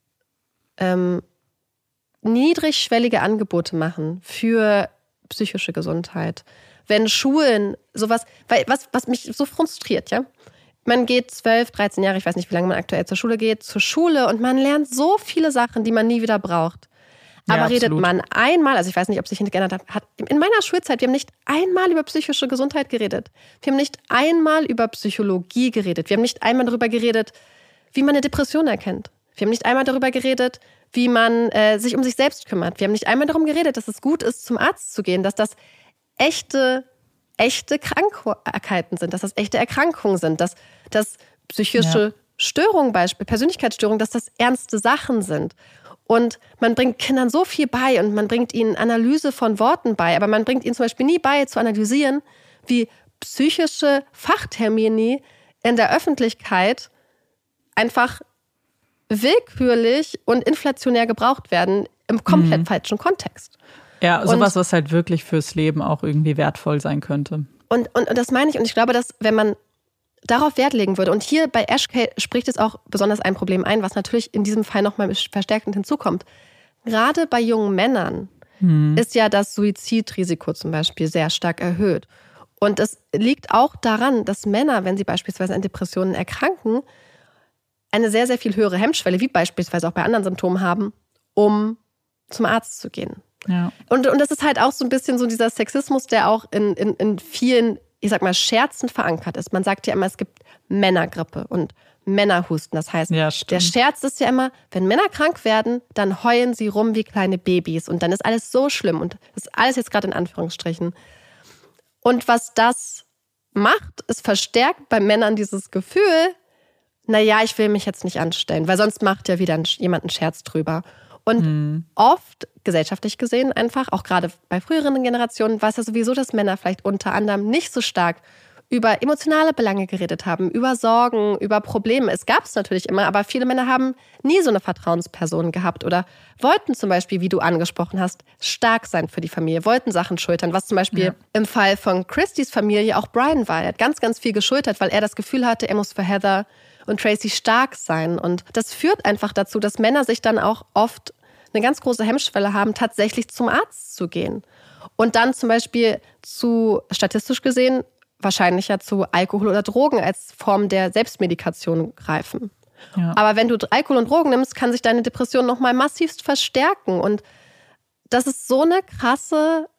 niedrigschwellige Angebote machen für psychische Gesundheit. Wenn Schulen sowas, weil was mich so frustriert, ja. Man geht 12, 13 Jahre, ich weiß nicht, wie lange man aktuell zur Schule und man lernt so viele Sachen, die man nie wieder braucht. Aber redet man einmal, also ich weiß nicht, ob sich geändert hat, in meiner Schulzeit, wir haben nicht einmal über psychische Gesundheit geredet. Wir haben nicht einmal über Psychologie geredet. Wir haben nicht einmal darüber geredet, wie man eine Depression erkennt. Wir haben nicht einmal darüber geredet, wie man sich um sich selbst kümmert. Wir haben nicht einmal darum geredet, dass es gut ist, zum Arzt zu gehen, dass das echte Krankheiten sind, dass das echte Erkrankungen sind, dass das psychische Störungen, Persönlichkeitsstörungen, dass das ernste Sachen sind. Und man bringt Kindern so viel bei und man bringt ihnen Analyse von Worten bei, aber man bringt ihnen zum Beispiel nie bei, zu analysieren, wie psychische Fachtermini in der Öffentlichkeit einfach willkürlich und inflationär gebraucht werden im komplett falschen Kontext. Ja, sowas, was halt wirklich fürs Leben auch irgendwie wertvoll sein könnte. Und das meine ich. Und ich glaube, dass wenn man darauf Wert legen würde, und hier bei Eschkay spricht es auch besonders ein Problem ein, was natürlich in diesem Fall nochmal verstärkend hinzukommt. Gerade bei jungen Männern ist ja das Suizidrisiko zum Beispiel sehr stark erhöht. Und es liegt auch daran, dass Männer, wenn sie beispielsweise an Depressionen erkranken, eine sehr, sehr viel höhere Hemmschwelle, wie beispielsweise auch bei anderen Symptomen haben, um zum Arzt zu gehen. Ja. Und das ist halt auch so ein bisschen so dieser Sexismus, der auch in vielen, ich sag mal, Scherzen verankert ist. Man sagt ja immer, es gibt Männergrippe und Männerhusten. Das heißt, Ja, der Scherz ist ja immer, wenn Männer krank werden, dann heulen sie rum wie kleine Babys. Und dann ist alles so schlimm. Und das ist alles jetzt gerade in Anführungsstrichen. Und was das macht, es verstärkt bei Männern dieses Gefühl, naja, ich will mich jetzt nicht anstellen, weil sonst macht ja wieder jemand einen Scherz drüber. Und oft, gesellschaftlich gesehen einfach, auch gerade bei früheren Generationen, war es ja sowieso, dass Männer vielleicht unter anderem nicht so stark über emotionale Belange geredet haben, über Sorgen, über Probleme. Es gab es natürlich immer, aber viele Männer haben nie so eine Vertrauensperson gehabt oder wollten zum Beispiel, wie du angesprochen hast, stark sein für die Familie, wollten Sachen schultern, was zum Beispiel im Fall von Christys Familie auch Brian war. Er hat ganz, ganz viel geschultert, weil er das Gefühl hatte, er muss für Heather und Tracy stark sein. Und das führt einfach dazu, dass Männer sich dann auch oft eine ganz große Hemmschwelle haben, tatsächlich zum Arzt zu gehen. Und dann zum Beispiel statistisch gesehen, wahrscheinlicher zu Alkohol oder Drogen als Form der Selbstmedikation greifen. Ja. Aber wenn du Alkohol und Drogen nimmst, kann sich deine Depression nochmal massivst verstärken. Und das ist so ein krasser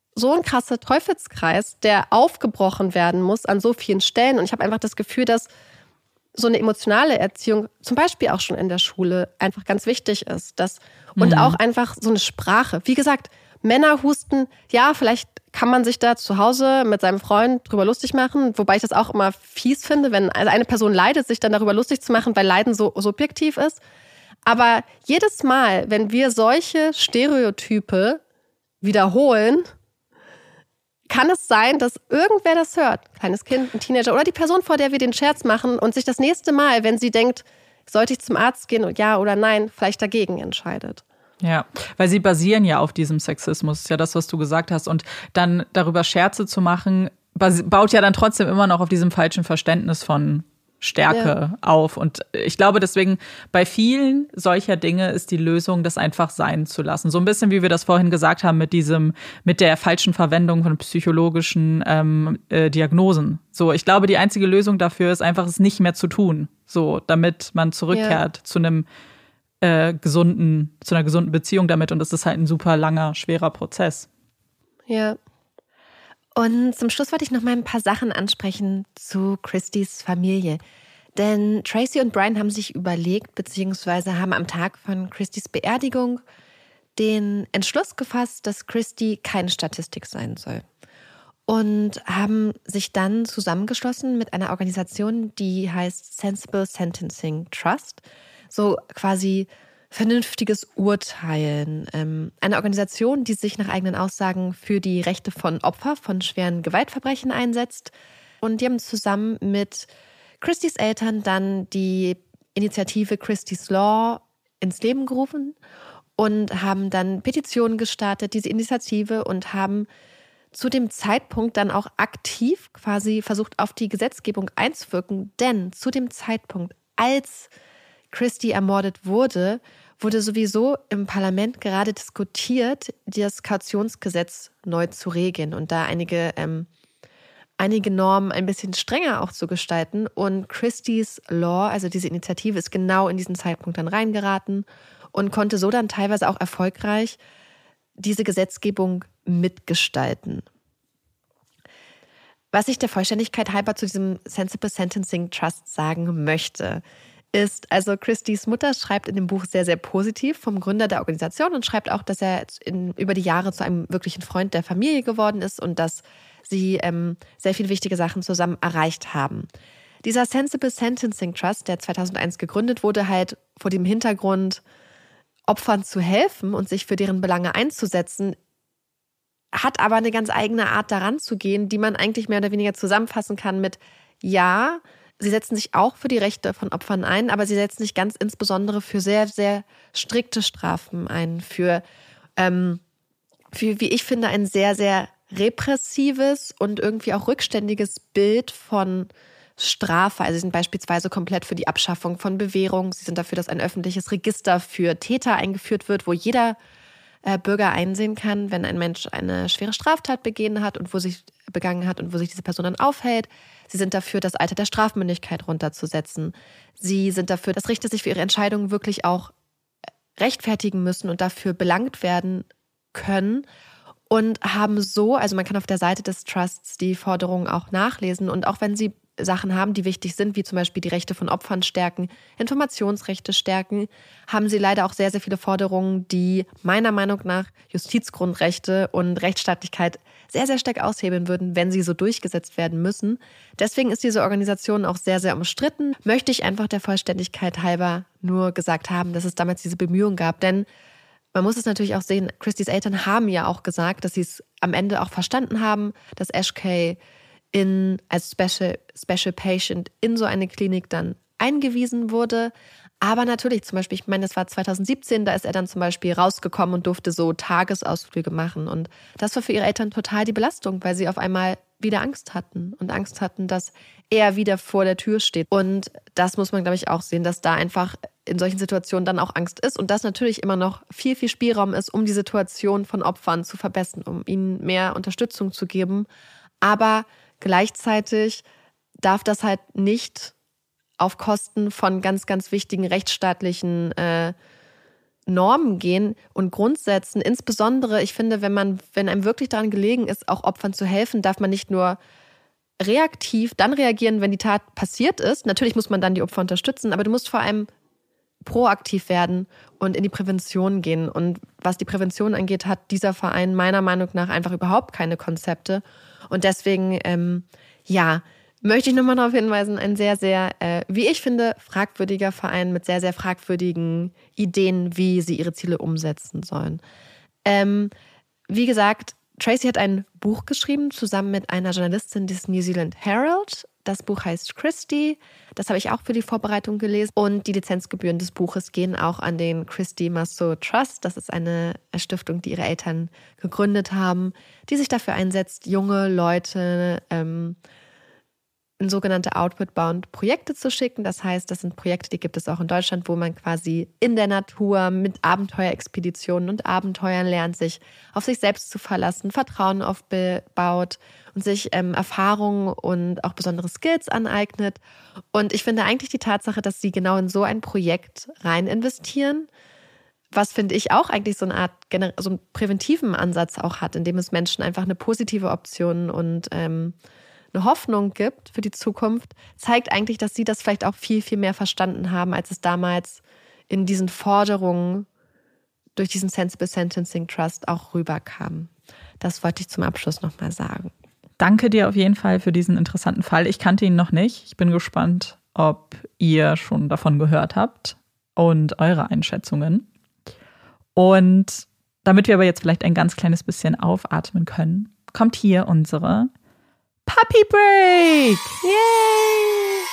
Teufelskreis, der aufgebrochen werden muss an so vielen Stellen. Und ich habe einfach das Gefühl, dass so eine emotionale Erziehung, zum Beispiel auch schon in der Schule, einfach ganz wichtig ist. Und auch einfach so eine Sprache. Wie gesagt, Männer husten, ja, vielleicht kann man sich da zu Hause mit seinem Freund drüber lustig machen, wobei ich das auch immer fies finde, wenn eine Person leidet, sich dann darüber lustig zu machen, weil Leiden so subjektiv ist. Aber jedes Mal, wenn wir solche Stereotype wiederholen, kann es sein, dass irgendwer das hört, kleines Kind, ein Teenager oder die Person, vor der wir den Scherz machen und sich das nächste Mal, wenn sie denkt, sollte ich zum Arzt gehen und ja oder nein, vielleicht dagegen entscheidet. Ja, weil sie basieren ja auf diesem Sexismus, ist ja das, was du gesagt hast. Und dann darüber Scherze zu machen, baut ja dann trotzdem immer noch auf diesem falschen Verständnis von Stärke auf. Und ich glaube deswegen, bei vielen solcher Dinge ist die Lösung, das einfach sein zu lassen. So ein bisschen, wie wir das vorhin gesagt haben, mit der falschen Verwendung von psychologischen Diagnosen. So, ich glaube, die einzige Lösung dafür ist einfach, es nicht mehr zu tun. So, damit man zurückkehrt zu einer gesunden Beziehung damit. Und das ist halt ein super langer, schwerer Prozess. Ja. Und zum Schluss wollte ich noch mal ein paar Sachen ansprechen zu Christys Familie. Denn Tracy und Brian haben sich überlegt, beziehungsweise haben am Tag von Christys Beerdigung den Entschluss gefasst, dass Christy keine Statistik sein soll. Und haben sich dann zusammengeschlossen mit einer Organisation, die heißt Sensible Sentencing Trust. So quasi vernünftiges Urteilen. Eine Organisation, die sich nach eigenen Aussagen für die Rechte von Opfern von schweren Gewaltverbrechen einsetzt. Und die haben zusammen mit Christys Eltern dann die Initiative Christys Law ins Leben gerufen und haben dann Petitionen gestartet, diese Initiative, und haben zu dem Zeitpunkt dann auch aktiv quasi versucht, auf die Gesetzgebung einzuwirken. Denn zu dem Zeitpunkt, als Christy ermordet wurde sowieso im Parlament gerade diskutiert, das Kautionsgesetz neu zu regeln und da einige Normen ein bisschen strenger auch zu gestalten. Und Christys Law, also diese Initiative, ist genau in diesen Zeitpunkt dann reingeraten und konnte so dann teilweise auch erfolgreich diese Gesetzgebung mitgestalten. Was ich der Vollständigkeit halber zu diesem Sensible Sentencing Trust sagen möchte, ist, also Christys Mutter schreibt in dem Buch sehr, sehr positiv vom Gründer der Organisation und schreibt auch, dass er über die Jahre zu einem wirklichen Freund der Familie geworden ist und dass sie sehr viele wichtige Sachen zusammen erreicht haben. Dieser Sensible Sentencing Trust, der 2001 gegründet wurde, halt vor dem Hintergrund, Opfern zu helfen und sich für deren Belange einzusetzen, hat aber eine ganz eigene Art daran zu gehen, die man eigentlich mehr oder weniger zusammenfassen kann mit ja, sie setzen sich auch für die Rechte von Opfern ein, aber sie setzen sich ganz insbesondere für sehr, sehr strikte Strafen ein. Für wie ich finde, ein sehr, sehr repressives und irgendwie auch rückständiges Bild von Strafe. Also sie sind beispielsweise komplett für die Abschaffung von Bewährung. Sie sind dafür, dass ein öffentliches Register für Täter eingeführt wird, wo jeder Bürger einsehen kann, wenn ein Mensch eine schwere Straftat begangen hat und wo sich diese Person dann aufhält. Sie sind dafür, das Alter der Strafmündigkeit runterzusetzen. Sie sind dafür, dass Richter sich für ihre Entscheidungen wirklich auch rechtfertigen müssen und dafür belangt werden können und haben so, also man kann auf der Seite des Trusts die Forderungen auch nachlesen und auch wenn sie Sachen haben, die wichtig sind, wie zum Beispiel die Rechte von Opfern stärken, Informationsrechte stärken, haben sie leider auch sehr, sehr viele Forderungen, die meiner Meinung nach Justizgrundrechte und Rechtsstaatlichkeit sehr, sehr stark aushebeln würden, wenn sie so durchgesetzt werden müssen. Deswegen ist diese Organisation auch sehr, sehr umstritten. Möchte ich einfach der Vollständigkeit halber nur gesagt haben, dass es damals diese Bemühungen gab, denn man muss es natürlich auch sehen, Christie's Eltern haben ja auch gesagt, dass sie es am Ende auch verstanden haben, dass Ash Kay als Special Patient in so eine Klinik dann eingewiesen wurde. Aber natürlich zum Beispiel, ich meine, das war 2017, da ist er dann zum Beispiel rausgekommen und durfte so Tagesausflüge machen. Und das war für ihre Eltern total die Belastung, weil sie auf einmal wieder Angst hatten und Angst hatten, dass er wieder vor der Tür steht. Und das muss man, glaube ich, auch sehen, dass da einfach in solchen Situationen dann auch Angst ist und dass natürlich immer noch viel, viel Spielraum ist, um die Situation von Opfern zu verbessern, um ihnen mehr Unterstützung zu geben. Aber gleichzeitig darf das halt nicht auf Kosten von ganz, ganz wichtigen rechtsstaatlichen Normen gehen und Grundsätzen. Insbesondere, ich finde, wenn einem wirklich daran gelegen ist, auch Opfern zu helfen, darf man nicht nur reaktiv dann reagieren, wenn die Tat passiert ist. Natürlich muss man dann die Opfer unterstützen, aber du musst vor allem proaktiv werden und in die Prävention gehen. Und was die Prävention angeht, hat dieser Verein meiner Meinung nach einfach überhaupt keine Konzepte. Und deswegen, möchte ich nochmal darauf hinweisen, ein sehr, sehr, wie ich finde, fragwürdiger Verein mit sehr, sehr fragwürdigen Ideen, wie sie ihre Ziele umsetzen sollen. Wie gesagt, Tracy hat ein Buch geschrieben, zusammen mit einer Journalistin des New Zealand Herald. Das Buch heißt Christie. Das habe ich auch für die Vorbereitung gelesen. Und die Lizenzgebühren des Buches gehen auch an den Christie Massot Trust. Das ist eine Stiftung, die ihre Eltern gegründet haben, die sich dafür einsetzt, junge Leute in sogenannte Outward-Bound-Projekte zu schicken. Das heißt, das sind Projekte, die gibt es auch in Deutschland, wo man quasi in der Natur mit Abenteuerexpeditionen und Abenteuern lernt, sich auf sich selbst zu verlassen, Vertrauen aufbaut und sich Erfahrungen und auch besondere Skills aneignet. Und ich finde eigentlich die Tatsache, dass sie genau in so ein Projekt rein investieren, was finde ich auch eigentlich so eine Art, so einen präventiven Ansatz auch hat, indem es Menschen einfach eine positive Option und eine Hoffnung gibt für die Zukunft, zeigt eigentlich, dass sie das vielleicht auch viel, viel mehr verstanden haben, als es damals in diesen Forderungen durch diesen Sensible Sentencing Trust auch rüberkam. Das wollte ich zum Abschluss nochmal sagen. Danke dir auf jeden Fall für diesen interessanten Fall. Ich kannte ihn noch nicht. Ich bin gespannt, ob ihr schon davon gehört habt und eure Einschätzungen. Und damit wir aber jetzt vielleicht ein ganz kleines bisschen aufatmen können, kommt hier unsere Puppy Break! Yay!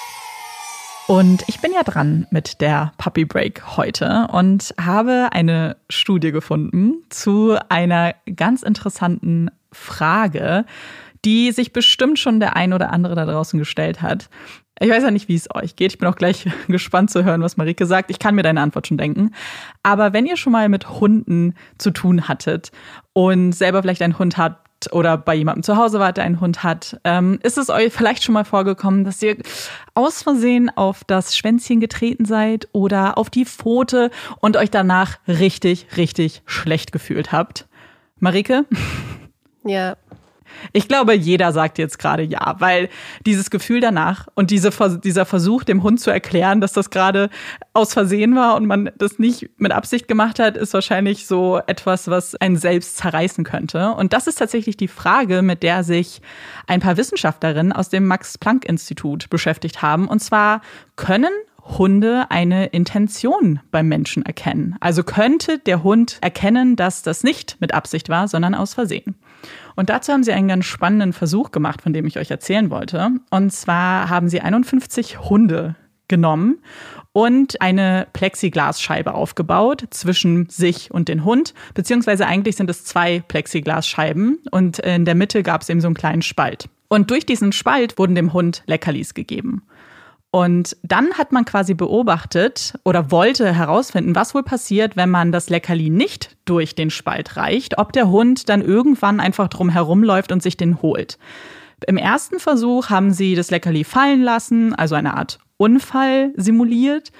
Und ich bin ja dran mit der Puppy Break heute und habe eine Studie gefunden zu einer ganz interessanten Frage, die sich bestimmt schon der ein oder andere da draußen gestellt hat. Ich weiß ja nicht, wie es euch geht. Ich bin auch gleich gespannt zu hören, was Marike sagt. Ich kann mir deine Antwort schon denken. Aber wenn ihr schon mal mit Hunden zu tun hattet und selber vielleicht einen Hund habt, oder bei jemandem zu Hause wart, der einen Hund hat, ist es euch vielleicht schon mal vorgekommen, dass ihr aus Versehen auf das Schwänzchen getreten seid oder auf die Pfote und euch danach richtig, richtig schlecht gefühlt habt? Marike? Ja. Ich glaube, jeder sagt jetzt gerade ja, weil dieses Gefühl danach und dieser Versuch, dem Hund zu erklären, dass das gerade aus Versehen war und man das nicht mit Absicht gemacht hat, ist wahrscheinlich so etwas, was einen selbst zerreißen könnte. Und das ist tatsächlich die Frage, mit der sich ein paar Wissenschaftlerinnen aus dem Max-Planck-Institut beschäftigt haben. Und zwar, können Hunde eine Intention beim Menschen erkennen? Also könnte der Hund erkennen, dass das nicht mit Absicht war, sondern aus Versehen? Und dazu haben sie einen ganz spannenden Versuch gemacht, von dem ich euch erzählen wollte. Und zwar haben sie 51 Hunde genommen und eine Plexiglasscheibe aufgebaut zwischen sich und den Hund. Beziehungsweise eigentlich sind es 2 Plexiglasscheiben und in der Mitte gab es eben so einen kleinen Spalt. Und durch diesen Spalt wurden dem Hund Leckerlis gegeben. Und dann hat man quasi beobachtet oder wollte herausfinden, was wohl passiert, wenn man das Leckerli nicht durch den Spalt reicht, ob der Hund dann irgendwann einfach drum herumläuft und sich den holt. Im ersten Versuch haben sie das Leckerli fallen lassen, also eine Art Unfall simuliert.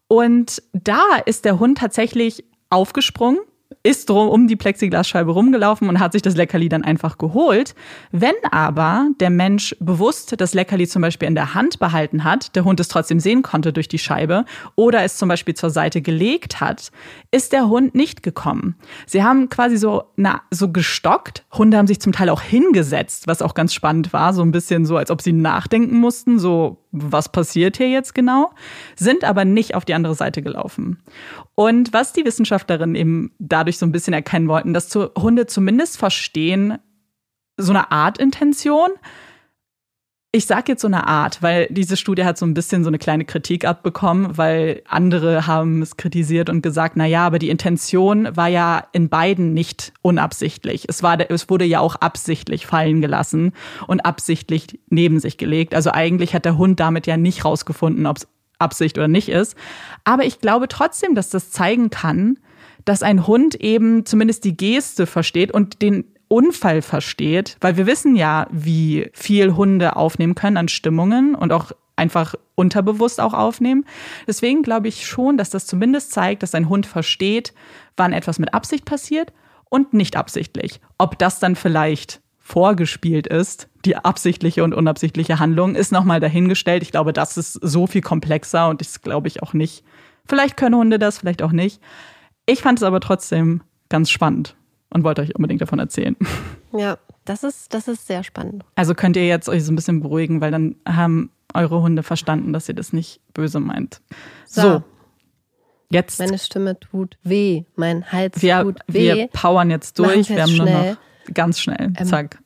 Und da ist der Hund tatsächlich aufgesprungen, ist um die Plexiglasscheibe rumgelaufen und hat sich das Leckerli dann einfach geholt. Wenn aber der Mensch bewusst das Leckerli zum Beispiel in der Hand behalten hat, der Hund es trotzdem sehen konnte durch die Scheibe oder es zum Beispiel zur Seite gelegt hat, ist der Hund nicht gekommen. Sie haben quasi so gestockt. Hunde haben sich zum Teil auch hingesetzt, was auch ganz spannend war. So ein bisschen so, als ob sie nachdenken mussten, so was passiert hier jetzt genau, sind aber nicht auf die andere Seite gelaufen. Und was die Wissenschaftlerinnen eben dadurch so ein bisschen erkennen wollten, dass Hunde zumindest verstehen, so eine Art Intention. Ich sage jetzt so eine Art, weil diese Studie hat so ein bisschen so eine kleine Kritik abbekommen, weil andere haben es kritisiert und gesagt, na ja, aber die Intention war ja in beiden nicht unabsichtlich. Es wurde ja auch absichtlich fallen gelassen und absichtlich neben sich gelegt. Also eigentlich hat der Hund damit ja nicht rausgefunden, ob es Absicht oder nicht ist. Aber ich glaube trotzdem, dass das zeigen kann, dass ein Hund eben zumindest die Geste versteht und den Unfall versteht, weil wir wissen ja, wie viel Hunde aufnehmen können an Stimmungen und auch einfach unterbewusst auch aufnehmen. Deswegen glaube ich schon, dass das zumindest zeigt, dass ein Hund versteht, wann etwas mit Absicht passiert und nicht absichtlich. Ob das dann vielleicht vorgespielt ist, die absichtliche und unabsichtliche Handlung, ist nochmal dahingestellt. Ich glaube, das ist so viel komplexer und das glaube ich auch nicht. Vielleicht können Hunde das, vielleicht auch nicht. Ich fand es aber trotzdem ganz spannend und wollte euch unbedingt davon erzählen. Ja, das ist sehr spannend. Also könnt ihr jetzt euch so ein bisschen beruhigen, weil dann haben eure Hunde verstanden, dass ihr das nicht böse meint. So. Jetzt. Meine Stimme tut weh, mein Hals tut weh. Wir powern jetzt durch. Wir haben nur noch ganz schnell. Zack.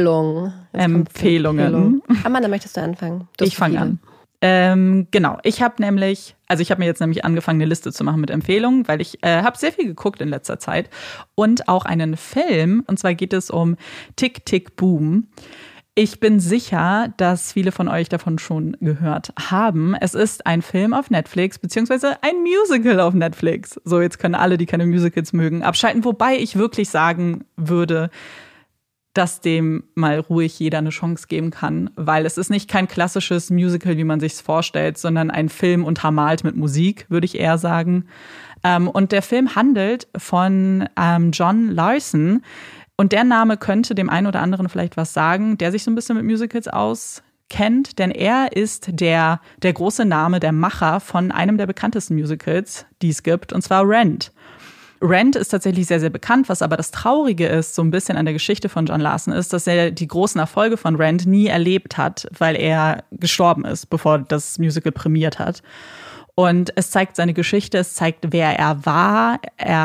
Empfehlungen. Amanda, möchtest du anfangen? Ich fange an. Genau, ich habe mir jetzt nämlich angefangen, eine Liste zu machen mit Empfehlungen, weil ich habe sehr viel geguckt in letzter Zeit und auch einen Film, und zwar geht es um Tick, Tick, Boom. Ich bin sicher, dass viele von euch davon schon gehört haben. Es ist ein Film auf Netflix, beziehungsweise ein Musical auf Netflix. So, jetzt können alle, die keine Musicals mögen, abschalten, wobei ich wirklich sagen würde, dass dem mal ruhig jeder eine Chance geben kann, weil es ist nicht kein klassisches Musical, wie man sich's vorstellt, sondern ein Film untermalt mit Musik, würde ich eher sagen. Und der Film handelt von John Larson. Und der Name könnte dem einen oder anderen vielleicht was sagen, der sich so ein bisschen mit Musicals auskennt, denn er ist der große Name, der Macher von einem der bekanntesten Musicals, die es gibt, und zwar Rent. Rent ist tatsächlich sehr, sehr bekannt, was aber das Traurige ist, so ein bisschen an der Geschichte von John Larson ist, dass er die großen Erfolge von Rent nie erlebt hat, weil er gestorben ist, bevor das Musical prämiert hat. Und es zeigt seine Geschichte, es zeigt, wer er war.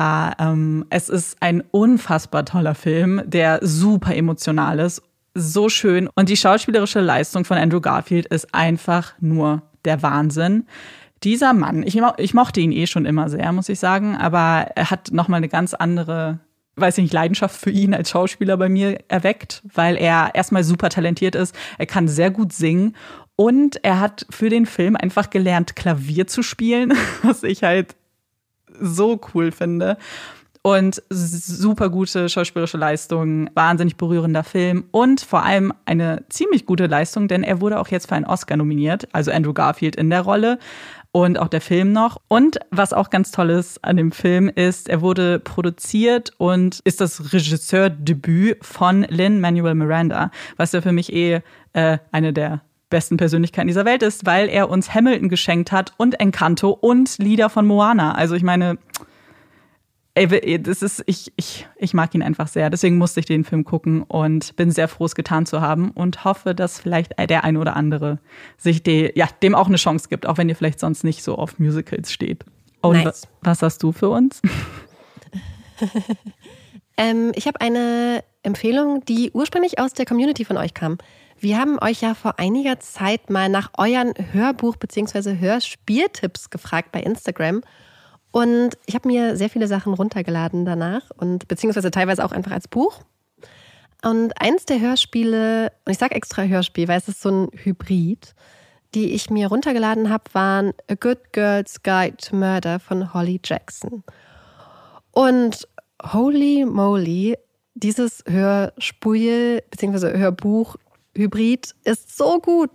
Es ist ein unfassbar toller Film, der super emotional ist, so schön. Und die schauspielerische Leistung von Andrew Garfield ist einfach nur der Wahnsinn. Dieser Mann, ich mochte ihn schon immer sehr, muss ich sagen, aber er hat nochmal eine ganz andere, Leidenschaft für ihn als Schauspieler bei mir erweckt, weil er erstmal super talentiert ist, er kann sehr gut singen und er hat für den Film einfach gelernt, Klavier zu spielen, was ich halt so cool finde. Und super gute schauspielerische Leistung, wahnsinnig berührender Film und vor allem eine ziemlich gute Leistung, denn er wurde auch jetzt für einen Oscar nominiert, also Andrew Garfield in der Rolle. Und auch der Film noch. Und was auch ganz toll ist an dem Film ist, er wurde produziert und ist das Regisseurdebüt von Lin-Manuel Miranda, was ja für mich eine der besten Persönlichkeiten dieser Welt ist, weil er uns Hamilton geschenkt hat und Encanto und Lieder von Moana. Also ich meine, ich mag ihn einfach sehr. Deswegen musste ich den Film gucken und bin sehr froh, es getan zu haben und hoffe, dass vielleicht der ein oder andere sich dem auch eine Chance gibt, auch wenn ihr vielleicht sonst nicht so auf Musicals steht. Und nice. Was hast du für uns? Ich habe eine Empfehlung, die ursprünglich aus der Community von euch kam. Wir haben euch ja vor einiger Zeit mal nach euren Hörbuch- bzw. Hörspieltipps gefragt bei Instagram. Und ich habe mir sehr viele Sachen runtergeladen danach und beziehungsweise teilweise auch einfach als Buch. Und eins der Hörspiele, und ich sage extra Hörspiel, weil es ist so ein Hybrid, die ich mir runtergeladen habe, waren A Good Girl's Guide to Murder von Holly Jackson. Und holy moly, dieses Hörspiel bzw. Hörbuch Hybrid ist so gut.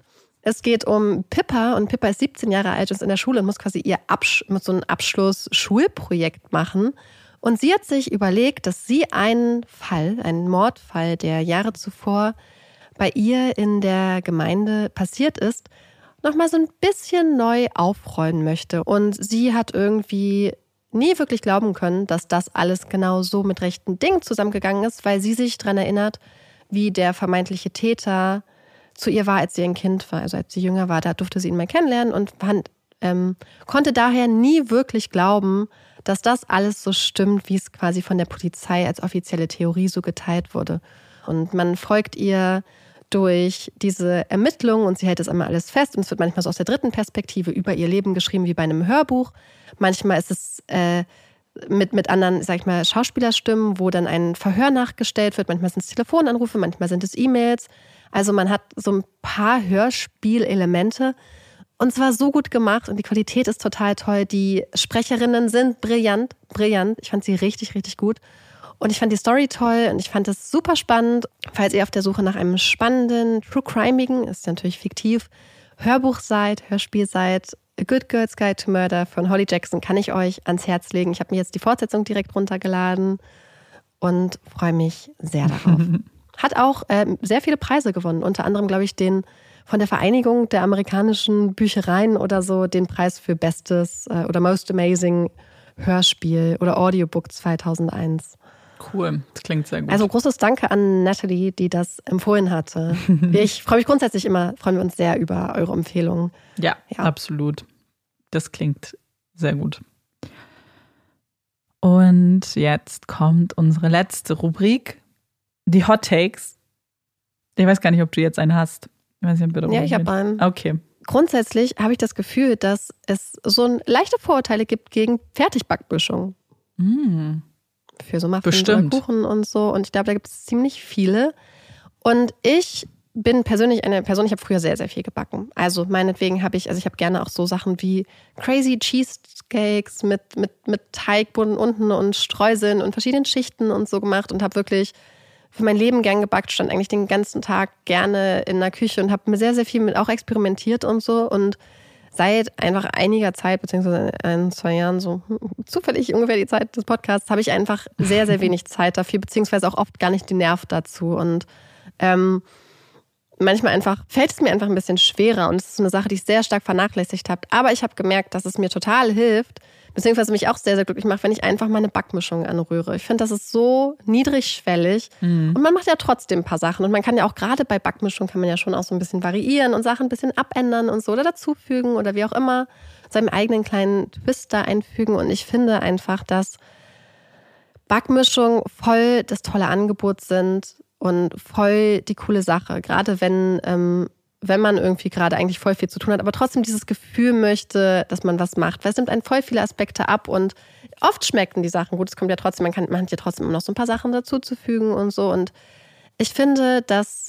Es geht um Pippa und Pippa ist 17 Jahre alt und ist in der Schule und muss quasi so ein Abschluss-Schulprojekt machen. Und sie hat sich überlegt, dass sie einen Mordfall, der Jahre zuvor bei ihr in der Gemeinde passiert ist, nochmal so ein bisschen neu aufrollen möchte. Und sie hat irgendwie nie wirklich glauben können, dass das alles genau so mit rechten Dingen zusammengegangen ist, weil sie sich daran erinnert, wie der vermeintliche Täter zu ihr war, als sie ein Kind war, also als sie jünger war. Da durfte sie ihn mal kennenlernen und konnte daher nie wirklich glauben, dass das alles so stimmt, wie es quasi von der Polizei als offizielle Theorie so geteilt wurde. Und man folgt ihr durch diese Ermittlungen und sie hält das immer alles fest. Und es wird manchmal so aus der dritten Perspektive über ihr Leben geschrieben, wie bei einem Hörbuch. Manchmal ist es mit anderen, sag ich mal, Schauspielerstimmen, wo dann ein Verhör nachgestellt wird. Manchmal sind es Telefonanrufe, manchmal sind es E-Mails. Also man hat so ein paar Hörspielelemente und es war so gut gemacht und die Qualität ist total toll. Die Sprecherinnen sind brillant. Ich fand sie richtig, richtig gut. Und ich fand die Story toll und ich fand es super spannend. Falls ihr auf der Suche nach einem spannenden, True-Crimigen, ist natürlich fiktiv, Hörbuch seid, Hörspiel seid, A Good Girl's Guide to Murder von Holly Jackson kann ich euch ans Herz legen. Ich habe mir jetzt die Fortsetzung direkt runtergeladen und freue mich sehr darauf. Hat auch sehr viele Preise gewonnen, unter anderem, glaube ich, den von der Vereinigung der amerikanischen Büchereien oder so, den Preis für Bestes oder Most Amazing Hörspiel oder Audiobook 2001. Cool, das klingt sehr gut. Also großes Danke an Natalie, die das empfohlen hatte. Ich freue mich grundsätzlich freuen wir uns sehr über eure Empfehlungen. Ja, absolut. Das klingt sehr gut. Und jetzt kommt unsere letzte Rubrik, die Hot Takes. Ich weiß gar nicht, ob du jetzt einen hast. Ich weiß nicht, ich habe einen. Okay. Grundsätzlich habe ich das Gefühl, dass es so leichte Vorurteile gibt gegen Fertigbackmischung. Für so Muffins oder Kuchen und so. Und ich glaube, da gibt es ziemlich viele. Und ich bin persönlich eine Person, ich habe früher sehr, sehr viel gebacken. Also meinetwegen habe ich gerne auch so Sachen wie Crazy Cheesecakes mit Teigboden unten und Streuseln und verschiedenen Schichten und so gemacht und habe wirklich für mein Leben gern gebackt, stand eigentlich den ganzen Tag gerne in der Küche und habe mir sehr, sehr viel mit auch experimentiert und so. Und seit einfach einiger Zeit, beziehungsweise 1-2 Jahren, so zufällig ungefähr die Zeit des Podcasts, habe ich einfach sehr, sehr wenig Zeit dafür, beziehungsweise auch oft gar nicht den Nerv dazu. Und manchmal fällt es mir einfach ein bisschen schwerer und es ist so eine Sache, die ich sehr stark vernachlässigt habe. Aber ich habe gemerkt, dass es mir total hilft, beziehungsweise mich auch sehr, sehr glücklich macht, wenn ich einfach mal eine Backmischung anrühre. Ich finde, das ist so niedrigschwellig und man macht ja trotzdem ein paar Sachen und man kann ja auch gerade bei Backmischung kann man ja schon auch so ein bisschen variieren und Sachen ein bisschen abändern und so oder dazufügen oder wie auch immer seinem eigenen kleinen Twist da einfügen und ich finde einfach, dass Backmischungen voll das tolle Angebot sind und voll die coole Sache, gerade wenn man irgendwie gerade eigentlich voll viel zu tun hat, aber trotzdem dieses Gefühl möchte, dass man was macht. Weil es nimmt einen voll viele Aspekte ab und oft schmecken die Sachen gut. Es kommt ja trotzdem, man hat ja trotzdem immer noch so ein paar Sachen dazuzufügen und so. Und ich finde, dass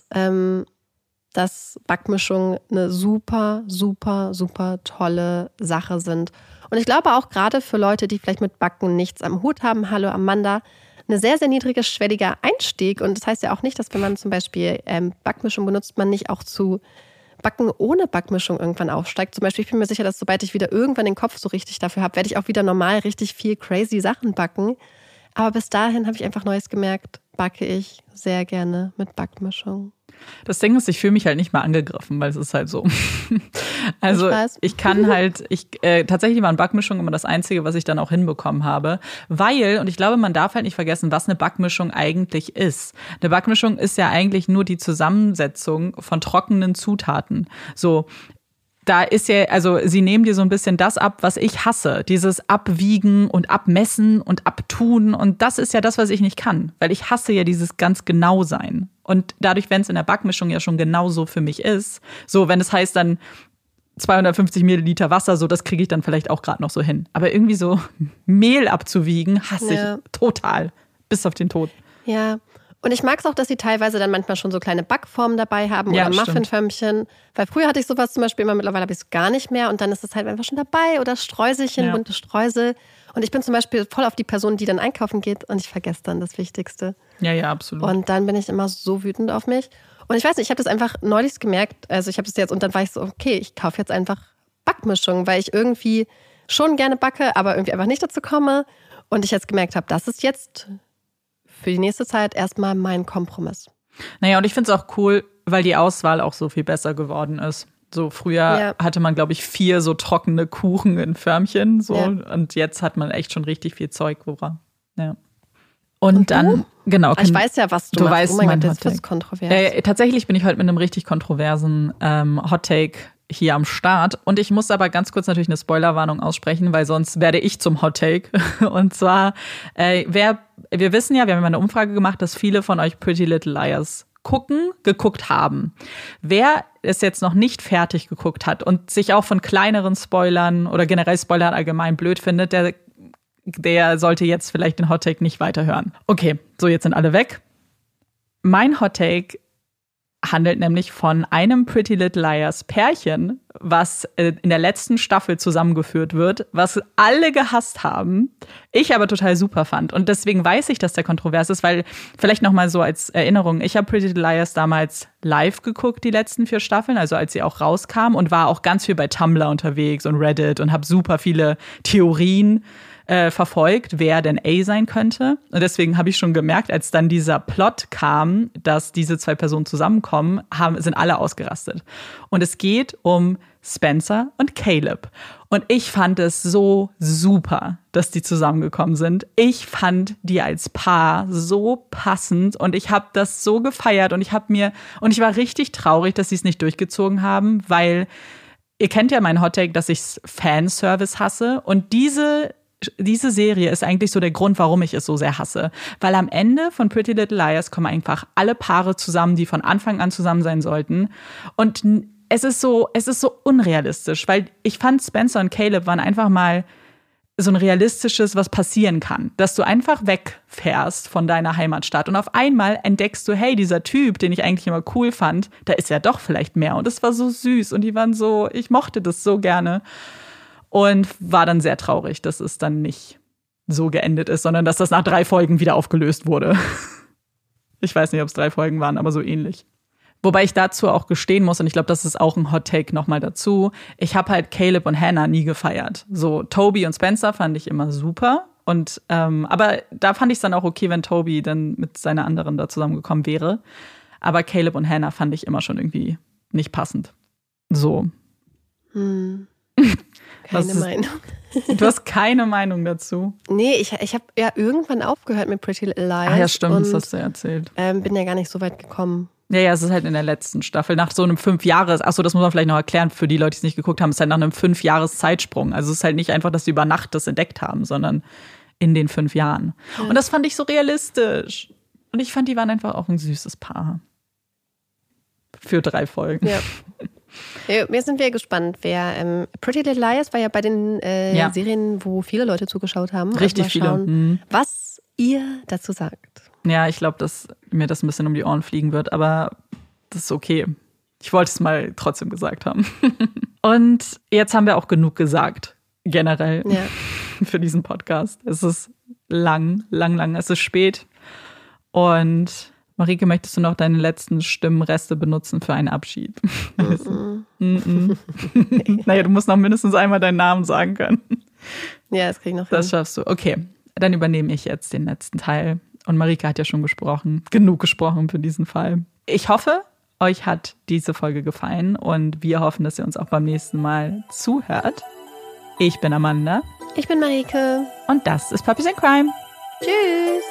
Backmischungen eine super, super, super tolle Sache sind. Und ich glaube auch gerade für Leute, die vielleicht mit Backen nichts am Hut haben, hallo Amanda, eine sehr, sehr schwelliger Einstieg. Und das heißt ja auch nicht, dass wenn man zum Beispiel Backmischung benutzt, man nicht auch zu Backen ohne Backmischung irgendwann aufsteigt. Zum Beispiel, ich bin mir sicher, dass sobald ich wieder irgendwann den Kopf so richtig dafür habe, werde ich auch wieder normal richtig viel crazy Sachen backen. Aber bis dahin habe ich einfach Neues gemerkt, backe ich sehr gerne mit Backmischung. Das Ding ist, ich fühle mich halt nicht mal angegriffen, weil es ist halt so. Also ich kann halt, tatsächlich waren Backmischungen immer das Einzige, was ich dann auch hinbekommen habe. Weil, und ich glaube, man darf halt nicht vergessen, was eine Backmischung eigentlich ist. Eine Backmischung ist ja eigentlich nur die Zusammensetzung von trockenen Zutaten. So. Da ist ja, also sie nehmen dir so ein bisschen das ab, was ich hasse. Dieses Abwiegen und Abmessen und Abtun. Und das ist ja das, was ich nicht kann. Weil ich hasse ja dieses ganz genau sein. Und dadurch, wenn es in der Backmischung ja schon genauso für mich ist, so wenn es heißt dann 250 Milliliter Wasser, so das kriege ich dann vielleicht auch gerade noch so hin. Aber irgendwie so Mehl abzuwiegen, hasse ich total. Bis auf den Tod. Ja. Und ich mag es auch, dass sie teilweise dann manchmal schon so kleine Backformen dabei haben oder Muffinförmchen. Weil früher hatte ich sowas zum Beispiel immer, mittlerweile habe ich es gar nicht mehr. Und dann ist es halt einfach schon dabei oder Streuselchen, bunte Streusel. Und ich bin zum Beispiel voll auf die Person, die dann einkaufen geht und ich vergesse dann das Wichtigste. Ja, absolut. Und dann bin ich immer so wütend auf mich. Und ich weiß nicht, ich habe das einfach neulich gemerkt, also ich habe das jetzt und dann war ich so, okay, ich kaufe jetzt einfach Backmischung, weil ich irgendwie schon gerne backe, aber irgendwie einfach nicht dazu komme. Und ich jetzt gemerkt habe, das ist jetzt für die nächste Zeit erstmal mein Kompromiss. Naja, und ich finde es auch cool, weil die Auswahl auch so viel besser geworden ist. So früher hatte man, glaube ich, 4 so trockene Kuchen in Förmchen. So. Ja. Und jetzt hat man echt schon richtig viel Zeug, woran. Ja. Und dann, genau. Ich weiß ja, was du machst. Weißt, oh mein Gott, das wird kontrovers. Tatsächlich bin ich heute mit einem richtig kontroversen Hot-Take hier am Start. Und ich muss aber ganz kurz natürlich eine Spoilerwarnung aussprechen, weil sonst werde ich zum Hot-Take. Und zwar, wir wissen ja, wir haben eine Umfrage gemacht, dass viele von euch Pretty Little Liars geguckt haben. Wer es jetzt noch nicht fertig geguckt hat und sich auch von kleineren Spoilern oder generell Spoilern allgemein blöd findet, der sollte jetzt vielleicht den Hot-Take nicht weiterhören. Okay, so jetzt sind alle weg. Mein Hot-Take handelt nämlich von einem Pretty Little Liars Pärchen, was in der letzten Staffel zusammengeführt wird, was alle gehasst haben, ich aber total super fand. Und deswegen weiß ich, dass der kontrovers ist, weil vielleicht noch mal so als Erinnerung, ich habe Pretty Little Liars damals live geguckt, die letzten 4 Staffeln, also als sie auch rauskam und war auch ganz viel bei Tumblr unterwegs und Reddit und habe super viele Theorien verfolgt, wer denn A sein könnte. Und deswegen habe ich schon gemerkt, als dann dieser Plot kam, dass diese 2 Personen zusammenkommen, sind alle ausgerastet. Und es geht um Spencer und Caleb. Und ich fand es so super, dass die zusammengekommen sind. Ich fand die als Paar so passend und ich habe das so gefeiert und ich war richtig traurig, dass sie es nicht durchgezogen haben, weil ihr kennt ja meinen Hottake, dass ich Fanservice hasse und diese Serie ist eigentlich so der Grund, warum ich es so sehr hasse. Weil am Ende von Pretty Little Liars kommen einfach alle Paare zusammen, die von Anfang an zusammen sein sollten. Und es ist so unrealistisch, weil ich fand, Spencer und Caleb waren einfach mal so ein realistisches, was passieren kann. Dass du einfach wegfährst von deiner Heimatstadt und auf einmal entdeckst du, hey, dieser Typ, den ich eigentlich immer cool fand, da ist ja doch vielleicht mehr. Und es war so süß und die waren so, ich mochte das so gerne. Und war dann sehr traurig, dass es dann nicht so geendet ist, sondern dass das nach 3 Folgen wieder aufgelöst wurde. Ich weiß nicht, ob es 3 Folgen waren, aber so ähnlich. Wobei ich dazu auch gestehen muss, und ich glaube, das ist auch ein Hot-Take nochmal dazu, ich habe halt Caleb und Hannah nie gefeiert. So Toby und Spencer fand ich immer super. Und aber da fand ich es dann auch okay, wenn Toby dann mit seiner anderen da zusammengekommen wäre. Aber Caleb und Hannah fand ich immer schon irgendwie nicht passend. So. Keine Meinung. Du hast keine Meinung dazu? Nee, ich habe ja irgendwann aufgehört mit Pretty Little Liars. Ah ja, stimmt, das hast du erzählt. Bin ja gar nicht so weit gekommen. Ja, es ist halt in der letzten Staffel. Nach so einem 5-Jahres, achso, das muss man vielleicht noch erklären für die Leute, die es nicht geguckt haben, es ist halt nach einem 5-Jahres-Zeitsprung. Also es ist halt nicht einfach, dass sie über Nacht das entdeckt haben, sondern in den 5 Jahren. Ja. Und das fand ich so realistisch. Und ich fand, die waren einfach auch ein süßes Paar. Für 3 Folgen. Ja. Wir sind sehr gespannt, wer Pretty Little Liars war ja bei den Serien, wo viele Leute zugeschaut haben. Richtig also mal schauen, was ihr dazu sagt. Ja, ich glaube, dass mir das ein bisschen um die Ohren fliegen wird, aber das ist okay. Ich wollte es mal trotzdem gesagt haben. Und jetzt haben wir auch genug gesagt, generell, für diesen Podcast. Es ist lang. Es ist spät. Und Marike, möchtest du noch deine letzten Stimmenreste benutzen für einen Abschied? Naja, du musst noch mindestens einmal deinen Namen sagen können. Ja, das krieg ich noch hin. Das schaffst du. Okay, dann übernehme ich jetzt den letzten Teil. Und Marike hat ja schon genug gesprochen für diesen Fall. Ich hoffe, euch hat diese Folge gefallen und wir hoffen, dass ihr uns auch beim nächsten Mal zuhört. Ich bin Amanda. Ich bin Marike. Und das ist Puppies in Crime. Tschüss.